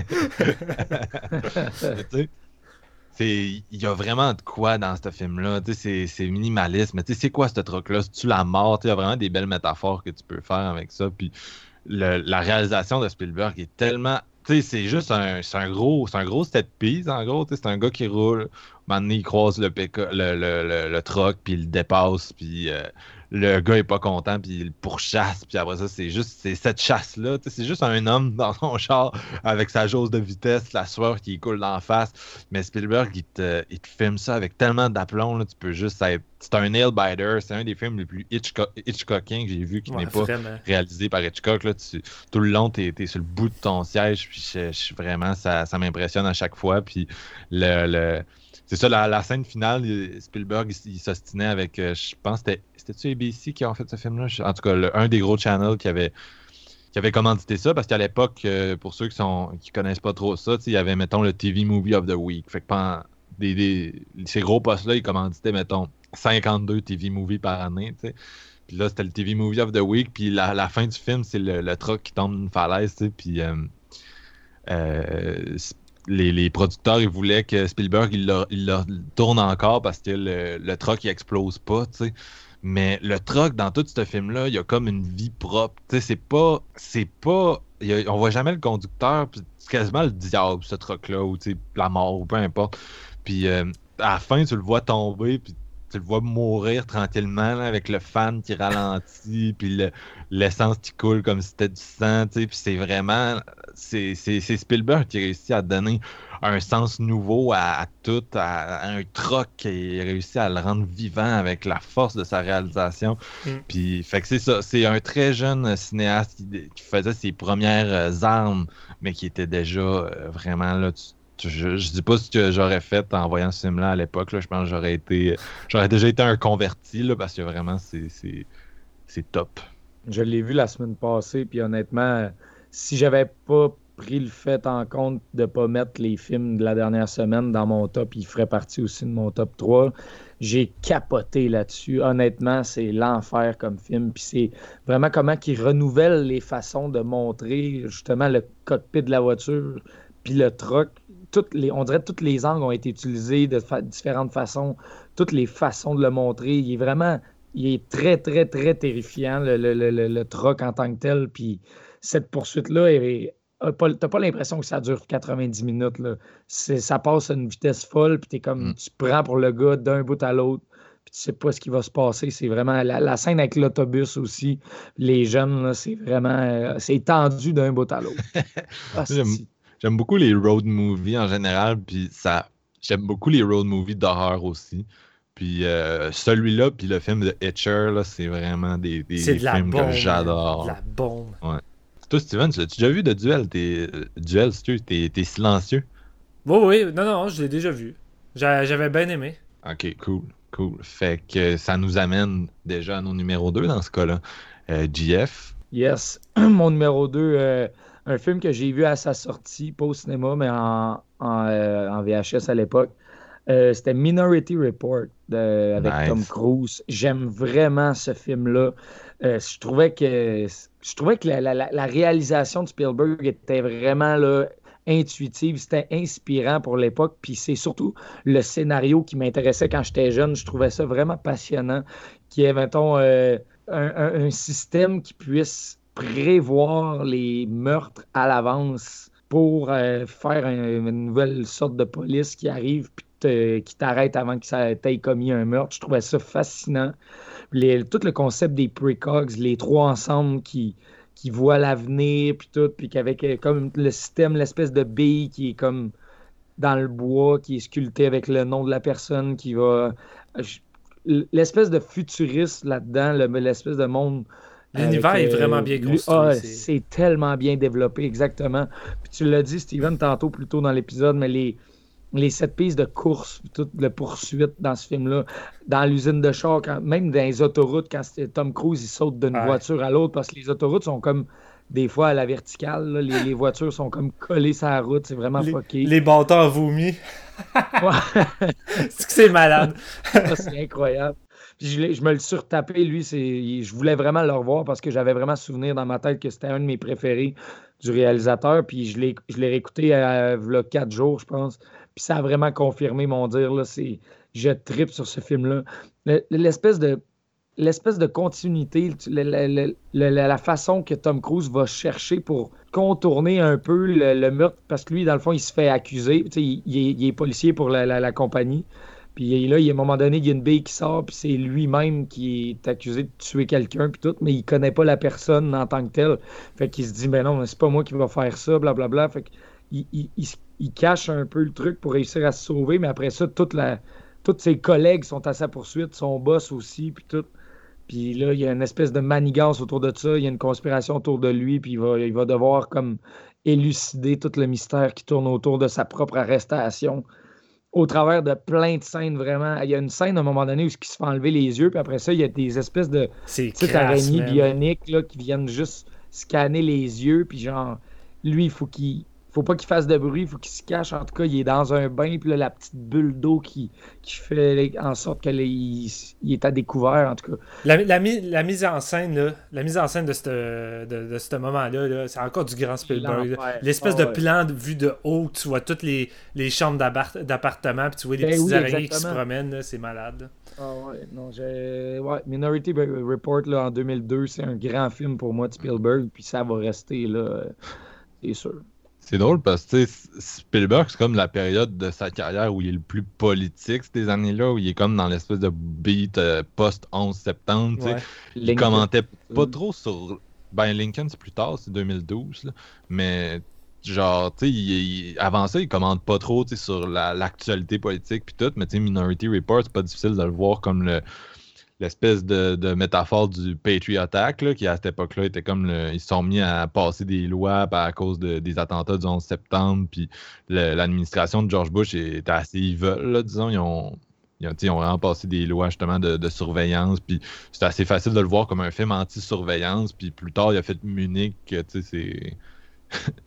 tu sais, il y a vraiment de quoi dans ce film-là. C'est minimaliste, mais c'est quoi ce truc-là? C'est-tu la mort? Il y a vraiment des belles métaphores que tu peux faire avec ça. Puis la réalisation de Spielberg est tellement... c'est juste un gros set piece, en gros. C'est un gars qui roule. À un moment donné, il croise le truck, puis il le dépasse, puis le gars est pas content, puis il le pourchasse, puis après ça, c'est cette chasse-là. C'est juste un homme dans son char avec sa jauge de vitesse, la sueur qui coule d'en face. Mais Spielberg, il te filme ça avec tellement d'aplomb, là, tu peux juste être... C'est un nail-biter, c'est un des films les plus Hitchcockiens que j'ai vu qui n'est pas réalisé par Hitchcock. Là, tout le long, t'es sur le bout de ton siège, puis vraiment, ça m'impressionne à chaque fois. Puis c'est ça, la scène finale, Spielberg, il s'ostinait avec, je pense, c'était-tu ABC qui a fait ce film-là? En tout cas, un des gros channels qui avait commandité ça, parce qu'à l'époque, pour ceux qui connaissent pas trop ça, il y avait, mettons, le TV Movie of the Week. Fait que pendant ces gros postes-là, ils commanditaient, mettons, 52 TV Movies par année, tu sais. Puis là, c'était le TV Movie of the Week, puis la fin du film, c'est le truck qui tombe d'une falaise, tu sais, puis les producteurs, ils voulaient que Spielberg, il le tourne encore parce que le truck, il explose pas, tu sais. Mais le truck, dans tout ce film-là, il y a comme une vie propre. Tu sais, c'est pas... on voit jamais le conducteur, puis c'est quasiment le diable, ce truck-là, ou tu sais, la mort, ou peu importe. Puis à la fin, tu le vois tomber, puis tu le vois mourir tranquillement, là, avec le fan qui ralentit, puis l'essence qui coule comme si c'était du sang, tu sais. Puis c'est vraiment... C'est Spielberg qui réussit à donner un sens nouveau à tout, à un truc qui réussit à le rendre vivant avec la force de sa réalisation. Puis, fait que c'est ça, c'est un très jeune cinéaste qui faisait ses premières armes, mais qui était déjà vraiment là. Je dis pas ce que j'aurais fait en voyant ce film-là à l'époque. Là, je pense que j'aurais déjà été un converti là, parce que vraiment c'est top. Je l'ai vu la semaine passée, puis honnêtement, si j'avais pas pris le fait en compte de ne pas mettre les films de la dernière semaine dans mon top. Il ferait partie aussi de mon top 3. J'ai capoté là-dessus. Honnêtement, c'est l'enfer comme film. Puis c'est vraiment comment il renouvelle les façons de montrer justement le cockpit de la voiture puis le truck. On dirait que tous les angles ont été utilisés de différentes façons. Toutes les façons de le montrer. Il est très, très, très terrifiant, le truck en tant que tel. Puis cette poursuite-là, t'as pas l'impression que ça dure 90 minutes. Là. Ça passe à une vitesse folle, puis tu prends pour le gars d'un bout à l'autre, puis tu sais pas ce qui va se passer. C'est vraiment la scène avec l'autobus aussi. Les jeunes, là, c'est vraiment... c'est tendu d'un bout à l'autre. J'aime beaucoup les road movies en général, puis j'aime beaucoup les road movies d'horreur aussi. Puis celui-là, puis le film de Hitcher, là, c'est vraiment des films que j'adore. C'est de la bombe. Ouais. Toi, Steven, tu l'as-tu déjà vu de Duel? T'es silencieux? Oui, non, je l'ai déjà vu. J'avais bien aimé. Ok, cool. Fait que ça nous amène déjà à nos numéros 2 dans ce cas-là. JF? Yes, mon numéro 2, un film que j'ai vu à sa sortie, pas au cinéma, mais en VHS à l'époque. C'était Minority Report avec nice. Tom Cruise. J'aime vraiment ce film-là. Je trouvais que la réalisation de Spielberg était vraiment là, intuitive. C'était inspirant pour l'époque. Puis c'est surtout le scénario qui m'intéressait quand j'étais jeune. Je trouvais ça vraiment passionnant. Qu'il y ait, mettons, un système qui puisse prévoir les meurtres à l'avance pour faire une nouvelle sorte de police qui arrive puis qui t'arrête avant que t'aies commis un meurtre. Je trouvais ça fascinant. Tout le concept des precogs, les trois ensemble qui voient l'avenir, puis tout, puis qu'avec comme le système, l'espèce de bille qui est comme dans le bois, qui est sculpté avec le nom de la personne qui va... L'espèce de futuriste là-dedans, l'espèce de monde... L'univers est vraiment bien construit. C'est tellement bien développé, exactement. Puis tu l'as dit, Steven, tantôt, plus tôt dans l'épisode, mais les sept pistes de course, toute la poursuite dans ce film-là, dans l'usine de char, même dans les autoroutes, quand Tom Cruise il saute d'une voiture à l'autre, parce que les autoroutes sont comme des fois à la verticale, là, les voitures sont comme collées sur la route, c'est vraiment fucké. Les bâtards vomis. C'est malade. C'est incroyable. Puis je me le suis retapé, lui, je voulais vraiment le revoir parce que j'avais vraiment souvenir dans ma tête que c'était un de mes préférés du réalisateur, puis je l'ai réécouté il y a 4 jours, je pense. Puis ça a vraiment confirmé mon dire. Là, je trippe sur ce film-là. L'espèce de continuité, la façon que Tom Cruise va chercher pour contourner un peu le meurtre, parce que lui, dans le fond, il se fait accuser. Il est policier pour la compagnie. Puis là, à un moment donné, il y a une bille qui sort, puis c'est lui-même qui est accusé de tuer quelqu'un, puis tout, mais il connaît pas la personne en tant que telle. Fait qu'il se dit, mais non, c'est pas moi qui va faire ça, blablabla. Fait qu'il cache un peu le truc pour réussir à se sauver, mais après ça, tous ses collègues sont à sa poursuite, son boss aussi, puis tout. Puis là, il y a une espèce de manigance autour de ça, il y a une conspiration autour de lui, puis il va devoir comme élucider tout le mystère qui tourne autour de sa propre arrestation. Au travers de plein de scènes, vraiment. Il y a une scène à un moment donné où il se fait enlever les yeux, puis après ça, il y a des espèces de petites araignées bioniques là, qui viennent juste scanner les yeux, puis genre, lui, il faut pas qu'il fasse de bruit, il faut qu'il se cache. En tout cas, il est dans un bain, puis là, la petite bulle d'eau qui fait en sorte qu'il est à découvert, en tout cas. La mise en scène, là, de ce moment-là, là, c'est encore du grand Spielberg. L'espèce de plan vu de haut, tu vois toutes les chambres d'appartement, puis tu vois les petites araignées qui se promènent, là, c'est malade. Minority Report là, en 2002, c'est un grand film pour moi de Spielberg, puis ça va rester là, c'est sûr. C'est drôle parce que Spielberg, c'est comme la période de sa carrière où il est le plus politique, ces années-là, où il est comme dans l'espèce de beat post-11 septembre. Ouais. Il commentait pas trop sur... Lincoln, c'est plus tard, c'est 2012. Là. Mais genre, tu sais, avant ça, il commente pas trop sur l'actualité politique puis tout. Mais tu sais, Minority Report, c'est pas difficile de le voir comme l'espèce de métaphore du Patriot Act, là, qui à cette époque-là était comme ils se sont mis à passer des lois à cause des attentats du 11 septembre, puis l'administration de George Bush était assez evil, là, disons. Ils ont vraiment passé des lois justement de surveillance, puis c'était assez facile de le voir comme un film anti-surveillance, puis plus tard il a fait Munich, tu sais,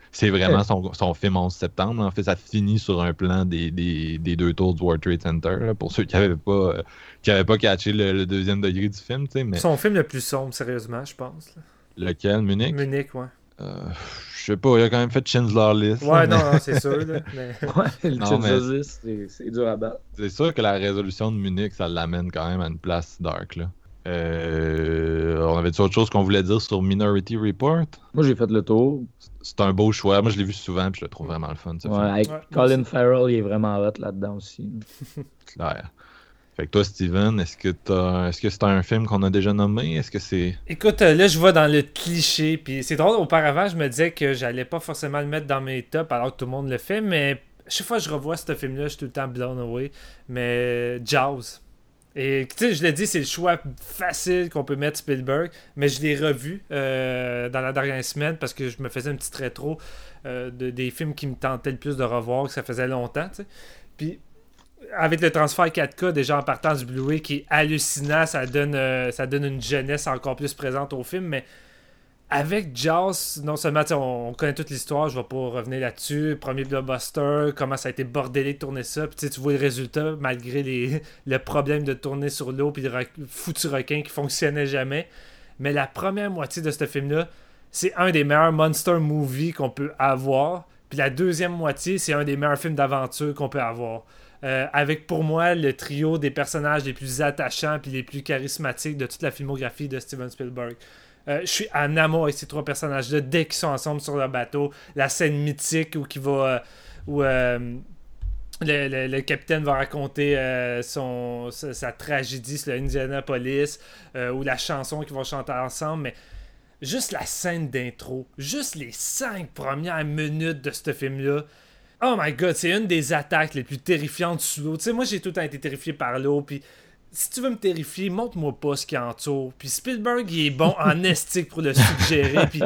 c'est vraiment son film 11 septembre. En fait, ça finit sur un plan des 2 tours du World Trade Center, là, pour ceux qui n'avaient pas catché le deuxième degré du film. Mais... Son film le plus sombre, sérieusement, je pense. Là. Lequel, Munich? Munich, ouais. Je sais pas, il a quand même fait Schindler's List. Ouais, non, c'est sûr. Là, mais... Ouais, le Schindler's List, c'est dur à battre. C'est sûr que la résolution de Munich, ça l'amène quand même à une place dark, là. On avait-tu autre chose qu'on voulait dire sur Minority Report? Moi, j'ai fait le tour. C'est un beau choix. Moi, je l'ai vu souvent et je le trouve vraiment le fun. Avec Colin Farrell, il est vraiment hot là-dedans aussi. Clair. Fait que toi, Steven, est-ce que c'est un film qu'on a déjà nommé? Est-ce que c'est... Écoute, là, je vais dans le cliché. Puis c'est drôle, auparavant, je me disais que j'allais pas forcément le mettre dans mes tops alors que tout le monde le fait. Mais chaque fois que je revois ce film-là, je suis tout le temps blown away. Mais Jaws. Et tu sais, je l'ai dit, c'est le choix facile qu'on peut mettre Spielberg, mais je l'ai revu dans la dernière semaine parce que je me faisais une petite rétro des films qui me tentaient le plus de revoir, que ça faisait longtemps, tu sais. Puis avec le transfert 4K déjà en partant du Blu-ray qui est hallucinant, ça donne une jeunesse encore plus présente au film, mais avec Jaws, non seulement on connaît toute l'histoire, je vais pas revenir là-dessus, premier blockbuster, comment ça a été bordélé de tourner ça, puis tu vois le résultat malgré le problème de tourner sur l'eau puis le foutu requin qui fonctionnait jamais. Mais la première moitié de ce film-là, c'est un des meilleurs monster movies qu'on peut avoir, puis la deuxième moitié, c'est un des meilleurs films d'aventure qu'on peut avoir. Avec pour moi le trio des personnages les plus attachants puis les plus charismatiques de toute la filmographie de Steven Spielberg. Je suis en amour avec ces 3 personnages-là dès qu'ils sont ensemble sur le bateau. La scène mythique où le capitaine va raconter sa tragédie sur l'Indianapolis, ou la chanson qu'ils vont chanter ensemble. Mais juste la scène d'intro, juste les 5 premières minutes de ce film-là. Oh my god, c'est une des attaques les plus terrifiantes sous l'eau. Tu sais, moi j'ai tout le temps été terrifié par l'eau, puis si tu veux me terrifier, montre-moi pas ce qui entoure. Puis Spielberg, il est bon en estique pour le suggérer. Puis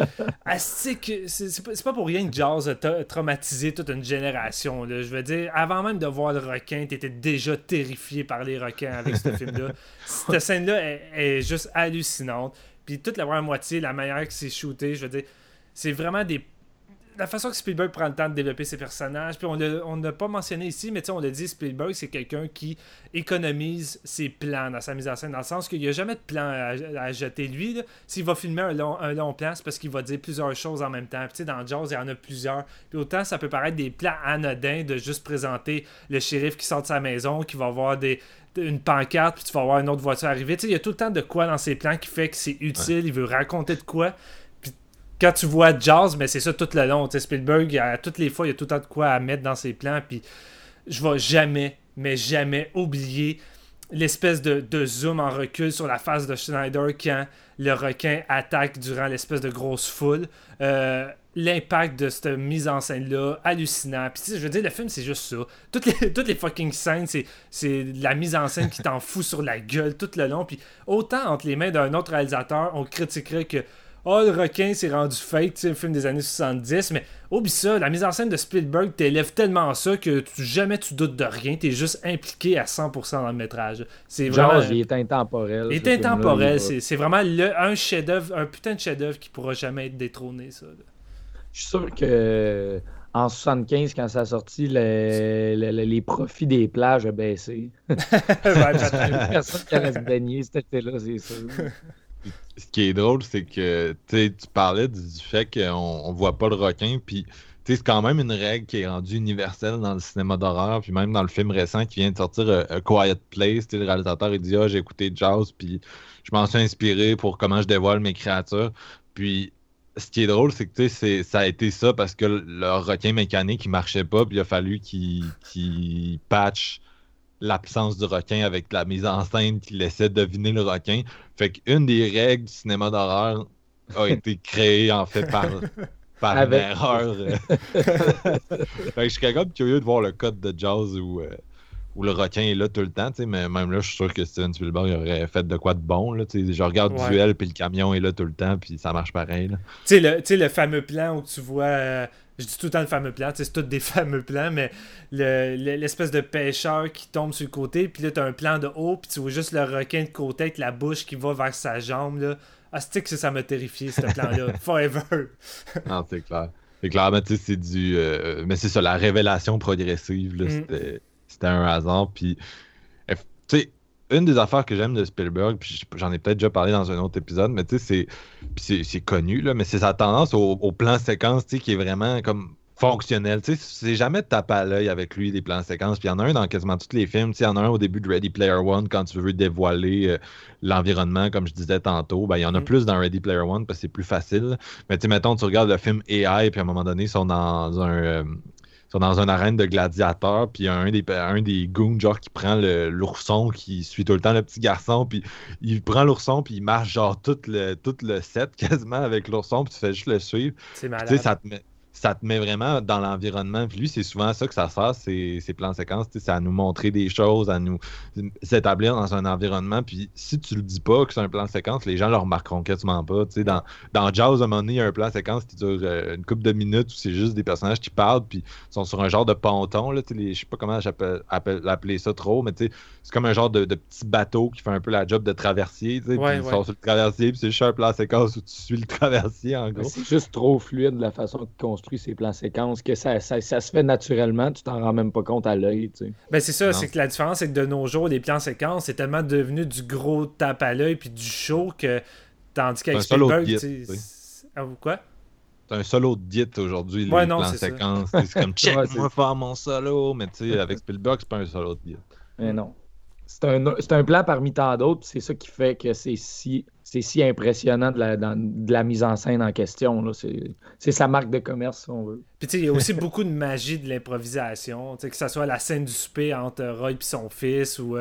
c'est pas pour rien que Jaws a traumatisé toute une génération. Là. Je veux dire, avant même de voir le requin, t'étais déjà terrifié par les requins avec ce film-là. Cette scène-là est juste hallucinante. Puis toute la première moitié, la manière que c'est shooté, je veux dire, c'est vraiment la façon que Spielberg prend le temps de développer ses personnages, puis on n'a pas mentionné ici, mais on l'a dit, Spielberg, c'est quelqu'un qui économise ses plans dans sa mise en scène, dans le sens qu'il n'y a jamais de plan à jeter. Lui, là, s'il va filmer un long plan, c'est parce qu'il va dire plusieurs choses en même temps. Puis dans Jaws, il y en a plusieurs. Puis autant, ça peut paraître des plans anodins de juste présenter le shérif qui sort de sa maison, qui va avoir une pancarte, puis tu vas voir une autre voiture arriver. Il y a tout le temps de quoi dans ses plans qui fait que c'est utile, il veut raconter de quoi. Quand tu vois Jaws, mais c'est ça tout le long. Spielberg, toutes les fois, il y a tout le temps de quoi à mettre dans ses plans. Puis je vais jamais, mais jamais oublier l'espèce de zoom en recul sur la face de Schneider quand le requin attaque durant l'espèce de grosse foule. L'impact de cette mise en scène-là, hallucinant. Puis je veux dire, le film, c'est juste ça. Toutes les fucking scènes, c'est de la mise en scène qui t'en fout sur la gueule tout le long. Puis autant entre les mains d'un autre réalisateur, on critiquerait que le requin c'est rendu fake, un film des années 70, mais oublie ça, la mise en scène de Spielberg t'élève tellement ça que jamais tu doutes de rien, t'es juste impliqué à 100% dans le métrage. C'est vraiment... il est intemporel. Il est intemporel, c'est vraiment un chef-d'œuvre, un putain de chef-d'œuvre qui pourra jamais être détrôné, ça. Là. Je suis sûr que en 75, quand ça a sorti, les profits des plages ont baissé. Personne qui allait se baigner cet été-là, c'est sûr. Ce qui est drôle, c'est que tu parlais du fait qu'on voit pas le requin, puis c'est quand même une règle qui est rendue universelle dans le cinéma d'horreur, puis même dans le film récent qui vient de sortir, A Quiet Place, le réalisateur il dit j'ai écouté Jaws, puis je m'en suis inspiré pour comment je dévoile mes créatures. Puis ce qui est drôle, c'est que ça a été ça parce que le requin mécanique il marchait pas, puis il a fallu qu'il patch l'absence du requin avec la mise en scène qui laissait deviner le requin. Fait qu'une des règles du cinéma d'horreur a été créée en fait par une erreur. Fait que je serais comme curieux de voir le code de Jaws où le requin est là tout le temps, mais même là, je suis sûr que Steven Spielberg aurait fait de quoi de bon. Là, je regarde Duel, puis le camion est là tout le temps, puis ça marche pareil. Tu sais, le fameux plan où tu vois... je dis tout le temps le fameux plan, c'est tous des fameux plans, mais l'espèce de pêcheur qui tombe sur le côté, puis là, t'as un plan de haut, puis tu vois juste le requin de côté avec la bouche qui va vers sa jambe, là. Ah, c'est que ça m'a terrifié, ce plan-là. Forever. Non, c'est clair. Fait clairement, tu sais, c'est du... mais c'est ça, la révélation progressive, là, c'était un hasard. Puis, tu sais, une des affaires que j'aime de Spielberg, puis j'en ai peut-être déjà parlé dans un autre épisode, mais tu sais, c'est connu, là, mais c'est sa tendance au plan séquence, tu sais, qui est vraiment comme fonctionnel. Tu sais, c'est jamais de taper à l'œil avec lui, les plans séquences. Puis il y en a un dans quasiment tous les films. Tu sais, il y en a un au début de Ready Player One, quand tu veux dévoiler l'environnement, comme je disais tantôt. Ben, il y en a plus dans Ready Player One, parce que c'est plus facile. Mais tu sais, mettons, tu regardes le film AI, puis à un moment donné, ils sont dans une arène de gladiateurs, puis il y a un des goons, genre, qui prend l'ourson, qui suit tout le temps le petit garçon, puis il prend l'ourson, puis il marche, genre, tout le set, quasiment, avec l'ourson, puis tu fais juste le suivre. C'est malade. Tu sais, ça te met vraiment dans l'environnement. Puis lui, c'est souvent ça que ça sert, ces plans séquences. C'est à nous montrer des choses, à nous s'établir dans un environnement. Puis si tu le dis pas que c'est un plan séquence, les gens le remarqueront quasiment pas. Dans Jaws, à un moment donné, il y a un plan séquence qui dure une couple de minutes où c'est juste des personnages qui parlent, puis sont sur un genre de ponton. Là, je sais pas comment appeler ça trop, mais c'est comme un genre de petit bateau qui fait un peu la job de traversier. Puis ils sont sur le traversier, puis c'est juste un plan séquence où tu suis le traversier, en gros. C'est juste trop fluide la façon qu'ils construit ces plans séquences, que ça se fait naturellement, tu t'en rends même pas compte à l'œil. Tu sais. Ben c'est ça, c'est que la différence, c'est que de nos jours, les plans séquences, c'est tellement devenu du gros tape à l'œil puis du show que, tandis qu'avec Spielberg, quoi? C'est un solo de Git aujourd'hui, les plans séquences. C'est comme check-moi faire mon solo, mais tu sais, avec Spielberg, c'est pas un solo de Git. Mais non. C'est un plan parmi tant d'autres, c'est ça qui fait que c'est si impressionnant de la mise en scène en question. Là. C'est sa marque de commerce, si on veut. Puis tu sais, il y a aussi beaucoup de magie de l'improvisation, que ce soit la scène du souper entre Roy et son fils, ou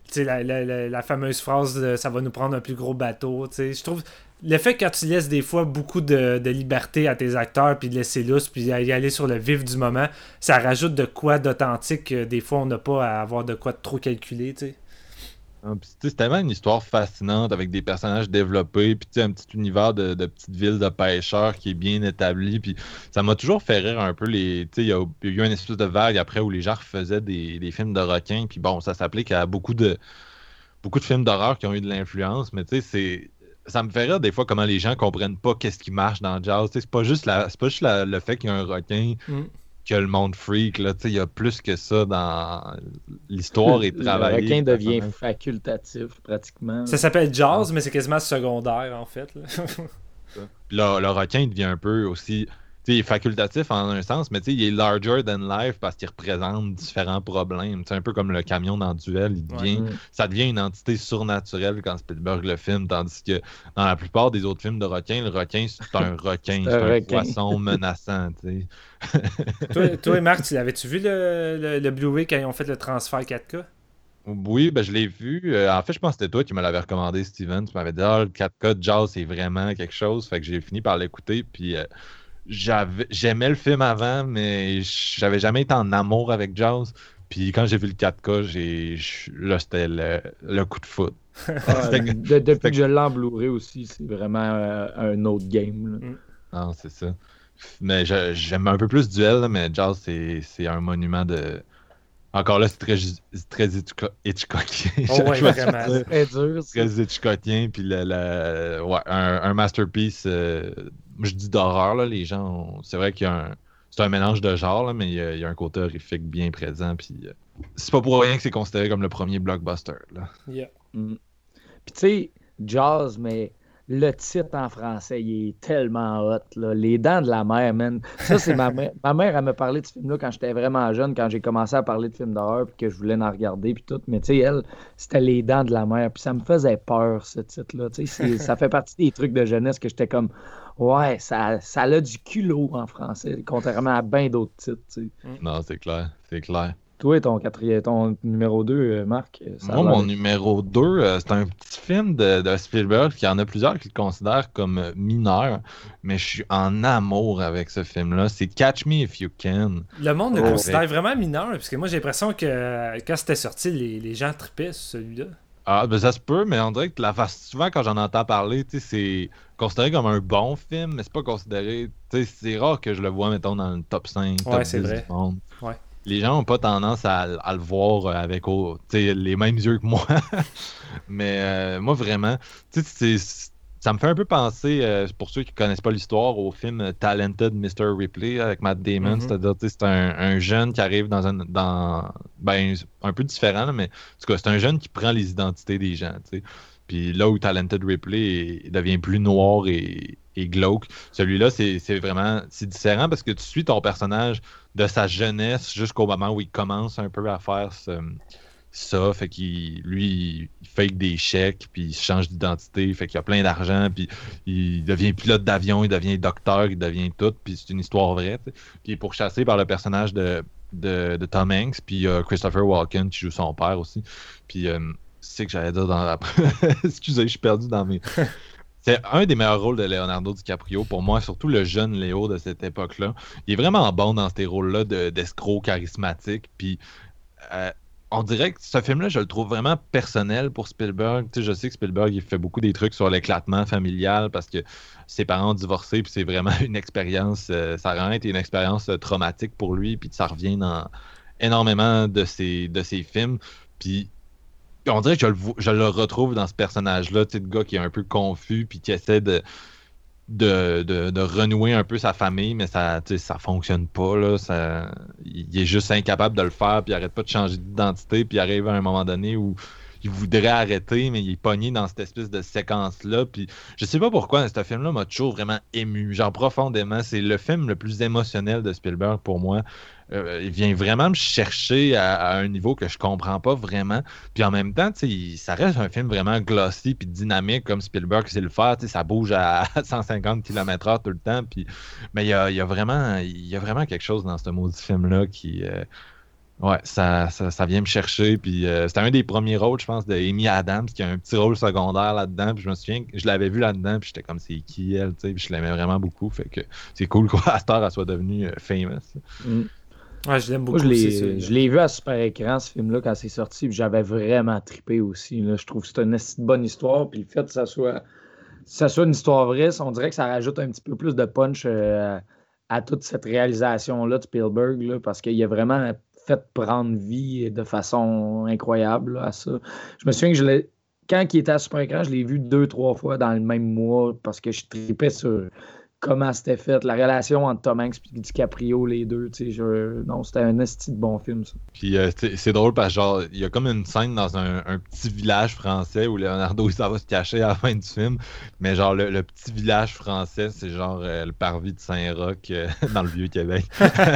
la fameuse phrase de « ça va nous prendre un plus gros bateau ». Je trouve le fait que quand tu laisses des fois beaucoup de liberté à tes acteurs, puis de laisser lousse, puis y aller sur le vif du moment, ça rajoute de quoi d'authentique que des fois on n'a pas à avoir de quoi de trop calculé, tu sais. C'est tellement une histoire fascinante avec des personnages développés, puis un petit univers de petite ville de pêcheurs qui est bien établi. Puis ça m'a toujours fait rire un peu. Il y a eu une espèce de vague après où les gens refaisaient des films de requins. Puis bon, ça s'applique à beaucoup de films d'horreur qui ont eu de l'influence. Mais tu sais, ça me fait rire des fois comment les gens comprennent pas qu'est-ce qui marche dans Jaws. C'est pas juste le fait qu'il y a un requin. Que le monde freak, là, il y a plus que ça dans l'histoire et travaillée. Le requin devient facultatif, pratiquement. Ça s'appelle Jaws, mais c'est quasiment secondaire, en fait. Là. Puis le requin devient un peu aussi... il est facultatif en un sens, mais il est larger than life parce qu'il représente différents problèmes. C'est un peu comme le camion dans Duel, ça devient une entité surnaturelle quand Spielberg le filme, tandis que dans la plupart des autres films de requin, le requin, c'est un requin, c'est un poisson menaçant. Toi et Marc, l'avais-tu vu le Blu-ray quand ils ont fait le transfert 4K? Oui, ben je l'ai vu. En fait, je pense que c'était toi qui me l'avais recommandé, Steven. Tu m'avais dit, le 4K de Jaws, c'est vraiment quelque chose. Fait que j'ai fini par l'écouter, puis... j'aimais le film avant, mais j'avais jamais été en amour avec Jaws. Puis quand j'ai vu le 4K, là, c'était le coup de foot. Depuis que je l'ai en Blu-ray aussi, c'est vraiment un autre game. Là. Non, c'est ça. Mais j'aime un peu plus Duel, là, mais Jaws, c'est un monument de... Encore là, c'est très Hitchcockien. Oh ouais, vraiment. C'est très dur. Très Hitchcockien, puis un masterpiece... je dis d'horreur, là, les gens... C'est vrai qu'il y a c'est un mélange de genres, là, mais il y a un côté horrifique bien présent, puis c'est pas pour rien que c'est considéré comme le premier blockbuster, là. Yeah. Puis tu sais, Jaws, mais le titre en français, il est tellement hot, là. Les Dents de la mer, man. Ça, c'est ma mère. Ma mère, elle me parlait de ce film-là quand j'étais vraiment jeune, quand j'ai commencé à parler de films d'horreur, puis que je voulais en regarder, puis tout. Mais tu sais, elle, c'était Les Dents de la mer, puis ça me faisait peur, ce titre-là. Tu sais, ça fait partie des trucs de jeunesse que j'étais comme... Ouais, ça a du culot en français, contrairement à bien d'autres titres. Tu sais. Non, c'est clair, c'est clair. Toi, ton numéro 2, Marc? Moi, mon numéro 2, c'est un petit film de Spielberg, qui en a plusieurs qui le considèrent comme mineur, mais je suis en amour avec ce film-là. C'est Catch Me If You Can. Le monde le considère vraiment mineur, parce que moi, j'ai l'impression que quand c'était sorti, les gens tripaient sur celui-là. Ah, ben ça se peut, mais on dirait que souvent quand j'en entends parler, c'est considéré comme un bon film, mais c'est pas considéré... C'est rare que je le vois, mettons, dans le top 5, top 10 du monde. Ouais. Les gens n'ont pas tendance à le voir avec les mêmes yeux que moi. Mais moi, vraiment, c'est Ça me fait un peu penser, pour ceux qui ne connaissent pas l'histoire, au film Talented Mr. Ripley avec Matt Damon. C'est-à-dire, c'est un jeune qui arrive dans un peu différent, là, mais en tout cas, c'est un jeune qui prend les identités des gens. T'sais. Puis là où Talented Ripley devient plus noir et glauque, celui-là, c'est différent parce que tu suis ton personnage de sa jeunesse jusqu'au moment où il commence un peu à faire ça, fait il fake des chèques, puis il change d'identité, fait qu'il a plein d'argent, puis il devient pilote d'avion, il devient docteur, il devient tout, puis c'est une histoire vraie, t'sais. Puis il est pourchassé par le personnage de Tom Hanks, puis Christopher Walken qui joue son père aussi, puis c'est que j'allais dire dans la... Excusez, je suis perdu dans mes... C'est un des meilleurs rôles de Leonardo DiCaprio, pour moi, surtout le jeune Léo de cette époque-là. Il est vraiment bon dans ces rôles-là d'escroc charismatique, puis... on dirait que ce film-là, je le trouve vraiment personnel pour Spielberg. Tu sais, je sais que Spielberg, il fait beaucoup des trucs sur l'éclatement familial parce que ses parents ont divorcé, puis c'est vraiment une expérience, ça a vraiment été une expérience traumatique pour lui, puis ça revient dans énormément de ses films. Puis on dirait que je le retrouve dans ce personnage-là, tu sais, de gars qui est un peu confus, puis qui essaie de renouer un peu sa famille, mais ça fonctionne pas, là. Il est juste incapable de le faire, puis il arrête pas de changer d'identité, puis il arrive à un moment donné où il voudrait arrêter, mais il est pogné dans cette espèce de séquence-là, puis je sais pas pourquoi, ce film-là m'a toujours vraiment ému, genre profondément. C'est le film le plus émotionnel de Spielberg pour moi. Il vient vraiment me chercher à un niveau que je comprends pas vraiment. Puis en même temps, ça reste un film vraiment glossy puis dynamique comme Spielberg sait le faire. Ça bouge à 150 km/h tout le temps. Puis... Mais il y a vraiment quelque chose dans ce maudit film-là qui... Ouais, ça vient me chercher. Puis c'était un des premiers rôles, je pense, de Amy Adams, qui a un petit rôle secondaire là-dedans. Puis je me souviens que je l'avais vu là-dedans, puis j'étais comme, c'est qui elle, tu sais. Puis je l'aimais vraiment beaucoup. Fait que c'est cool qu'à cette heure, elle soit devenue famous. Ouais, je l'aime beaucoup. Moi, je l'ai vu à super écran, ce film-là, quand c'est sorti, puis j'avais vraiment trippé aussi. Là. Je trouve que c'est une bonne histoire, puis le fait que ça soit une histoire vraie, on dirait que ça rajoute un petit peu plus de punch à toute cette réalisation-là de Spielberg, là, parce qu'il a vraiment fait prendre vie de façon incroyable là, à ça. Je me souviens que quand il était à super écran, je l'ai vu 2-3 fois dans le même mois, parce que je trippais sur... comment c'était fait, la relation entre Tom Hanks et DiCaprio, les deux, tu sais, non, c'était un esti de bon film, ça. Puis c'est drôle parce que genre, il y a comme une scène dans un petit village français où Leonardo, il s'en va se cacher à la fin du film, mais genre, le petit village français, c'est genre le parvis de Saint-Roch dans le Vieux-Québec.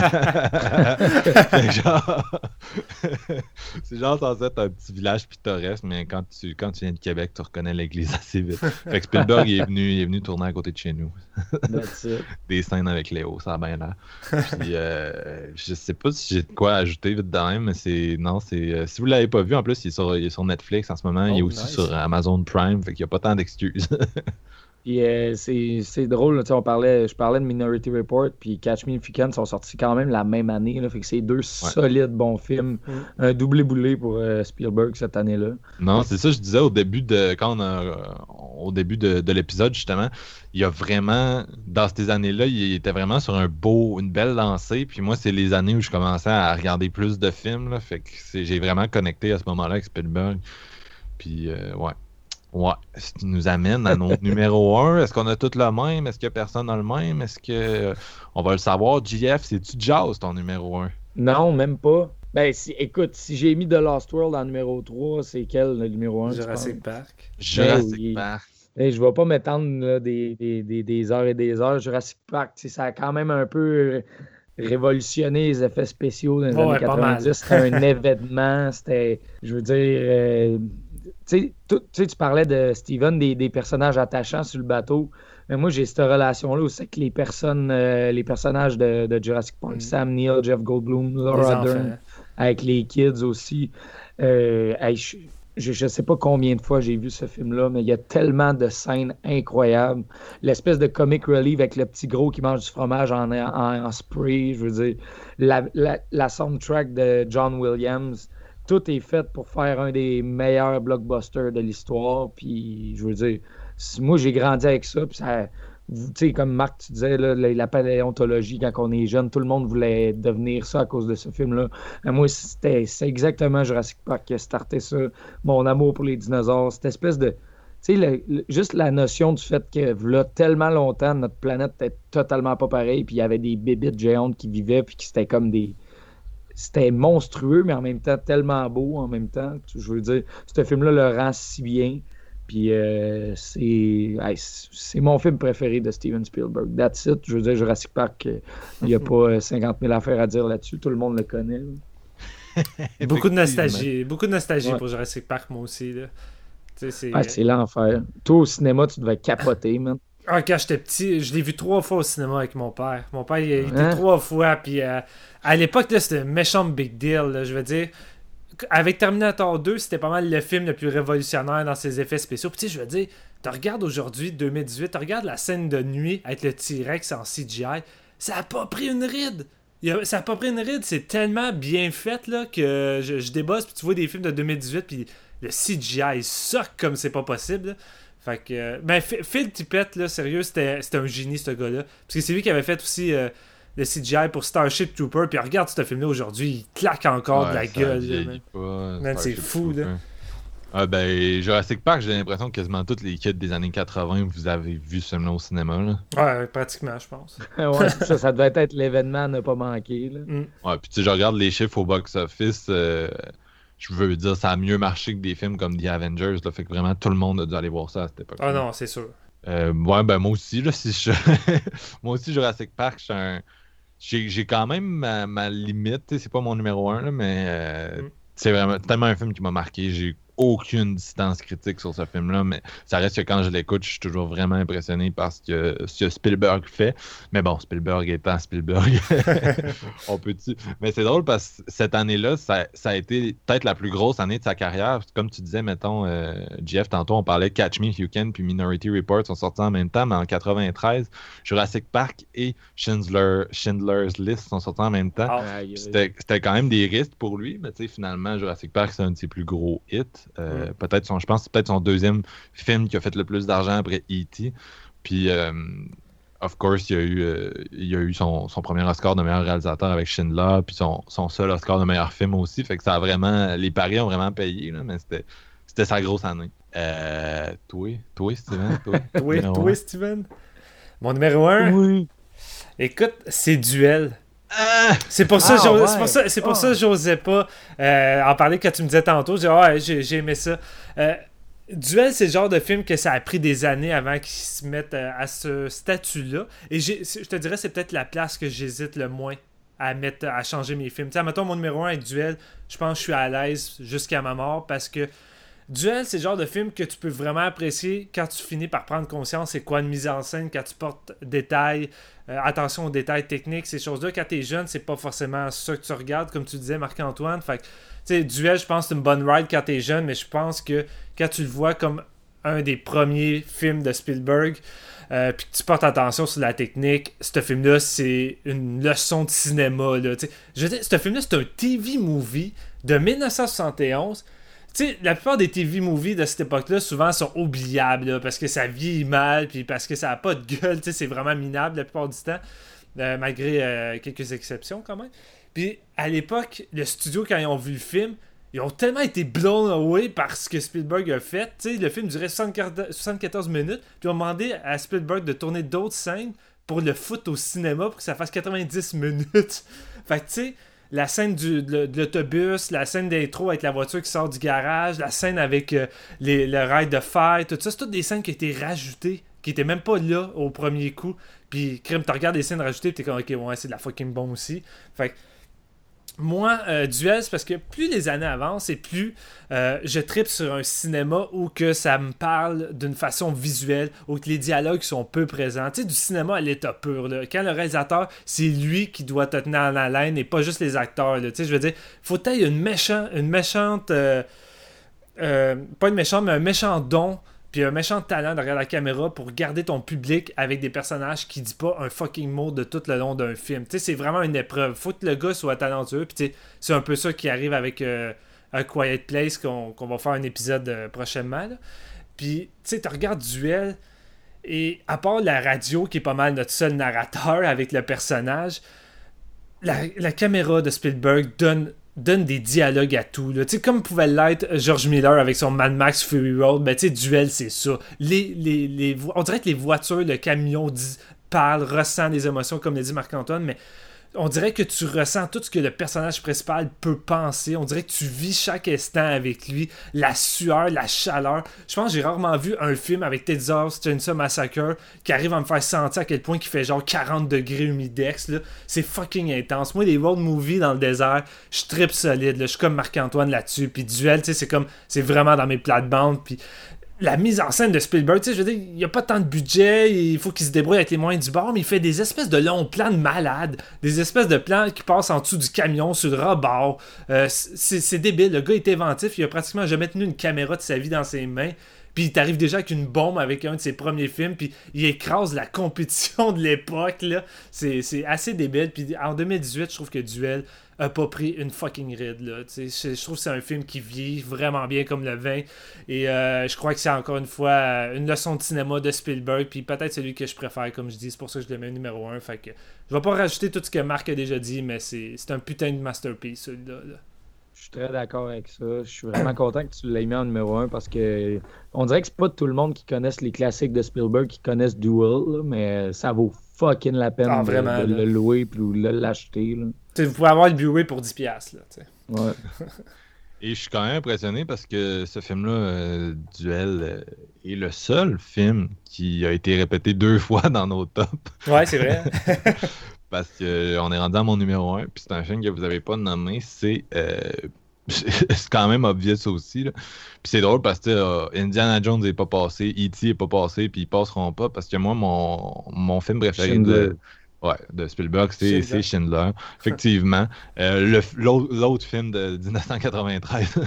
C'est genre censé être un petit village pittoresque, mais quand tu viens de Québec, tu reconnais l'église assez vite. Fait que Spielberg, il est venu tourner à côté de chez nous. Des scènes avec Léo, ça a bien l'air. Puis je sais pas si j'ai de quoi ajouter vite de même, mais si vous l'avez pas vu, en plus il est sur Netflix en ce moment, il est aussi sur Amazon Prime, fait qu'il n'y a pas tant d'excuses. Puis c'est drôle, je parlais de Minority Report, puis Catch Me If You Can sont sortis quand même la même année, là, fait que c'est deux solides bons films, un doublé-boulé pour Spielberg cette année-là. Non, c'est ça, je disais au début de l'épisode, justement, il y a vraiment, dans ces années-là, il était vraiment sur une belle lancée, puis moi, c'est les années où je commençais à regarder plus de films, là, fait que j'ai vraiment connecté à ce moment-là avec Spielberg, puis ouais. Ouais, ce qui nous amène à notre numéro 1. Est-ce qu'on a tous le même? Est-ce que personne n'a le même? Est-ce que on va le savoir? JF, c'est-tu Jaws ton numéro 1? Non, même pas. Ben, écoute, si j'ai mis The Lost World en numéro 3, c'est quel le numéro 1? Jurassic Park. Jurassic Park. Hey, je ne vais pas m'étendre là, des heures et des heures. Jurassic Park, ça a quand même un peu révolutionné les effets spéciaux dans les années 90. C'était un événement. C'était, je veux dire... Tu parlais de Steven, des personnages attachants sur le bateau. Mais moi, j'ai cette relation-là aussi avec les personnages de Jurassic Park. Sam Neill, Jeff Goldblum, Laura Dern, avec les kids aussi. Je sais pas combien de fois j'ai vu ce film-là, mais il y a tellement de scènes incroyables. L'espèce de comic relief avec le petit gros qui mange du fromage en spray. Je veux dire, la soundtrack de John Williams... Tout est fait pour faire un des meilleurs blockbusters de l'histoire. Puis, je veux dire, moi, j'ai grandi avec ça. Puis, ça, tu sais, comme Marc, tu disais, là, la paléontologie, quand on est jeune, tout le monde voulait devenir ça à cause de ce film-là. Mais moi, c'est exactement Jurassic Park qui a starté ça. Mon amour pour les dinosaures, cette espèce de... Tu Tu sais, juste la notion du fait que là, tellement longtemps, notre planète était totalement pas pareille, puis il y avait des bébites géantes qui vivaient, puis qui c'était comme des... C'était monstrueux, mais en même temps tellement beau, en même temps. Je veux dire, ce film-là le rend si bien. Puis c'est mon film préféré de Steven Spielberg. That's it. Je veux dire, Jurassic Park, il n'y a pas 50 000 affaires à dire là-dessus. Tout le monde le connaît. Beaucoup de nostalgie pour Jurassic Park, moi aussi. Là. C'est l'enfer. Toi, au cinéma, tu devais capoter, man. Ah, quand j'étais petit, je l'ai vu 3 fois au cinéma avec mon père. Mon père, il a été 3 fois. Puis à l'époque, là, c'était un méchant big deal. Là, je veux dire, avec Terminator 2, c'était pas mal le film le plus révolutionnaire dans ses effets spéciaux. Puis tu sais, je veux dire, tu regardes aujourd'hui, 2018, tu regardes la scène de nuit avec le T-Rex en CGI. Ça a pas pris une ride. Ça a pas pris une ride. C'est tellement bien fait là, que je débosse. Puis tu vois des films de 2018, puis le CGI soque comme c'est pas possible. Là. Fait que, Phil Tippett, là, sérieux, c'était un génie, ce gars-là. Parce que c'est lui qui avait fait aussi le CGI pour Starship Trooper. Puis regarde ce film-là aujourd'hui, il claque encore de la gueule. C'est fou, là. Jurassic Park, j'ai l'impression que quasiment tous les kids des années 80, vous avez vu ce film-là au cinéma. Là. Ouais, pratiquement, je pense. Ouais, ça devait être l'événement à ne pas manquer. Là. Ouais, puis tu sais, je regarde les chiffres au box-office. Je veux dire, ça a mieux marché que des films comme The Avengers. Là, fait que vraiment, tout le monde a dû aller voir ça à cette époque. Ah non, c'est sûr. Moi aussi, là, moi aussi, Jurassic Park, j'ai quand même ma limite. C'est pas mon numéro 1, là, mais c'est vraiment tellement un film qui m'a marqué. J'ai aucune distance critique sur ce film-là, mais ça reste que quand je l'écoute, je suis toujours vraiment impressionné par ce que Spielberg fait. Mais bon, Spielberg étant Spielberg, on peut-tu... Mais c'est drôle parce que cette année-là, ça a été peut-être la plus grosse année de sa carrière. Comme tu disais, mettons, Jeff, tantôt, on parlait Catch Me If You Can puis Minority Report sont sortis en même temps, mais en 93, Jurassic Park et Schindler's List sont sortis en même temps. C'était quand même des risques pour lui, mais tu sais, finalement, Jurassic Park, c'est un de ses plus gros hits. Je pense que c'est peut-être son deuxième film qui a fait le plus d'argent après E.T. Puis, of course, il y a eu son premier Oscar de meilleur réalisateur avec Schindler, puis son seul Oscar de meilleur film aussi. Fait que ça a vraiment... Les paris ont vraiment payé, là, mais c'était sa grosse année. Toi, Steven? Toi, Steven? Mon numéro 1? Oui. Écoute, c'est Duel. C'est pour ça que j'osais pas en parler quand tu me disais tantôt. J'ai aimé ça. Duel, c'est le genre de film que ça a pris des années avant qu'ils se mettent à ce statut-là. Et je te dirais, c'est peut-être la place que j'hésite le moins à changer mes films. T'sais, mettons, mon numéro 1 est Duel. Je pense que je suis à l'aise jusqu'à ma mort parce que Duel, c'est le genre de film que tu peux vraiment apprécier quand tu finis par prendre conscience c'est quoi une mise en scène, quand tu portes détails, attention aux détails techniques, ces choses-là. Quand t'es jeune, c'est pas forcément ça que tu regardes, comme tu disais, Marc-Antoine. Fait que, tu sais, Duel, je pense que c'est une bonne ride quand t'es jeune, mais je pense que quand tu le vois comme un des premiers films de Spielberg, puis que tu portes attention sur la technique, ce film-là, c'est une leçon de cinéma. Là, je veux dire, ce film-là, c'est un TV movie de 1971. Tu sais, la plupart des TV movies de cette époque-là, souvent, sont oubliables, là, parce que ça vieillit mal, puis parce que ça n'a pas de gueule, tu sais, c'est vraiment minable la plupart du temps, malgré quelques exceptions, quand même. Puis, à l'époque, le studio, quand ils ont vu le film, ils ont tellement été blown away par ce que Spielberg a fait, tu sais, le film durait 74 minutes, puis ils ont demandé à Spielberg de tourner d'autres scènes pour le foutre au cinéma, pour que ça fasse 90 minutes. Fait que, tu sais, la scène de l'autobus, la scène d'intro avec la voiture qui sort du garage, la scène avec le rail de fer, tout ça, c'est toutes des scènes qui ont été rajoutées, qui étaient même pas là au premier coup. Puis, crime, tu regardes les scènes rajoutées, puis t'es comme, ok, ouais, c'est de la fucking bombe aussi. Fait que, moi, Duel, c'est parce que plus les années avancent et plus je trippe sur un cinéma où que ça me parle d'une façon visuelle, où que les dialogues sont peu présents. Tu sais, du cinéma à l'état pur. Là. Quand le réalisateur, c'est lui qui doit te tenir en haleine et pas juste les acteurs. Là. Tu sais, je veux dire, faut que tu aies une méchante... pas une méchante, mais un méchant don puis un méchant talent derrière la caméra pour garder ton public avec des personnages qui disent pas un fucking mot de tout le long d'un film. Tu sais, c'est vraiment une épreuve. Faut que le gars soit talentueux, puis tu sais, c'est un peu ça qui arrive avec A Quiet Place qu'on va faire un épisode prochainement. Là. Puis, tu sais, tu regardes Duel, et à part la radio qui est pas mal notre seul narrateur avec le personnage, la caméra de Spielberg donne donne des dialogues à tout. Tu sais, comme pouvait l'être George Miller avec son Mad Max Fury Road, ben tu sais, Duel, c'est ça. On dirait que les voitures, le camion parlent, ressentent des émotions, comme l'a dit Marc-Antoine, mais on dirait que tu ressens tout ce que le personnage principal peut penser. On dirait que tu vis chaque instant avec lui. La sueur, la chaleur. Je pense que j'ai rarement vu un film avec Texas Chainsaw Massacre qui arrive à me faire sentir à quel point il fait genre 40 degrés humidex. Là. C'est fucking intense. Moi, les road movies dans le désert, je trippe solide. Là. Je suis comme Marc-Antoine là-dessus. Puis Duel, tu sais, c'est vraiment dans mes plates-bandes. Puis la mise en scène de Spielberg, tu sais, je veux dire, il n'y a pas tant de budget, il faut qu'il se débrouille avec les moyens du bord, mais il fait des espèces de longs plans de malades, des espèces de plans qui passent en dessous du camion, sur le rebord. C'est débile, le gars est inventif, il a pratiquement jamais tenu une caméra de sa vie dans ses mains, puis il t'arrive déjà avec une bombe avec un de ses premiers films, puis il écrase la compétition de l'époque, là. C'est assez débile, puis en 2018, je trouve que Duel a pas pris une fucking ride, là. Je trouve que c'est un film qui vit vraiment bien comme le vin, et je crois que c'est encore une fois une leçon de cinéma de Spielberg, puis peut-être celui que je préfère, comme je dis, c'est pour ça que je le mets numéro 1, fait que je vais pas rajouter tout ce que Marc a déjà dit, mais c'est un putain de masterpiece, celui-là, là. Je suis très d'accord avec ça. Je suis vraiment content que tu l'aies mis en numéro 1 parce que on dirait que c'est pas tout le monde qui connaisse les classiques de Spielberg qui connaissent Duel, là, mais ça vaut fucking la peine de le louer puis de l'acheter. Vous pouvez avoir le Blu-ray pour 10$. Là, ouais. Et je suis quand même impressionné parce que ce film-là, Duel, est le seul film qui a été répété 2 fois dans nos tops. Ouais, c'est vrai. Parce qu'on est rendu à mon numéro 1, puis c'est un film que vous n'avez pas nommé, c'est quand même obvious aussi. Là. Puis c'est drôle parce que Indiana Jones n'est pas passé, E.T. n'est pas passé, puis ils passeront pas, parce que moi, mon film préféré de Spielberg, c'est Schindler, effectivement. L'autre film de 1993.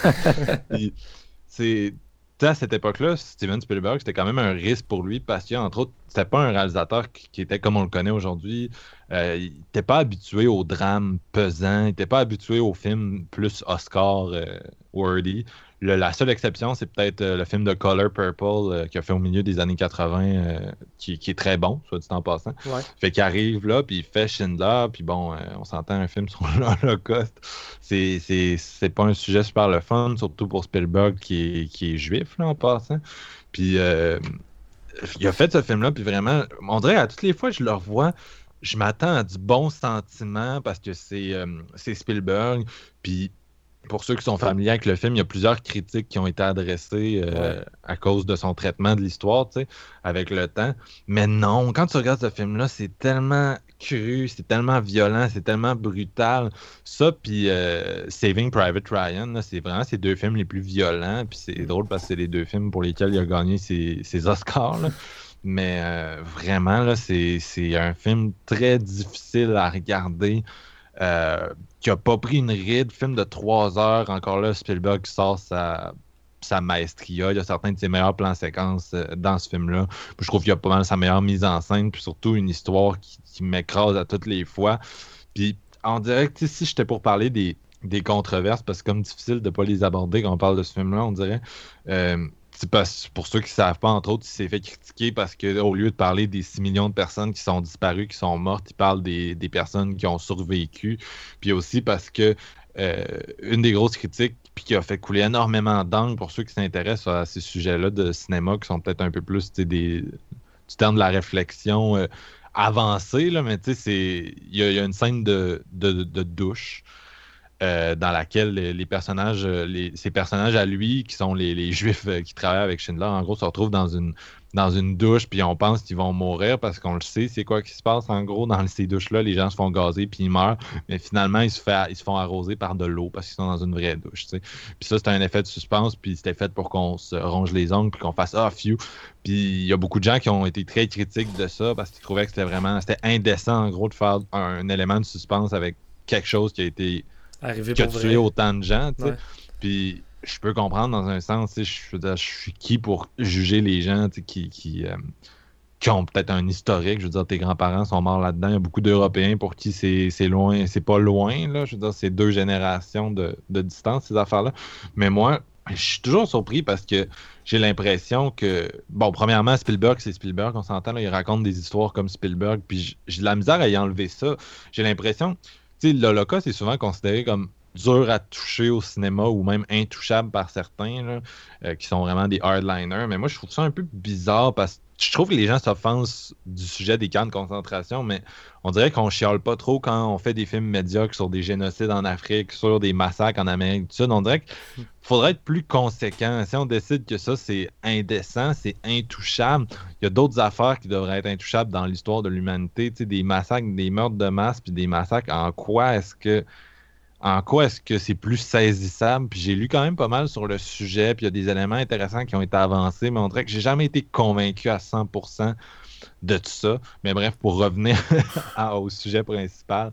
C'est... À cette époque-là, Steven Spielberg, c'était quand même un risque pour lui parce qu'entre autres, c'était pas un réalisateur qui était comme on le connaît aujourd'hui. Il n'était pas habitué aux drames pesants, il n'était pas habitué aux films plus Oscar-worthy. La seule exception, c'est peut-être le film de Color Purple qu'il a fait au milieu des années 80, qui est très bon, soit dit en passant. Ouais. Fait qu'il arrive là, puis il fait Schindler, puis bon, on s'entend un film sur l'Holocauste. C'est pas un sujet super le fun, surtout pour Spielberg qui est juif, là, en passant. Puis il a fait ce film-là, puis vraiment, on dirait à toutes les fois que je le revois, je m'attends à du bon sentiment parce que c'est Spielberg, puis pour ceux qui sont familiers avec le film, il y a plusieurs critiques qui ont été adressées à cause de son traitement de l'histoire, tu sais, avec le temps. Mais non, quand tu regardes ce film-là, c'est tellement cru, c'est tellement violent, c'est tellement brutal. Ça, puis Saving Private Ryan, là, c'est vraiment ces 2 films les plus violents. Puis c'est drôle parce que c'est les 2 films pour lesquels il a gagné ses Oscars, là. Mais vraiment, là, c'est un film très difficile à regarder. Qui a pas pris une ride, film de 3 heures, encore là, Spielberg qui sort sa maestria. Il y a certains de ses meilleurs plans séquences dans ce film-là. Puis je trouve qu'il y a pas mal sa meilleure mise en scène, puis surtout une histoire qui m'écrase à toutes les fois. Puis on dirait que si j'étais pour parler des controverses, parce que c'est comme difficile de pas les aborder quand on parle de ce film-là, on dirait... pour ceux qui ne savent pas, entre autres, il s'est fait critiquer parce qu'au lieu de parler des 6 millions de personnes qui sont disparues, qui sont mortes, il parle des personnes qui ont survécu. Puis aussi parce que une des grosses critiques puis qui a fait couler énormément d'angles pour ceux qui s'intéressent à ces sujets-là de cinéma qui sont peut-être un peu plus du terme de la réflexion avancée, là, mais tu sais, il y a une scène de douche. Dans laquelle les personnages, ces personnages à lui, qui sont les Juifs qui travaillent avec Schindler, en gros, se retrouvent dans une douche, puis on pense qu'ils vont mourir parce qu'on le sait, c'est quoi qui se passe, en gros, dans ces douches-là, les gens se font gazer, puis ils meurent, mais finalement, ils se font arroser par de l'eau parce qu'ils sont dans une vraie douche, tu sais. Puis ça, c'est un effet de suspense, puis c'était fait pour qu'on se ronge les ongles, puis qu'on fasse « Ah, phew ». Puis il y a beaucoup de gens qui ont été très critiques de ça parce qu'ils trouvaient que c'était indécent, en gros, de faire un élément de suspense avec quelque chose qui a été... qui a tué autant de gens, tu sais. Puis je peux comprendre dans un sens, tu sais, je suis qui pour juger les gens, tu sais, qui ont peut-être un historique. Je veux dire, tes grands-parents sont morts là-dedans. Il y a beaucoup d'Européens pour qui c'est loin, c'est pas loin, là. Je veux dire, c'est 2 générations de distance, ces affaires-là. Mais moi, je suis toujours surpris parce que j'ai l'impression que... Bon, premièrement, Spielberg, c'est Spielberg, on s'entend, là, il raconte des histoires comme Spielberg, puis j'ai de la misère à y enlever ça. J'ai l'impression... Tu sais, l'Holocauste est souvent considéré comme durs à toucher au cinéma ou même intouchables par certains, là, qui sont vraiment des hardliners. Mais moi, je trouve ça un peu bizarre parce que je trouve que les gens s'offensent du sujet des camps de concentration, mais on dirait qu'on chiale pas trop quand on fait des films médiocres sur des génocides en Afrique, sur des massacres en Amérique du Sud. On dirait qu'il faudrait être plus conséquent. Si on décide que ça, c'est indécent, c'est intouchable, il y a d'autres affaires qui devraient être intouchables dans l'histoire de l'humanité. Tu sais, des massacres, des meurtres de masse, puis des massacres, en quoi est-ce que c'est plus saisissable? Puis j'ai lu quand même pas mal sur le sujet, puis il y a des éléments intéressants qui ont été avancés, mais on dirait que j'ai jamais été convaincu à 100% de tout ça. Mais bref, pour revenir au sujet principal,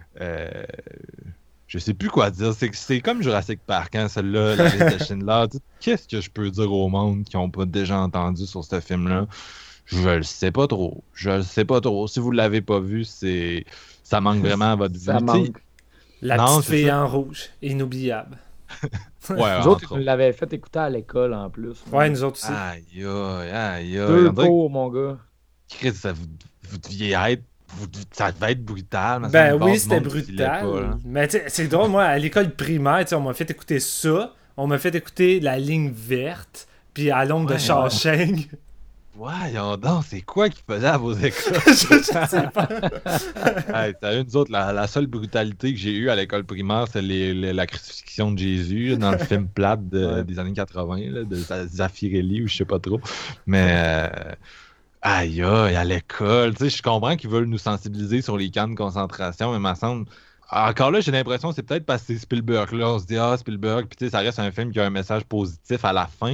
je sais plus quoi dire. C'est comme Jurassic Park, hein, celle-là, la liste de Schindler. Qu'est-ce que je peux dire au monde qui n'ont pas déjà entendu sur ce film-là? Je le sais pas trop. Si vous l'avez pas vu, ça manque vraiment à votre vie. Ça manque. La petite fille en rouge, inoubliable. Ouais, nous autres, ils nous l'avaient fait écouter à l'école en plus. Ouais, nous autres aussi. Aïe. Deux cours, mon gars. Chris, vous deviez être. Ça devait être brutal. Ben oui, c'était brutal. Pas, mais c'est drôle, moi, à l'école primaire, on m'a fait écouter ça. On m'a fait écouter La Ligne Verte, puis À l'ombre de Shawshank. Ouais, donc, c'est quoi qu'ils faisaient à vos écoles? Je sais pas. Hey, sérieux, nous autres, la seule brutalité que j'ai eue à l'école primaire, c'est la crucifixion de Jésus dans le film plate des années 80, là, de Zafirelli ou je sais pas trop. Mais, aïe, à l'école, tu sais, je comprends qu'ils veulent nous sensibiliser sur les camps de concentration, mais il me semble... Encore là, j'ai l'impression que c'est peut-être parce que c'est Spielberg, là. On se dit, Spielberg, puis tu sais, ça reste un film qui a un message positif à la fin.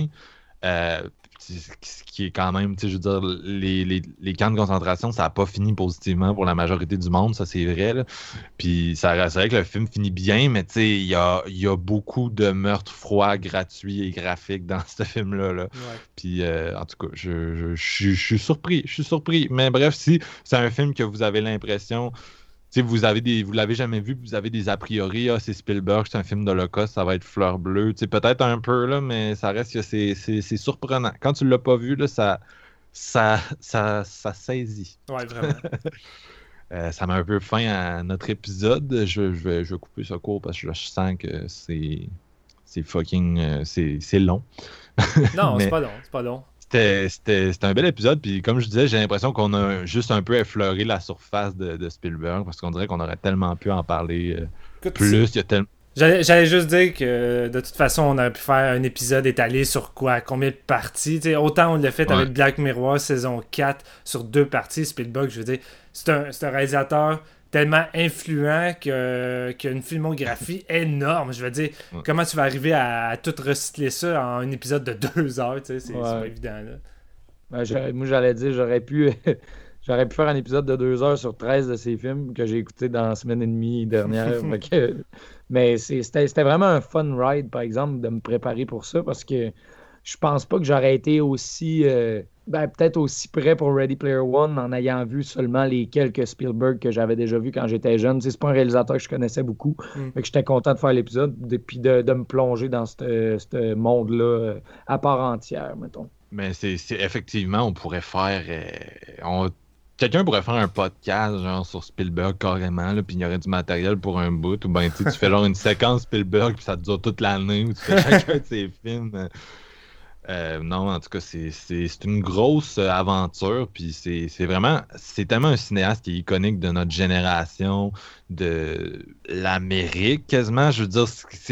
Ce qui est quand même, je veux dire, les camps de concentration, ça n'a pas fini positivement pour la majorité du monde, ça c'est vrai. Là. Puis c'est vrai que le film finit bien, mais il y a beaucoup de meurtres froids, gratuits et graphiques dans ce film-là. Là. Ouais. Puis en tout cas, je suis surpris. Mais bref, si c'est un film que vous avez l'impression... vous l'avez jamais vu, vous avez des a priori, c'est Spielberg, c'est un film d'Holocauste, ça va être fleur bleue. Peut-être un peu, là, mais ça reste que c'est surprenant. Quand tu l'as pas vu, là, ça saisit. Ouais, vraiment. Ça met un peu fin à notre épisode. Je vais couper ça court parce que là, je sens que c'est fucking... c'est long. Non, mais... c'est pas long. C'était un bel épisode, puis comme je disais, j'ai l'impression qu'on a juste un peu effleuré la surface de Spielberg, parce qu'on dirait qu'on aurait tellement pu en parler plus. J'allais juste dire que de toute façon, on aurait pu faire un épisode étalé sur combien de parties. T'sais, autant on l'a fait avec Black Mirror saison 4 sur 2 parties, Spielberg, je veux dire, c'est un réalisateur tellement influent qu'il a une filmographie énorme. Je veux dire, comment tu vas arriver à tout recycler ça en un épisode de 2 heures, tu sais, c'est pas évident. Là. Moi, j'allais dire, j'aurais pu faire un épisode de 2 heures sur 13 de ces films que j'ai écoutés dans la semaine et demie dernière. Mais c'était vraiment un fun ride, par exemple, de me préparer pour ça, parce que je pense pas que j'aurais été aussi... peut-être aussi près pour Ready Player One en ayant vu seulement les quelques Spielberg que j'avais déjà vus quand j'étais jeune. C'est pas un réalisateur que je connaissais beaucoup. Fait que j'étais content de faire l'épisode et puis de me plonger dans ce monde-là à part entière, mettons. Mais c'est effectivement, on pourrait faire... Quelqu'un pourrait faire un podcast genre sur Spielberg carrément, puis il y aurait du matériel pour un bout, ou ben tu fais genre une séquence Spielberg puis ça dure toute l'année, où tu fais chacun de ses films... non, en tout cas, c'est une grosse aventure, puis c'est tellement un cinéaste qui est iconique de notre génération, de l'Amérique quasiment. Je veux dire,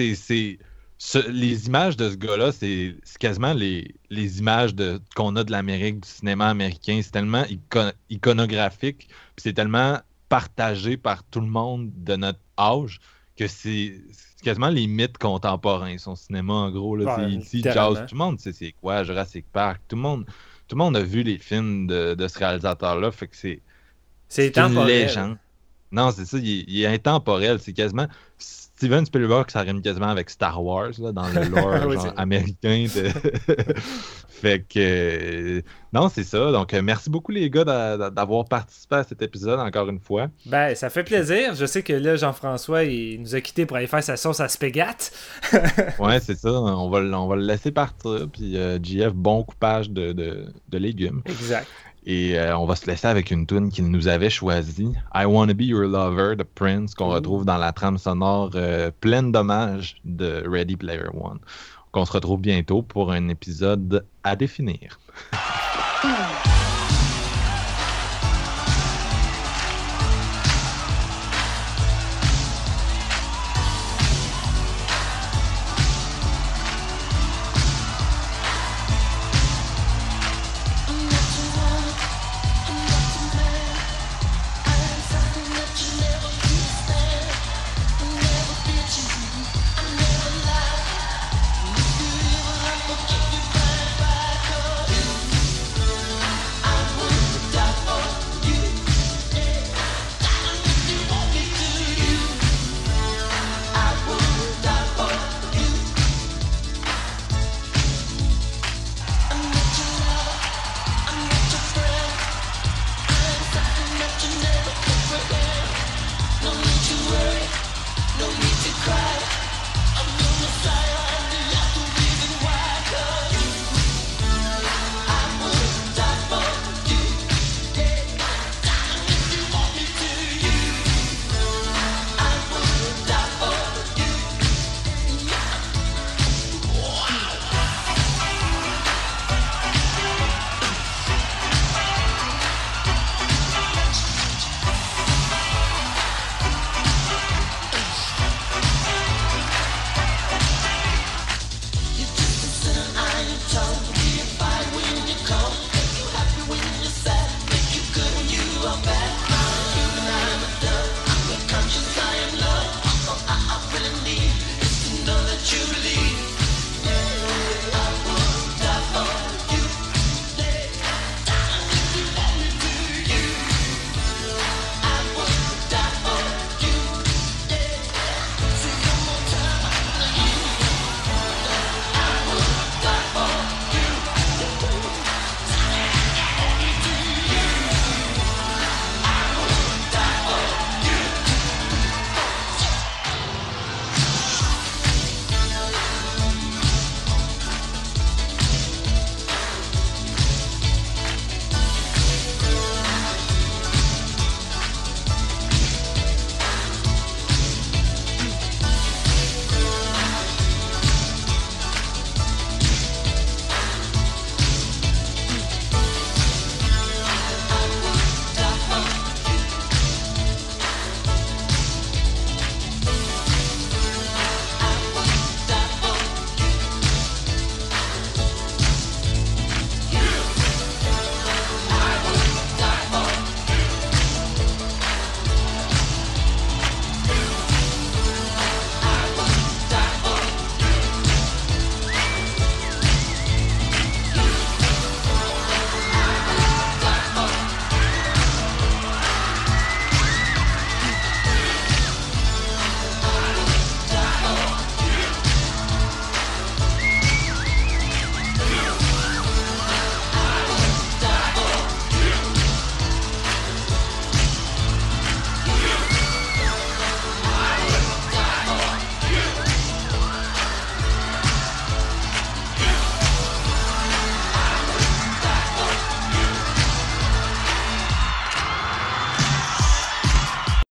les images de ce gars-là, c'est quasiment les images qu'on a de l'Amérique, du cinéma américain. C'est tellement iconographique, puis c'est tellement partagé par tout le monde de notre âge que c'est quasiment les mythes contemporains, son cinéma en gros. Là, Jazz, tout le monde sait c'est quoi, Jurassic Park, tout le monde a vu les films de ce réalisateur-là, fait que c'est une légende. Non, c'est ça, il est intemporel, c'est quasiment... Steven Spielberg, ça rime quasiment avec Star Wars, là, dans le lore américain. Fait que... non, c'est ça. Donc, merci beaucoup, les gars, d'avoir participé à cet épisode, encore une fois. Ben, ça fait plaisir. Je sais que là, Jean-François, il nous a quittés pour aller faire sa sauce à spaghetti. Ouais, c'est ça. On va le laisser partir. Puis, JF, bon coupage de légumes. Exact. Et on va se laisser avec une tune qu'il nous avait choisie, I Wanna Be Your Lover de Prince, qu'on retrouve dans la trame sonore pleine d'hommages de Ready Player One. On se retrouve bientôt pour un épisode à définir.